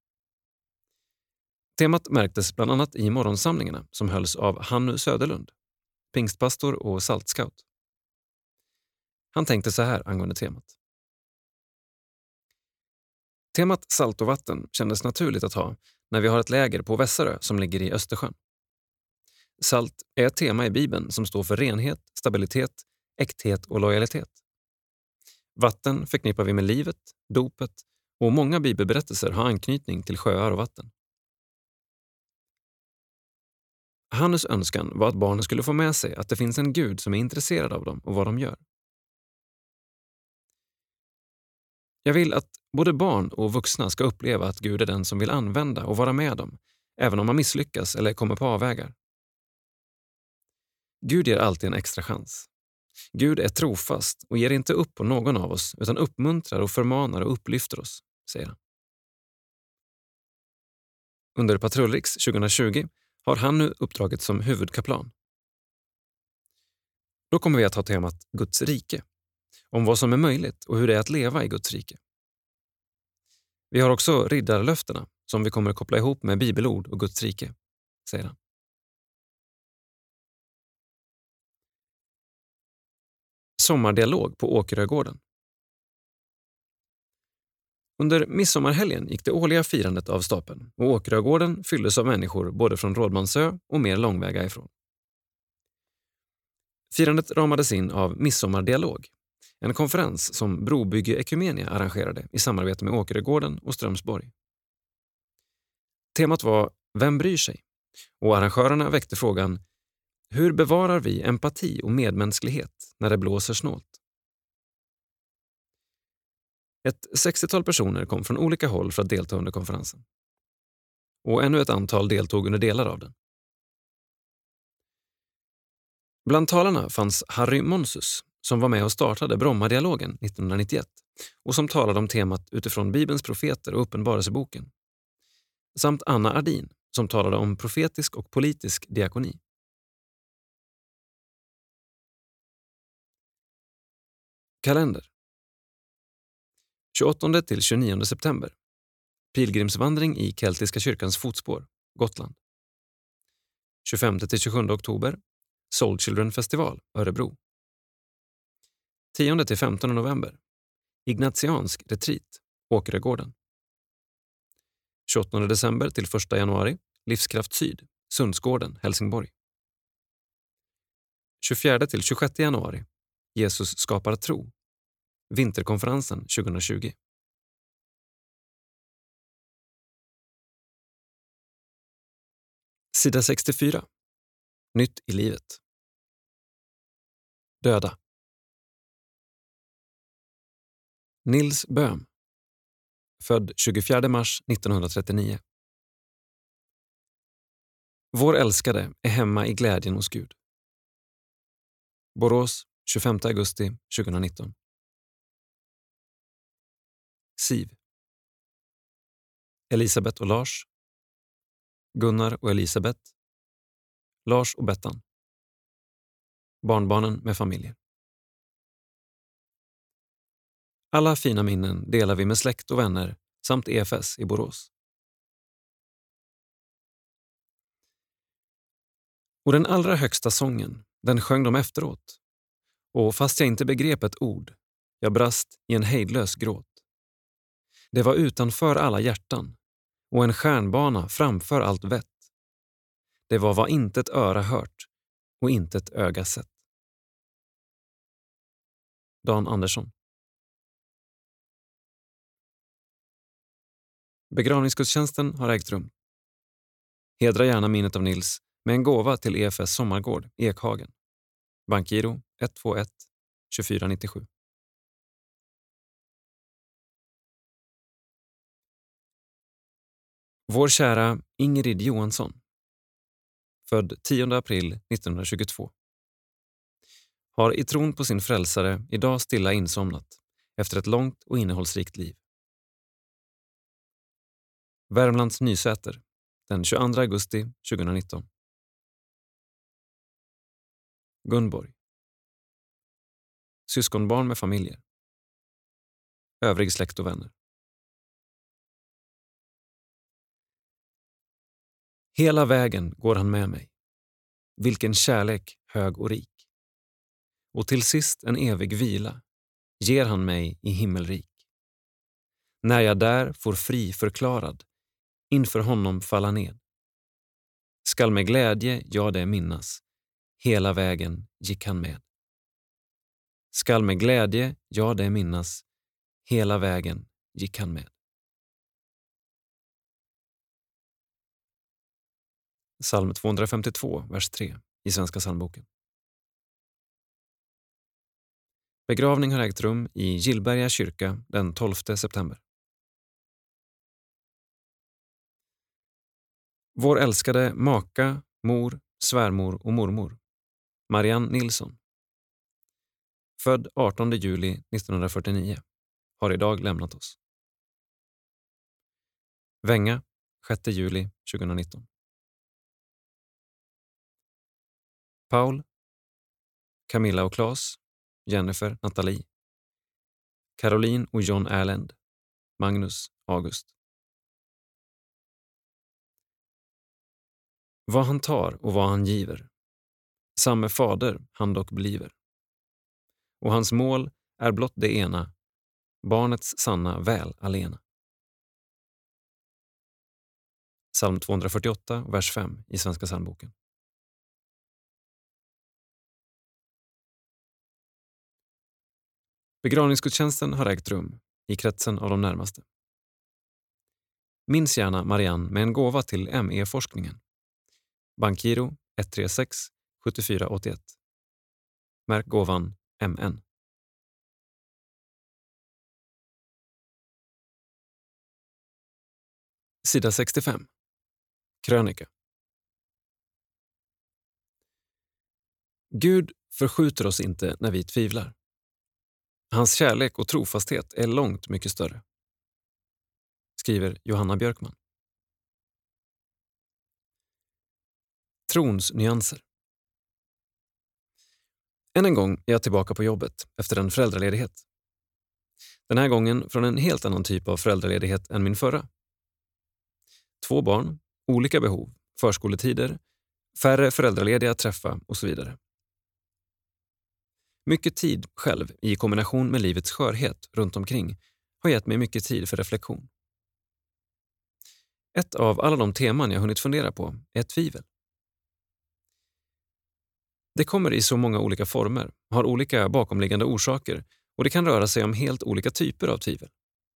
Temat märktes bland annat i morgonsamlingarna som hölls av Hannu Söderlund, pingstpastor och saltscout. Han tänkte så här angående temat. Temat salt och vatten kändes naturligt att ha när vi har ett läger på Vässarö som ligger i Östersjön. Salt är ett tema i Bibeln som står för renhet, stabilitet, äkthet och lojalitet. Vatten förknippar vi med livet, dopet och många bibelberättelser har anknytning till sjöar och vatten. Hannes önskan var att barnen skulle få med sig att det finns en Gud som är intresserad av dem och vad de gör. Jag vill att både barn och vuxna ska uppleva att Gud är den som vill använda och vara med dem, även om man misslyckas eller kommer på avvägar. Gud ger alltid en extra chans. Gud är trofast och ger inte upp på någon av oss utan uppmuntrar och förmanar och upplyfter oss, säger han. Under Patrullriks tjugohundratjugo har han nu uppdraget som huvudkaplan. Då kommer vi att ha temat Guds rike, om vad som är möjligt och hur det är att leva i Guds rike. Vi har också riddarlöftena som vi kommer att koppla ihop med bibelord och Guds rike, säger han. Sommardialog på Åkerögården. Under midsommarhelgen gick det årliga firandet av stapeln och Åkerögården fylldes av människor både från Rådmansö och mer långväga ifrån. Firandet ramades in av Midsommardialog, en konferens som Brobygge Ekumenia arrangerade i samarbete med Åkerögården och Strömsborg. Temat var Vem bryr sig? Och arrangörerna väckte frågan hur bevarar vi empati och medmänsklighet när det blåser snålt? Ett sextiotal personer kom från olika håll för att delta under konferensen. Och ännu ett antal deltog under delar av den. Bland talarna fanns Harry Monsus som var med och startade Brommadialogen nittonhundranittioett och som talade om temat utifrån Bibelns profeter och Uppenbarelseboken. Samt Anna Ardin som talade om profetisk och politisk diakoni. Kalender. tjugoåttonde till tjugonionde september. Pilgrimsvandring i Keltiska kyrkans fotspår, Gotland. tjugofemte till tjugosjunde oktober. Soul Children Festival, Örebro. tionde till femtonde november. Ignatiansk retreat, Åkerögården. tjugoåttonde december till första januari. Livskraft Syd, Sundsgården, Helsingborg. tjugofjärde till tjugosjätte januari. Jesus skapar tro. Vinterkonferensen tjugohundratjugo. Sida sextiofyra. Nytt i livet. Döda. Nils Böhm. Född tjugofjärde mars nittonhundratrettionio. Vår älskade är hemma i glädjen hos Gud. Borås, tjugofemte augusti tjugohundranitton. Siv. Elisabeth och Lars. Gunnar och Elisabeth. Lars och Bettan. Barnbarnen med familjer. Alla fina minnen delar vi med släkt och vänner samt E F S i Borås. Och den allra högsta sången, den sjöng de efteråt. Och fast jag inte begrep ett ord, jag brast i en hejdlös gråt. Det var utanför alla hjärtan och en stjärnbana framför allt vett. Det var vad intet öra hört och intet öga sett. Dan Andersson. Begravningsgudstjänsten har ägt rum. Hedra gärna minnet av Nils med en gåva till E F S Sommargård, Ekhagen. Bankgiro ett två ett tjugofyra nittiosju. Vår kära Ingrid Johansson, född tionde april nittonhundratjugotvå, har i tron på sin frälsare idag stilla insomnat efter ett långt och innehållsrikt liv. Värmlands Nysäter, den tjugoandra augusti tjugonitton. Gunborg. Syskonbarn med familjer. Övrig släkt och vänner. Hela vägen går han med mig. Vilken kärlek hög och rik. Och till sist en evig vila ger han mig i himmelrik. När jag där får fri förklarad inför honom falla ned. Skall med glädje jag det minnas. Hela vägen gick han med. Skall med glädje jag det minnas. Hela vägen gick han med. Psalm tvåhundrafemtiotvå, vers tre i Svenska psalmboken. Begravning har ägt rum i Gillberga kyrka den tolfte september. Vår älskade maka, mor, svärmor och mormor, Marianne Nilsson, född artonde juli nittonhundrafyrtionio, har idag lämnat oss. Vänga, sjätte juli tjugonitton. Paul, Camilla och Claes, Jennifer, Nathalie, Caroline och John Erlend, Magnus, August. Vad han tar och vad han giver, samme fader han dock bliver. Och hans mål är blott det ena, barnets sanna väl alena. Psalm tvåhundrafyrtioåtta, vers fem i Svenska psalmboken. Begravningsgudstjänsten har ägt rum i kretsen av de närmaste. Minns gärna Marianne med en gåva till M E-forskningen. Bankgiro ett tre sex sju fyra åtta ett. Märk gåvan M N. Sida sextiofem. Krönika. Gud förskjuter oss inte när vi tvivlar. Hans kärlek och trofasthet är långt mycket större. Skriver Johanna Björkman. Trons nyanser. Än en gång är jag tillbaka på jobbet efter en föräldraledighet. Den här gången från en helt annan typ av föräldraledighet än min förra. Två barn, olika behov, förskoletider, färre föräldralediga att träffa och så vidare. Mycket tid själv i kombination med livets skörhet runt omkring har gett mig mycket tid för reflektion. Ett av alla de teman jag hunnit fundera på är tvivel. Det kommer i så många olika former, har olika bakomliggande orsaker och det kan röra sig om helt olika typer av tvivel.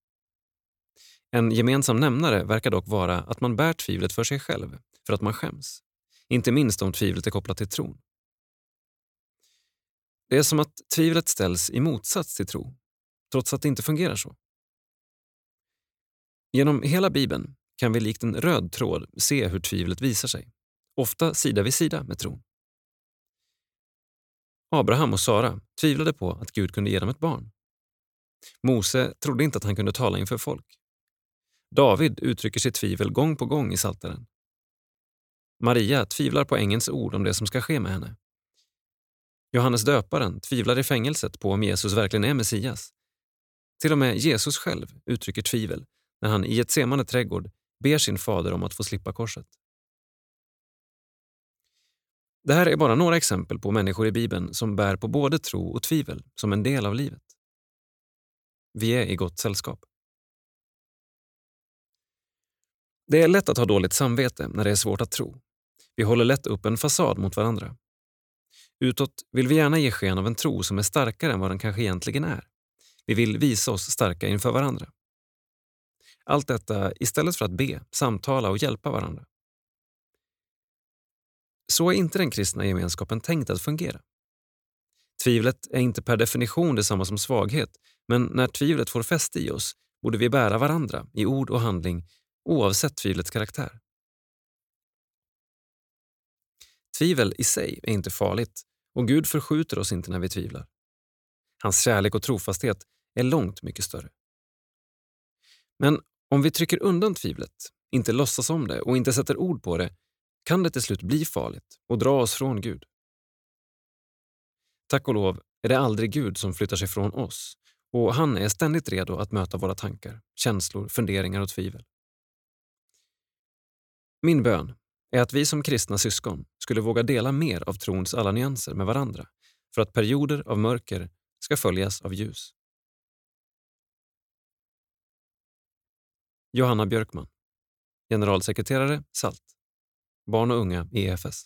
En gemensam nämnare verkar dock vara att man bär tvivlet för sig själv, för att man skäms. Inte minst om tvivlet är kopplat till tron. Det är som att tvivlet ställs i motsats till tro, trots att det inte fungerar så. Genom hela Bibeln kan vi likt en röd tråd se hur tvivlet visar sig, ofta sida vid sida med tron. Abraham och Sara tvivlade på att Gud kunde ge dem ett barn. Mose trodde inte att han kunde tala inför folk. David uttrycker sitt tvivel gång på gång i Psaltaren. Maria tvivlar på ängelns ord om det som ska ske med henne. Johannes döparen tvivlar i fängelset på om Jesus verkligen är Messias. Till och med Jesus själv uttrycker tvivel när han i ett semane trädgård ber sin fader om att få slippa korset. Det här är bara några exempel på människor i Bibeln som bär på både tro och tvivel som en del av livet. Vi är i gott sällskap. Det är lätt att ha dåligt samvete när det är svårt att tro. Vi håller lätt upp en fasad mot varandra. Utåt vill vi gärna ge sken av en tro som är starkare än vad den kanske egentligen är. Vi vill visa oss starka inför varandra. Allt detta istället för att be, samtala och hjälpa varandra. Så är inte den kristna gemenskapen tänkt att fungera. Tvivlet är inte per definition detsamma som svaghet, men när tvivlet får fäste i oss borde vi bära varandra i ord och handling oavsett tvivlets karaktär. Tvivel i sig är inte farligt och Gud förskjuter oss inte när vi tvivlar. Hans kärlek och trofasthet är långt mycket större. Men om vi trycker undan tvivlet, inte låtsas om det och inte sätter ord på det, kan det till slut bli farligt och dra oss från Gud. Tack och lov är det aldrig Gud som flyttar sig från oss och han är ständigt redo att möta våra tankar, känslor, funderingar och tvivel. Min bön är att vi som kristna syskon skulle våga dela mer av trons alla nyanser med varandra för att perioder av mörker ska följas av ljus. Johanna Björkman, generalsekreterare SALT, barn och unga i E F S.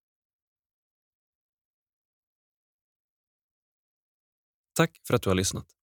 Tack för att du har lyssnat.